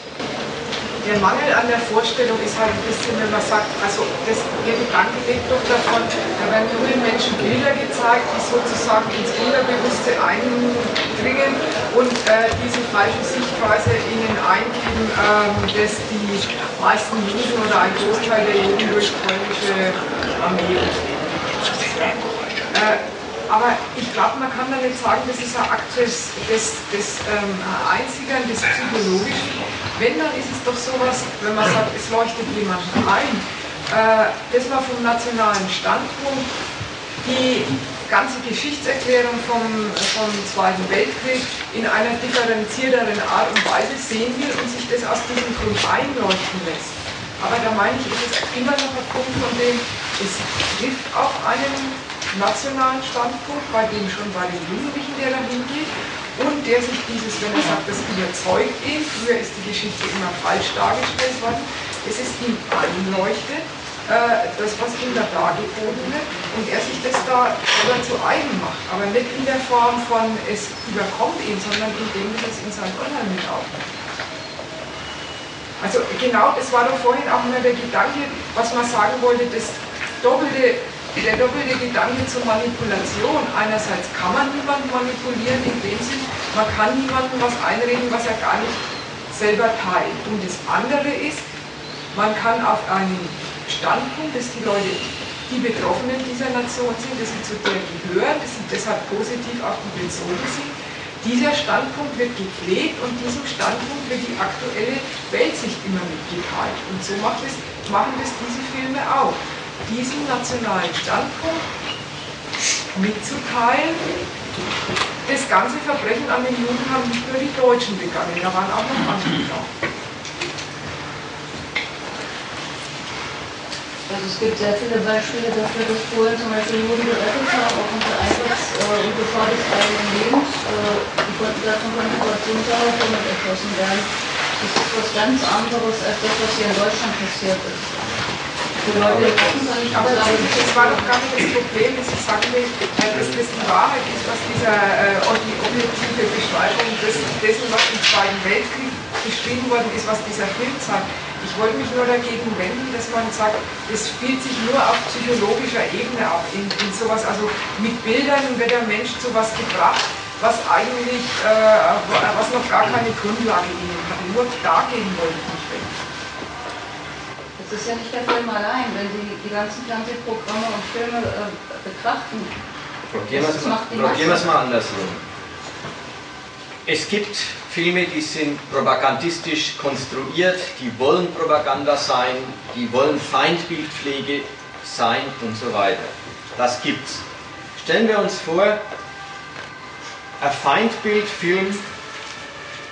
Der Mangel an der Vorstellung ist halt ein bisschen, wenn man sagt, also das, der Gedanke lebt doch davon, da werden jungen Menschen Bilder gezeigt, die sozusagen ins Unterbewusste eindringen und äh, diese falsche Sichtweise ihnen eingeben, ähm, dass die meisten Juden oder ein Großteil der Juden durch polnische Armee betreten. Äh, aber ich glaube, man kann da nicht sagen, das ist ein Akt des, des, des ähm, Einzigern, des Psychologischen. Wenn, dann ist es doch sowas, wenn man sagt, es leuchtet jemand ein, äh, dass man vom nationalen Standpunkt die ganze Geschichtserklärung vom, vom Zweiten Weltkrieg in einer differenzierteren Art und Weise sehen will und sich das aus diesem Grund einleuchten lässt. Aber da meine ich, ist es immer noch ein Punkt, von dem es trifft auf einen nationalen Standpunkt, bei dem schon bei den Jugendlichen, der dahin geht, und der sich dieses, wenn er sagt, das überzeugt ihn, früher ist die Geschichte immer falsch dargestellt worden, es ist ihm einleuchtet, äh, das, was ihm da dargeboten wird, und er sich das da selber zu eigen macht, aber nicht in der Form von, es überkommt ihn, sondern indem er es in sein Urteil mit aufnimmt. Also genau, das war doch vorhin auch immer der Gedanke, was man sagen wollte, das doppelte Der doppelte Gedanke zur Manipulation. Einerseits kann man niemanden manipulieren in dem Sinn, man kann niemandem was einreden, was er gar nicht selber teilt. Und das andere ist, man kann auf einen Standpunkt, dass die Leute, die Betroffenen dieser Nation sind, dass sie zu der gehören, dass sie deshalb positiv auf die bezogen sind, dieser Standpunkt wird gepflegt und diesem Standpunkt wird die aktuelle Weltsicht immer mitgeteilt. Und so macht es, machen das diese Filme auch. Diesen nationalen Standpunkt mitzuteilen. Das ganze Verbrechen an den Juden haben nicht nur die Deutschen begangen, da waren auch noch andere da. Also es gibt sehr viele Beispiele dafür, dass Polen zum Beispiel Juden gerettet haben, auch unter Einsatz äh, und Gefahr des eigenen Lebens. Äh, die konnten da von Konzentrationslager mit erschossen werden. Das ist was ganz anderes als das, was hier in Deutschland passiert ist. Aber das war doch gar nicht das Problem, dass ich sagen will, dass das die Wahrheit ist, was dieser äh, die objektive Beschreibung des, dessen, was im Zweiten Weltkrieg beschrieben worden ist, was dieser Film sagt. Ich wollte mich nur dagegen wenden, dass man sagt, das spielt sich nur auf psychologischer Ebene ab, in, in sowas, also mit Bildern wird der Mensch zu was gebracht, was eigentlich, äh, was noch gar keine Grundlage in ihm hatte. Nur dagegen wollte ich mich wenden. Das ist ja nicht der Film allein, wenn Sie die ganzen Fernsehprogramme und Filme äh, betrachten. Probieren wir es mal andersrum. Es gibt Filme, die sind propagandistisch konstruiert, die wollen Propaganda sein, die wollen Feindbildpflege sein und so weiter. Das gibt's. Stellen wir uns vor, ein Feindbildfilm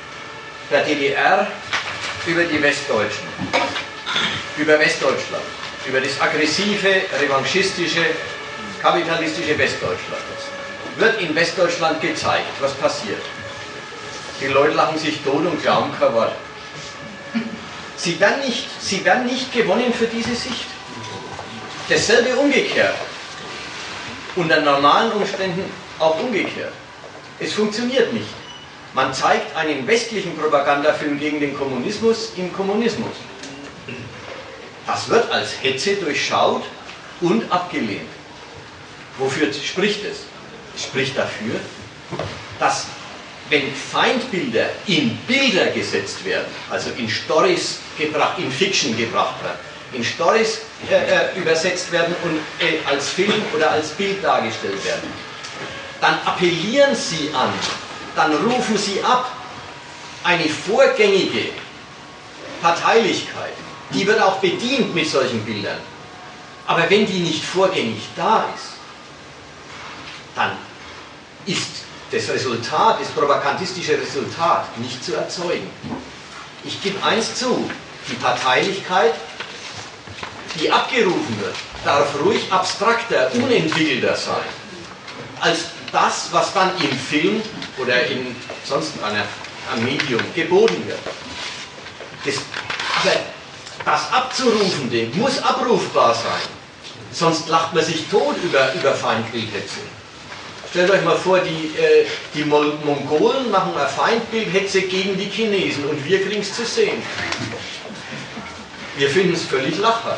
der D D R über die Westdeutschen, über Westdeutschland. über das aggressive, revanchistische, kapitalistische Westdeutschland wird in Westdeutschland gezeigt, was passiert. Die Leute lachen sich tot und glauben kein Wort. Sie werden nicht, sie werden nicht gewonnen für diese Sicht. Dasselbe umgekehrt. Unter normalen Umständen auch umgekehrt. Es funktioniert nicht. Man zeigt einen westlichen Propagandafilm gegen den Kommunismus im Kommunismus. Das wird als Hetze durchschaut und abgelehnt. Wofür spricht es? Es spricht dafür, dass wenn Feindbilder in Bilder gesetzt werden, also in Storys gebracht, in Fiction gebracht werden, in Storys äh, äh, übersetzt werden und äh, als Film oder als Bild dargestellt werden, dann appellieren sie an, dann rufen sie ab, eine vorgängige Parteilichkeit, die wird auch bedient mit solchen Bildern. Aber wenn die nicht vorgängig da ist, dann ist das Resultat, das propagandistische Resultat nicht zu erzeugen. Ich gebe eins zu, die Parteilichkeit, die abgerufen wird, darf ruhig abstrakter, unentwickelter sein, als das, was dann im Film oder in sonst einer, einem Medium geboten wird. Das, aber das Abzurufende muss abrufbar sein, sonst lacht man sich tot über, über Feindbildhetze. Stellt euch mal vor, die, äh, die Mongolen machen eine Feindbildhetze gegen die Chinesen und wir kriegen es zu sehen. Wir finden es völlig lachhaft.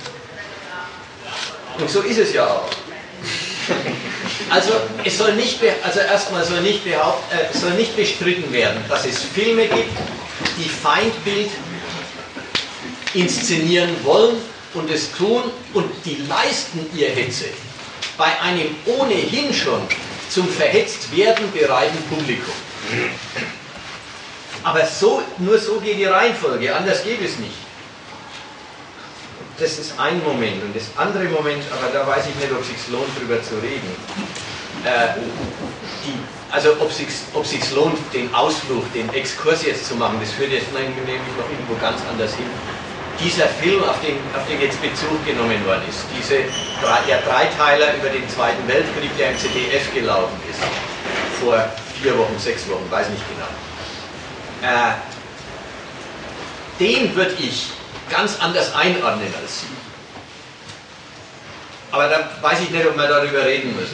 Und so ist es ja auch. Also, es soll nicht, also erstmal soll nicht, behaupt, äh, soll nicht bestritten werden, dass es Filme gibt, die Feindbild inszenieren wollen und es tun und die leisten ihr Hetze bei einem ohnehin schon zum Verhetztwerden bereiten Publikum. Aber so, nur so geht die Reihenfolge, anders geht es nicht. Das ist ein Moment. Und das andere Moment, aber da weiß ich nicht, ob es sich lohnt, darüber zu reden. Äh, die, also ob es sich ob sich's lohnt, den Ausflug, den Exkurs jetzt zu machen, das führt jetzt nämlich noch irgendwo ganz anders hin. Dieser Film, auf den, auf den jetzt Bezug genommen worden ist, diese, der Dreiteiler über den Zweiten Weltkrieg, der im Z D F gelaufen ist, vor vier Wochen, sechs Wochen, weiß nicht genau, äh, den würde ich ganz anders einordnen als Sie. Aber da weiß ich nicht, ob wir darüber reden müssen.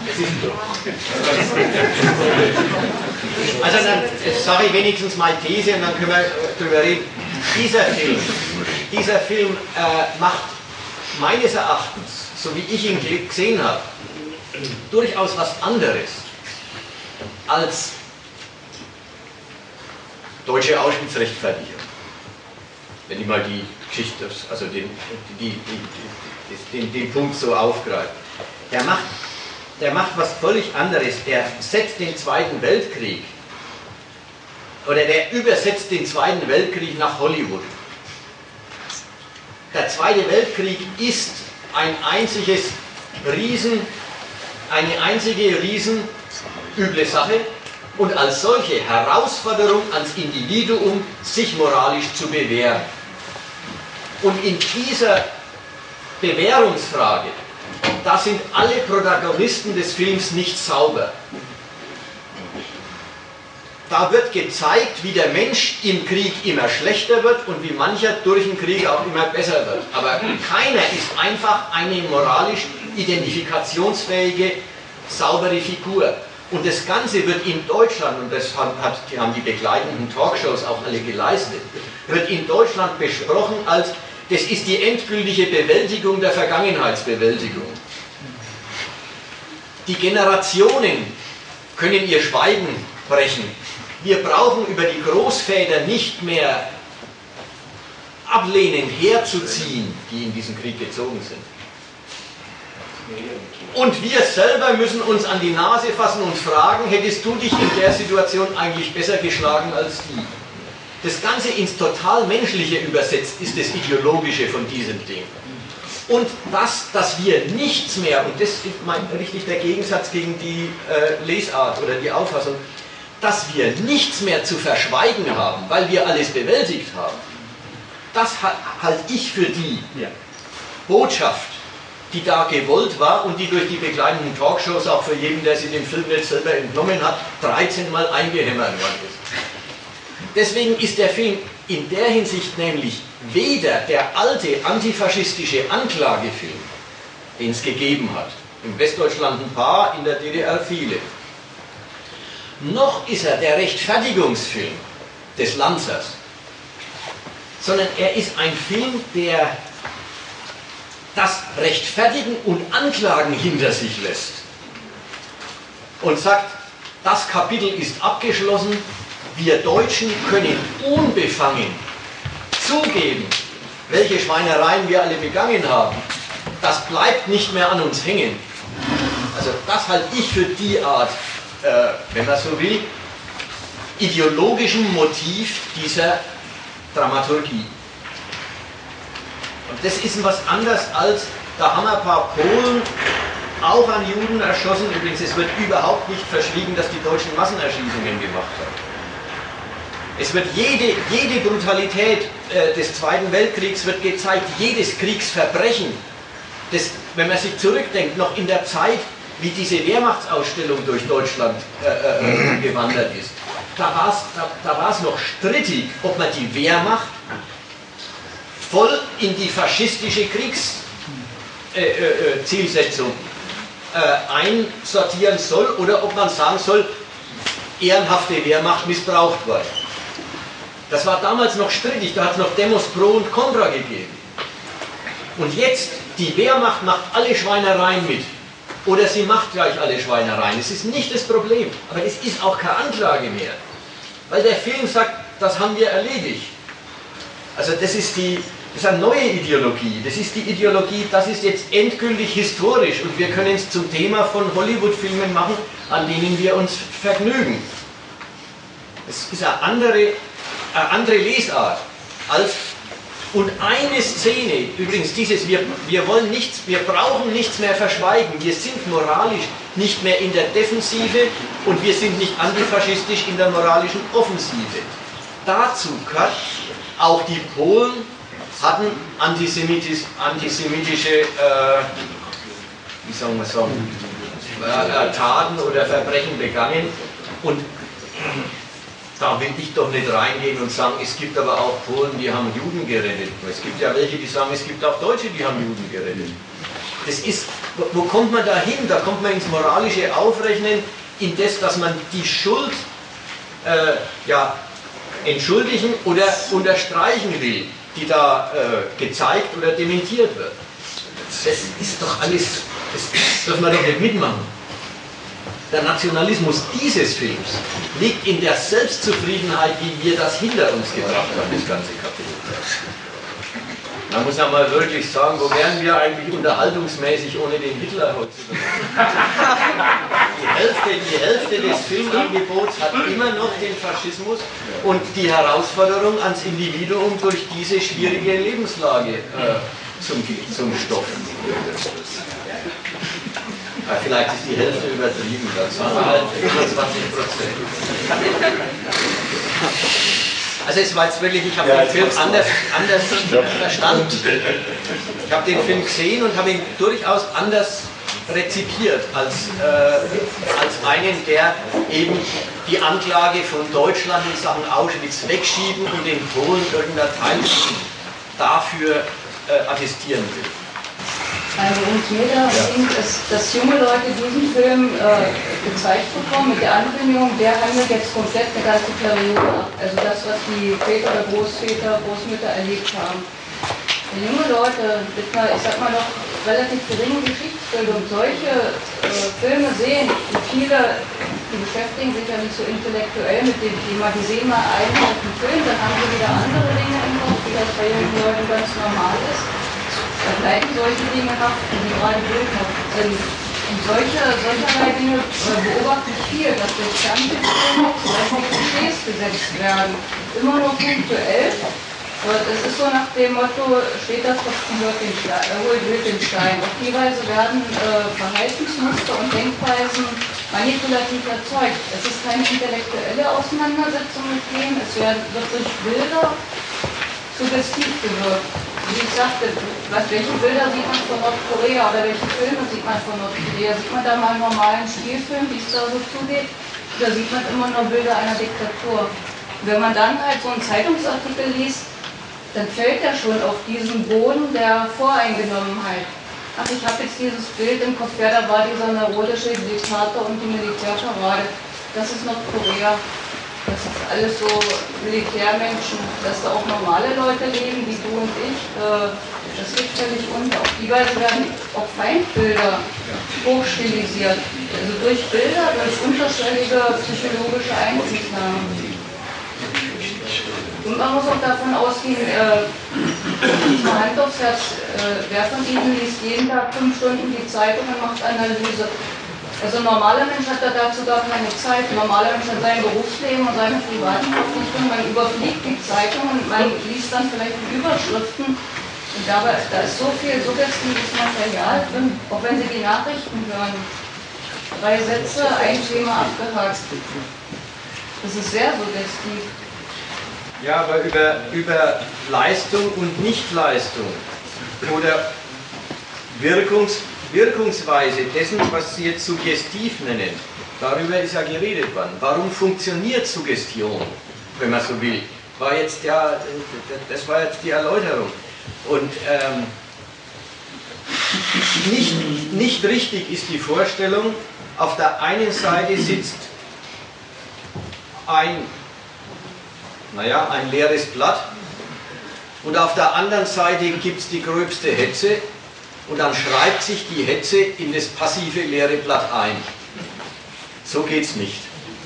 Also dann sage ich wenigstens mal These und dann können wir darüber reden. Dieser Film, dieser Film äh, macht meines Erachtens, so wie ich ihn gesehen habe, durchaus was anderes als deutsche Auschwitz-Rechtfertigung. Wenn ich mal die Geschichte, also den, die, die, den, den Punkt so aufgreife. Der macht, der macht was völlig anderes. Der setzt den Zweiten Weltkrieg, oder der übersetzt den Zweiten Weltkrieg nach Hollywood. Der Zweite Weltkrieg ist ein einziges Riesen, eine einzige riesen üble Sache und als solche Herausforderung ans Individuum, sich moralisch zu bewähren. Und in dieser Bewährungsfrage, da sind alle Protagonisten des Films nicht sauber. Da wird gezeigt, wie der Mensch im Krieg immer schlechter wird und wie mancher durch den Krieg auch immer besser wird. Aber keiner ist einfach eine moralisch identifikationsfähige, saubere Figur. Und das Ganze wird in Deutschland, und das hat, die haben die begleitenden Talkshows auch alle geleistet, wird in Deutschland besprochen als, das ist die endgültige Bewältigung der Vergangenheitsbewältigung. Die Generationen können ihr Schweigen brechen. Wir brauchen über die Großväter nicht mehr ablehnend herzuziehen, die in diesen Krieg gezogen sind. Und wir selber müssen uns an die Nase fassen und fragen, hättest du dich in der Situation eigentlich besser geschlagen als die? Das Ganze ins total Menschliche übersetzt ist das Ideologische von diesem Ding. Und das, dass wir nichts mehr, und das ist mein, richtig der Gegensatz gegen die äh, Lesart oder die Auffassung, dass wir nichts mehr zu verschweigen haben, weil wir alles bewältigt haben, das halte ich für die Botschaft, die da gewollt war und die durch die begleitenden Talkshows auch für jeden, der sich den Film nicht selber entnommen hat, dreizehn Mal eingehämmert worden ist. Deswegen ist der Film in der Hinsicht nämlich weder der alte antifaschistische Anklagefilm, den es gegeben hat, in Westdeutschland ein paar, in der D D R viele, noch ist er der Rechtfertigungsfilm des Lanzers, sondern er ist ein Film, der das Rechtfertigen und Anklagen hinter sich lässt und sagt, das Kapitel ist abgeschlossen, wir Deutschen können unbefangen zugeben, welche Schweinereien wir alle begangen haben. Das bleibt nicht mehr an uns hängen. Also das halte ich für die Art, äh, wenn man so will, ideologischen Motiv dieser Dramaturgie. Und das ist was anderes als, da haben ein paar Polen auch an Juden erschossen. Übrigens, es wird überhaupt nicht verschwiegen, dass die Deutschen Massenerschießungen gemacht haben. Es wird jede, jede Brutalität äh, des Zweiten Weltkriegs wird gezeigt, jedes Kriegsverbrechen. Das, wenn man sich zurückdenkt, noch in der Zeit, wie diese Wehrmachtsausstellung durch Deutschland äh, äh, gewandert ist, da war es da, da war's noch strittig, ob man die Wehrmacht voll in die faschistische Kriegszielsetzung äh, äh, äh, einsortieren soll oder ob man sagen soll, ehrenhafte Wehrmacht missbraucht worden. Das war damals noch strittig, da hat es noch Demos pro und contra gegeben. Und jetzt, die Wehrmacht macht alle Schweinereien mit. Oder sie macht gleich alle Schweinereien. Das ist nicht das Problem. Aber es ist auch keine Anklage mehr. Weil der Film sagt, das haben wir erledigt. Also das ist, die, das ist eine neue Ideologie. Das ist die Ideologie, das ist jetzt endgültig historisch. Und wir können es zum Thema von Hollywood-Filmen machen, an denen wir uns vergnügen. Es ist eine andere... eine andere Lesart als, und eine Szene, übrigens dieses, wir, wir wollen nichts, wir brauchen nichts mehr verschweigen, wir sind moralisch nicht mehr in der Defensive und wir sind nicht antifaschistisch in der moralischen Offensive. Dazu gehört, auch die Polen hatten antisemitisch, antisemitische, äh, wie soll man sagen, äh, Taten oder Verbrechen begangen und da will ich doch nicht reingehen und sagen, es gibt aber auch Polen, die haben Juden gerettet. Es gibt ja welche, die sagen, es gibt auch Deutsche, die haben Juden gerettet. Das ist, wo kommt man da hin? Da kommt man ins moralische Aufrechnen, in das, dass man die Schuld äh, ja, entschuldigen oder unterstreichen will, die da äh, gezeigt oder dementiert wird. Das ist doch alles, das dürfen wir doch nicht mitmachen. Der Nationalismus dieses Films liegt in der Selbstzufriedenheit, wie wir das hinter uns gebracht haben, das ganze Kapitel. Man muss ja mal wirklich sagen, wo wären wir eigentlich unterhaltungsmäßig ohne den Hitler heutzutage? Die Hälfte, die Hälfte des Filmangebots hat immer noch den Faschismus und die Herausforderung ans Individuum durch diese schwierige Lebenslage äh, zum, zum Stoff. Ja, vielleicht ist die Hälfte übertrieben, dann sagen wir halt fünfundzwanzig Prozent. Also es war jetzt wirklich, ich habe ja, den Film anders, anders verstanden. Ich habe den Film gesehen und habe ihn durchaus anders rezipiert als, äh, als einen, der eben die Anklage von Deutschland in Sachen Auschwitz wegschieben und den Polen irgendein Teil dafür äh, attestieren will. Also uns jeder denkt, dass, dass junge Leute diesen Film äh, gezeigt bekommen mit der Ankündigung, der handelt jetzt komplett eine ganze Periode ab. Also das, was die Väter oder Großväter, Großmütter erlebt haben. Wenn junge Leute mit einer, ich sag mal noch, relativ geringen Geschichtsbildung solche äh, Filme sehen, und viele, die beschäftigen sich ja nicht so intellektuell mit dem Thema, die sehen mal einen auf dem Film, dann haben sie wieder andere Dinge im Kopf, wie das bei jungen Leuten ganz normal ist. Da bleiben solche Dinge haften, die gerade bildhaft sind. Und solche, solcherlei Dinge beobachte ich viel, dass durch Fernsehfilme zum Beispiel Klischees gesetzt werden. Immer nur punktuell. Es ist so nach dem Motto, steht das Tropfen holt den Stein. Holt den Stein. Auf die Weise werden äh, Verhaltensmuster und Denkweisen manipulativ erzeugt. Es ist keine intellektuelle Auseinandersetzung mit dem, es werden, wird durch Bilder suggestiv gewirkt. wie ich sagte, was, welche Bilder sieht man von Nordkorea oder welche Filme sieht man von Nordkorea? Sieht man da mal einen normalen Spielfilm, wie es da so zugeht? Da sieht man immer nur Bilder einer Diktatur. Wenn man dann halt so einen Zeitungsartikel liest, dann fällt er schon auf diesen Boden der Voreingenommenheit. Ach, ich habe jetzt dieses Bild im Kopf, ja, da war dieser neurotische Diktator und die Militärparade. Das ist Nordkorea. Das ist alles so Militärmenschen, dass da auch normale Leute leben, wie du und ich, äh, das geht völlig unter. Auf die Weise werden auch Feindbilder hochstilisiert. Also durch Bilder, durch unterschwellige psychologische Einsichtnahmen. Und man muss auch davon ausgehen, äh, mal Hand aufs Herz, äh, wer von Ihnen liest jeden Tag fünf Stunden die Zeitung und macht Analyse? Also ein normaler Mensch hat da dazu gar keine Zeit. Ein normaler Mensch hat sein Berufsleben und seine privaten Verpflichtungen. Man überfliegt die Zeitung und man liest dann vielleicht die Überschriften. Und dabei, da ist so viel suggestives Material drin, auch wenn Sie die Nachrichten hören. Drei Sätze, ein Thema abgehakt. Das ist sehr suggestiv. Ja, aber über, über Leistung und Nichtleistung oder Wirkungs, Wirkungsweise dessen, was Sie jetzt suggestiv nennen, darüber ist ja geredet worden. Warum funktioniert Suggestion, wenn man so will? War jetzt ja, das war jetzt die Erläuterung. Und ähm, nicht, nicht richtig ist die Vorstellung, auf der einen Seite sitzt ein naja, ein leeres Blatt und auf der anderen Seite gibt es die gröbste Hetze und dann schreibt sich die Hetze in das passive leere Blatt ein. So geht es nicht.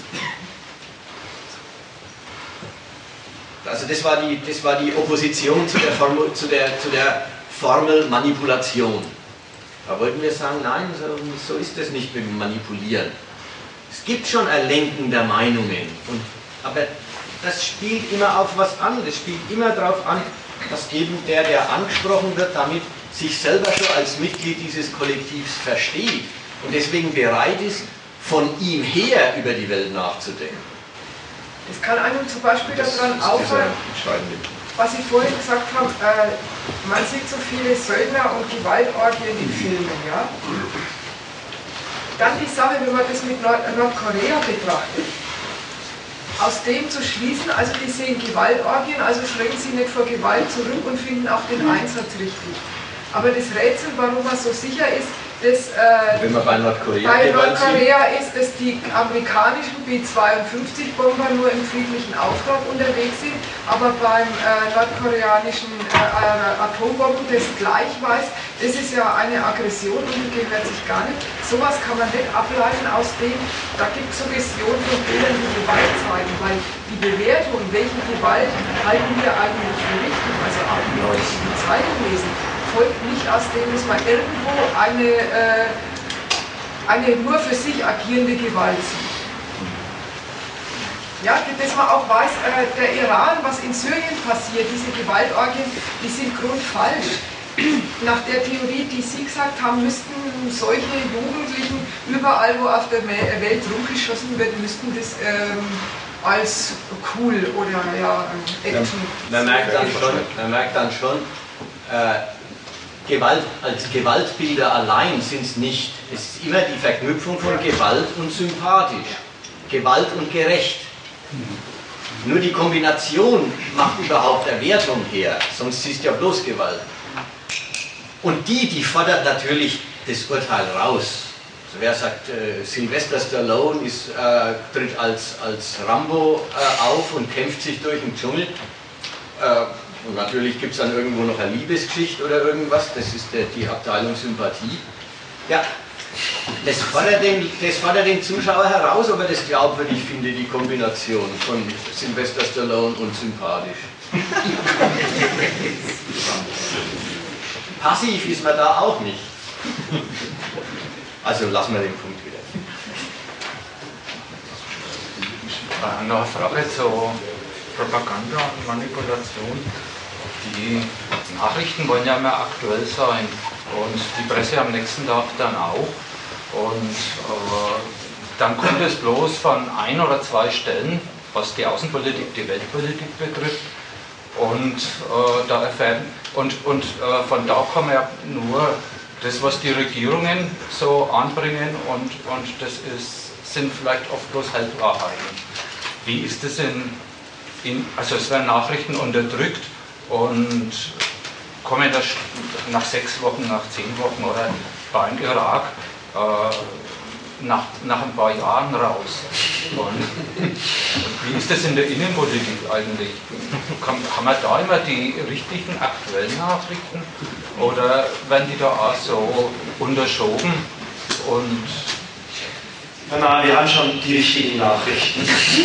Also das war die, das war die Opposition zu der, Formel, zu, der, zu der Formel Manipulation. Da wollten wir sagen, nein, so, so ist das nicht mit dem Manipulieren. Es gibt schon ein Lenken der Meinungen, und, aber das spielt immer auf was an, das spielt immer darauf an, dass eben der, der angesprochen wird, damit sich selber schon als Mitglied dieses Kollektivs versteht und deswegen bereit ist, von ihm her über die Welt nachzudenken. Das kann einem zum Beispiel daran auffallen, was Sie vorhin gesagt haben, äh, man sieht so viele Söldner und Gewaltorgien in Filmen, ja? Dann die Sache, wenn man das mit Nord Nordkorea betrachtet, aus dem zu schließen, also die sehen Gewaltorgien, also schrecken sie nicht vor Gewalt zurück und finden auch den Einsatz richtig. Aber das Rätsel, warum man so sicher ist, dass äh, wenn man bei Nordkorea, bei Nordkorea ist, dass die amerikanischen B zweiundfünfzig Bomber nur im friedlichen Auftrag unterwegs sind, aber beim äh, nordkoreanischen äh, Atombomben das gleich weiß, das ist ja eine Aggression und die gehört sich gar nicht. Sowas kann man nicht ableiten aus dem, da gibt es Suggestionen von Bildern, die Gewalt zeigen, weil die Bewertung, welche Gewalt halten wir eigentlich für richtig, also auch die Leute, die die Zeitung lesen, folgt nicht aus dem, dass man irgendwo eine, äh, eine nur für sich agierende Gewalt sieht. Ja, dass man auch weiß, äh, der Iran, was in Syrien passiert, diese Gewaltorgien, die sind grundfalsch. Nach der Theorie, die Sie gesagt haben, müssten solche Jugendlichen überall, wo auf der Welt rumgeschossen wird, müssten das ähm, als cool oder ja, Action. Man merkt dann schon, man merkt dann schon äh, Gewalt als Gewaltbilder allein sind es nicht. Es ist immer die Verknüpfung von Gewalt und sympathisch. Gewalt und gerecht. Nur die Kombination macht überhaupt Erwertung her, sonst ist ja bloß Gewalt. Und die, die fordert natürlich das Urteil raus. Also wer sagt, äh, Sylvester Stallone ist, äh, tritt als, als Rambo äh, auf und kämpft sich durch den Dschungel, äh, und natürlich gibt es dann irgendwo noch eine Liebesgeschichte oder irgendwas, das ist der, die Abteilung Sympathie. Ja, das fordert, den, das fordert den Zuschauer heraus, ob er das glaubwürdig findet, die Kombination von Sylvester Stallone und sympathisch. Passiv ist man da auch nicht. Also lassen wir den Punkt wieder. Noch eine Frage zur Propaganda und Manipulation. Die Nachrichten wollen ja immer aktuell sein und die Presse am nächsten Tag dann auch. Und äh, dann kommt es bloß von ein oder zwei Stellen, was die Außenpolitik, die Weltpolitik betrifft, Und, äh, da erfährt, und, und äh, von da kommen ja nur das, was die Regierungen so anbringen, und, und das ist, sind vielleicht oft bloß Halbwahrheiten. Wie ist das in, in, also es werden Nachrichten unterdrückt und kommen das nach sechs Wochen, nach zehn Wochen oder beim Irak äh, nach, nach ein paar Jahren raus. Und, und wie ist das in der Innenpolitik eigentlich? Kann, haben wir da immer die richtigen aktuellen Nachrichten oder werden die da auch so unterschoben? Und na, wir haben schon die richtigen Nachrichten.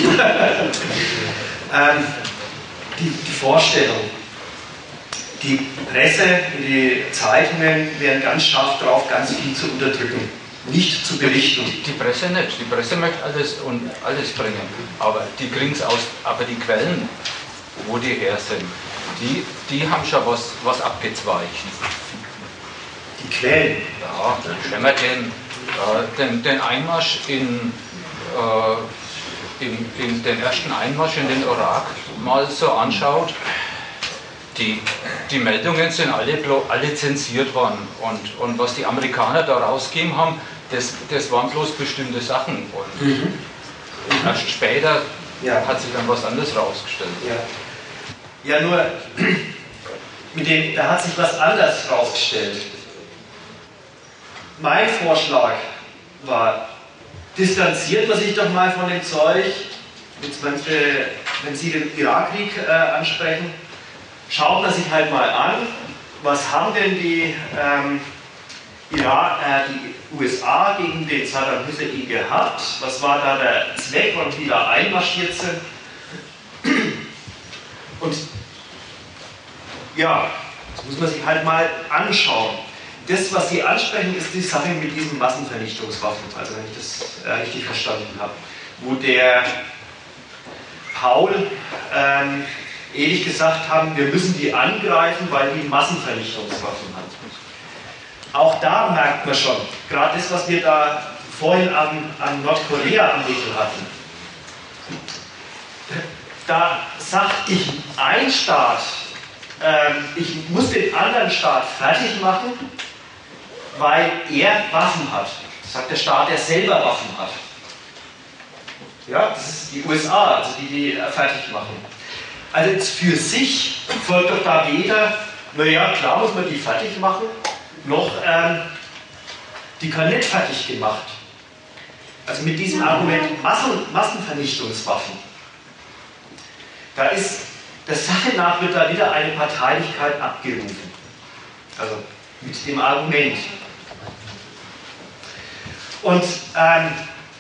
ähm, die, die Vorstellung, die Presse, die Zeitungen wären ganz scharf drauf, ganz viel zu unterdrücken, nicht zu berichten. Die, die Presse nicht. Die Presse möchte alles und alles bringen, aber die kriegen es aus. Aber die Quellen, wo die her sind, die, die haben schon was, was abgezweigt. Die Quellen? Ja, wenn man den, äh, den, den Einmarsch in, äh, in, in den ersten Einmarsch in den Irak mal so anschaut, Die, die Meldungen sind alle, alle zensiert worden, und, und was die Amerikaner da rausgegeben haben, das, das waren bloß bestimmte Sachen, und mhm. erst später ja. hat sich dann was anderes rausgestellt. Ja, ja nur, mit dem, da hat sich was anderes rausgestellt. Mein Vorschlag war, distanziert man sich doch mal von dem Zeug, jetzt, wenn Sie den Irakkrieg äh, ansprechen, schaut man sich halt mal an, was haben denn die, ähm, Irak, äh, die U S A gegen den Saddam Hussein gehabt, was war da der Zweck, warum die da einmarschiert sind. Und ja, das muss man sich halt mal anschauen. Das, was Sie ansprechen, ist die Sache mit diesen Massenvernichtungswaffen, also wenn ich das äh, richtig verstanden habe, wo der Paul ähm, ehrlich gesagt haben, wir müssen die angreifen, weil die Massenvernichtungswaffen haben. Auch da merkt man schon, gerade das, was wir da vorhin an, an Nordkorea am Mittel hatten, da sagt ich ein Staat, äh, ich muss den anderen Staat fertig machen, weil er Waffen hat. Das sagt der Staat, der selber Waffen hat. Ja, das ist die U S A, also die die fertig machen. Also jetzt für sich folgt doch da weder, naja, klar muss man die fertig machen, noch ähm, die können nicht fertig gemacht. Also mit diesem Argument Massen, Massenvernichtungswaffen, da ist der Sache nach wird da wieder eine Parteilichkeit abgerufen. Also mit dem Argument. Und ähm,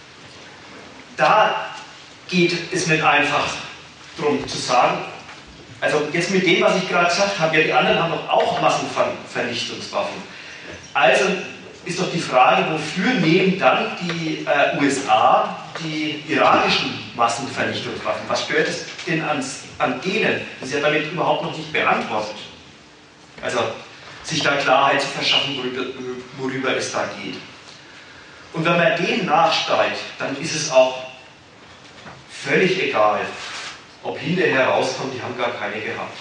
da geht es nicht einfach drum zu sagen, also jetzt mit dem, was ich gerade gesagt habe, ja, die anderen haben doch auch Massenvernichtungswaffen. Also ist doch die Frage, wofür nehmen dann die äh, U S A die iranischen Massenvernichtungswaffen? Was stört es denn ans, an denen? Das ist ja damit überhaupt noch nicht beantwortet. Also sich da Klarheit zu verschaffen, worüber, worüber es da geht. Und wenn man denen nachsteigt, dann ist es auch völlig egal, ob hinterher rauskommt, die haben gar keine gehabt.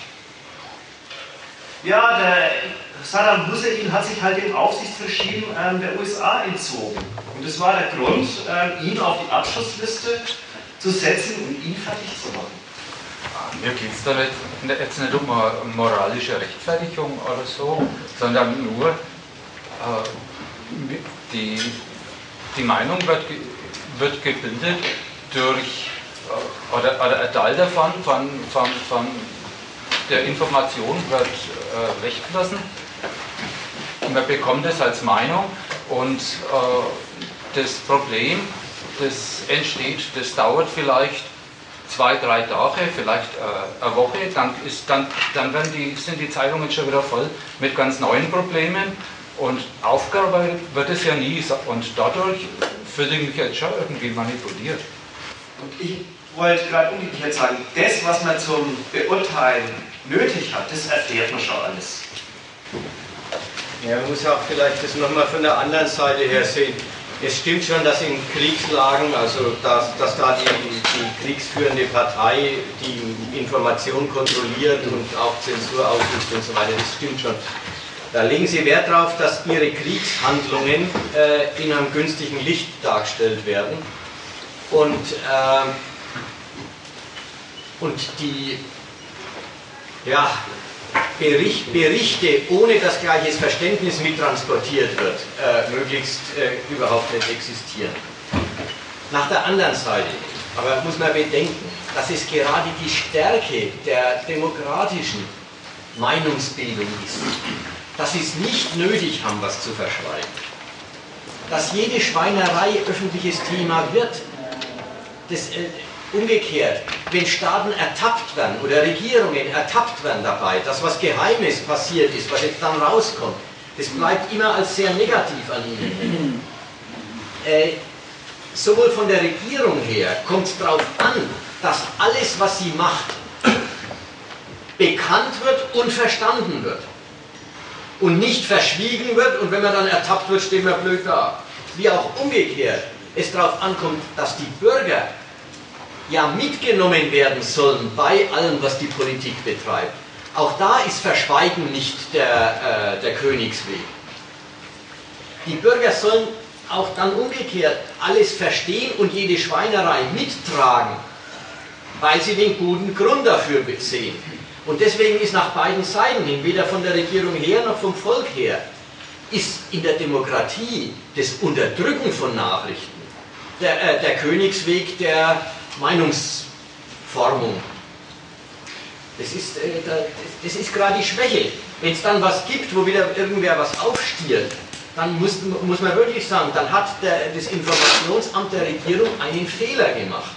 Ja, der Saddam Hussein hat sich halt dem Aufsichtsregime ähm, der U S A entzogen. Und das war der Grund, ähm, ihn auf die Abschussliste zu setzen und ihn fertig zu machen. Mir geht es da nicht, jetzt nicht um eine moralische Rechtfertigung oder so, sondern nur, äh, die, die Meinung wird, wird gebildet durch Oder, oder ein Teil davon, von, von, von der Information wird äh, weggelassen. Man bekommt es als Meinung, und äh, das Problem, das entsteht, das dauert vielleicht zwei, drei Tage, vielleicht äh, eine Woche, dann, ist, dann, dann werden die, sind die Zeitungen schon wieder voll mit ganz neuen Problemen, und aufgearbeitet wird es ja nie, und dadurch fühle ich mich jetzt schon irgendwie manipuliert. Und ich wollte gerade umgekehrt sagen, das, was man zum Beurteilen nötig hat, das erfährt man schon alles. Ja, man muss auch vielleicht das nochmal von der anderen Seite her sehen. Es stimmt schon, dass in Kriegslagen, also dass, dass da die, die kriegsführende Partei die Information kontrolliert und auch Zensur ausübt und so weiter, das stimmt schon. Da legen Sie Wert darauf, dass Ihre Kriegshandlungen äh, in einem günstigen Licht dargestellt werden und, äh, und die ja, Bericht, Berichte, ohne dass gleiches Verständnis mittransportiert wird, äh, möglichst äh, überhaupt nicht existieren. Nach der anderen Seite, aber muss man bedenken, dass es gerade die Stärke der demokratischen Meinungsbildung ist, dass sie es nicht nötig haben, was zu verschweigen. Dass jede Schweinerei öffentliches Thema wird, das, äh, umgekehrt, wenn Staaten ertappt werden oder Regierungen ertappt werden dabei, dass was Geheimes passiert ist, was jetzt dann rauskommt, das bleibt immer als sehr negativ an ihnen. Äh, sowohl von der Regierung her kommt es darauf an, dass alles, was sie macht, bekannt wird und verstanden wird. Und nicht verschwiegen wird und wenn man dann ertappt wird, stehen wir blöd da. Wie auch umgekehrt es darauf ankommt, dass die Bürger ja mitgenommen werden sollen bei allem, was die Politik betreibt. Auch da ist Verschweigen nicht der, äh, der Königsweg. Die Bürger sollen auch dann umgekehrt alles verstehen und jede Schweinerei mittragen, weil sie den guten Grund dafür sehen. Und deswegen ist nach beiden Seiten hin, weder von der Regierung her noch vom Volk her, ist in der Demokratie das Unterdrücken von Nachrichten der, äh, der Königsweg der Meinungsformung. Das ist, äh, das ist gerade die Schwäche. Wenn es dann was gibt, wo wieder irgendwer was aufstiert, dann muss, muss man wirklich sagen, dann hat der, das Informationsamt der Regierung einen Fehler gemacht.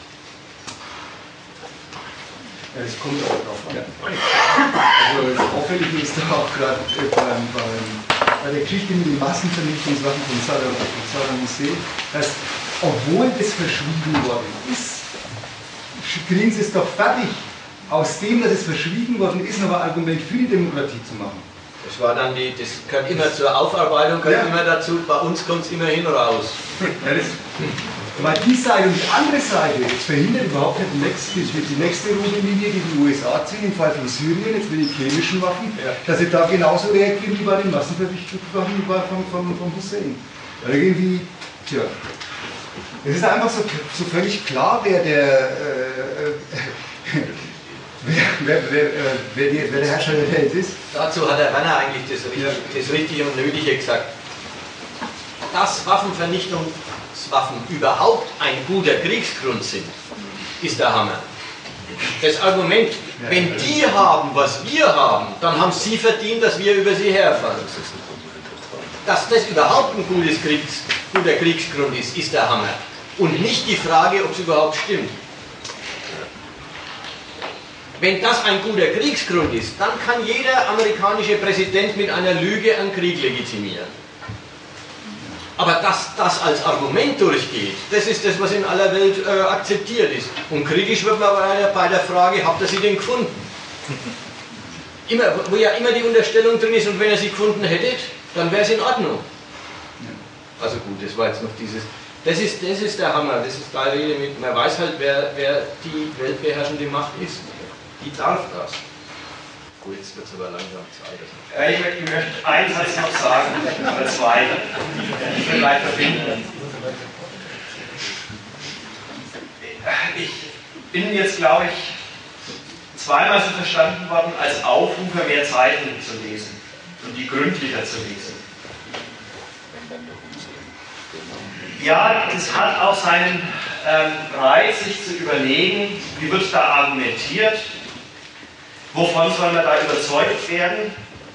Ja, das kommt auch drauf an. Also auffällig ist da auch gerade beim, beim, bei der Geschichte mit den Massenvernichtungswaffen von Saddam, Saddam Hussein, dass obwohl das verschwiegen worden ist, kriegen sie es doch fertig, aus dem, dass es verschwiegen worden ist, noch ein Argument für die Demokratie zu machen. Das war dann die, das gehört immer zur Aufarbeitung, gehört ja. immer dazu, bei uns kommt es immerhin raus. Ja, das, weil die Seite und die andere Seite jetzt verhindert überhaupt nicht die nächste, die nächste rote Linie, die die U S A ziehen, im Fall von Syrien, jetzt mit den chemischen Waffen, ja. dass sie da genauso reagieren wie bei den Massenvernichtungswaffen von, von, von Hussein. Weil irgendwie, tja, es ist einfach so, so völlig klar, wer der, äh, äh, wer, wer, wer, wer, die, wer der Herrscher der Welt ist. Dazu hat der Werner eigentlich das, ja. das Richtige und Nötige gesagt. Dass Waffenvernichtungswaffen überhaupt ein guter Kriegsgrund sind, ist der Hammer. Das Argument, wenn die haben, was wir haben, dann haben sie verdient, dass wir über sie herfallen. Dass das überhaupt ein gutes Kriegs, guter Kriegsgrund ist, ist der Hammer. Und nicht die Frage, ob es überhaupt stimmt. Wenn das ein guter Kriegsgrund ist, dann kann jeder amerikanische Präsident mit einer Lüge einen Krieg legitimieren. Aber dass das als Argument durchgeht, das ist das, was in aller Welt äh, akzeptiert ist. Und kritisch wird man bei der, bei der Frage, habt ihr sie denn gefunden? Immer, wo ja immer die Unterstellung drin ist, und wenn ihr sie gefunden hättet, dann wäre es in Ordnung. Also gut, das war jetzt noch dieses... Das ist, das ist der Hammer, das ist da Rede mit, man weiß halt, wer, wer die weltbeherrschende Macht ist. Die darf das. Gut, jetzt wird es aber langsam Zeit. Ja, ich, ich möchte einen Satz noch sagen, oder zwei, die wir gleich verbinden. Ich bin jetzt, glaube ich, zweimal so verstanden worden, als Aufrufer mehr Zeiten zu lesen und die gründlicher zu lesen. Ja, es hat auch seinen ähm, Reiz, sich zu überlegen, wie wird da argumentiert, wovon soll man da überzeugt werden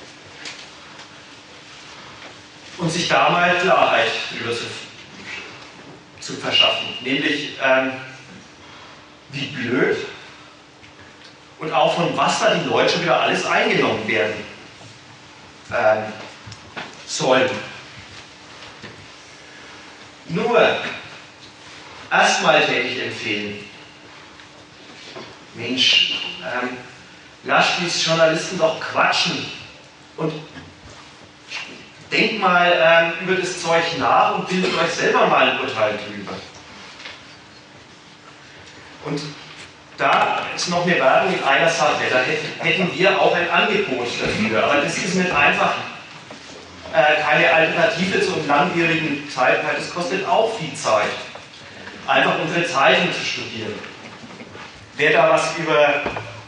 und sich da mal Klarheit darüber zu, zu verschaffen. Nämlich, ähm, wie blöd und auch von was da die Leute schon wieder alles eingenommen werden ähm, sollen. Nur, erstmal hätte ich empfehlen, Mensch, ähm, lasst die Journalisten doch quatschen und denkt mal ähm, über das Zeug nach und bildet euch selber mal ein Urteil drüber. Und da ist noch eine Werbung in einer Sache, da hätten wir auch ein Angebot dafür, aber das ist nicht einfach äh, keine Alternative zu einem langwierigen Zeit, weil das kostet auch viel Zeit, einfach unsere Zeichen zu studieren. Wer da was über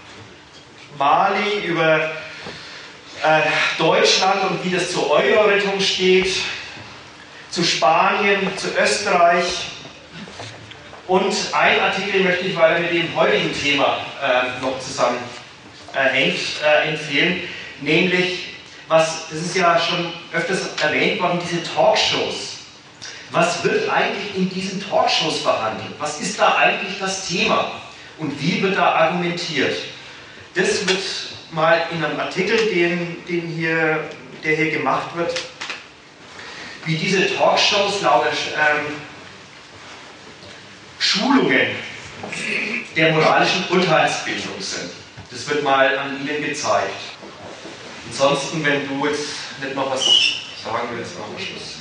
Mali, über äh, Deutschland und wie das zur Euro-Rettung steht, zu Spanien, zu Österreich, und ein Artikel möchte ich, weil er mit dem heutigen Thema äh, noch zusammenhängt, äh, äh, empfehlen, nämlich, was, das ist ja schon öfters erwähnt worden, diese Talkshows. Was wird eigentlich in diesen Talkshows verhandelt? Was ist da eigentlich das Thema? Und wie wird da argumentiert? Das wird mal in einem Artikel, den, den hier, der hier gemacht wird, wie diese Talkshows lauter ähm, Schulungen der moralischen Urteilsbildung sind. Das wird mal an Ihnen gezeigt. Ansonsten, wenn du jetzt nicht noch was sagen willst, machen wir Schluss.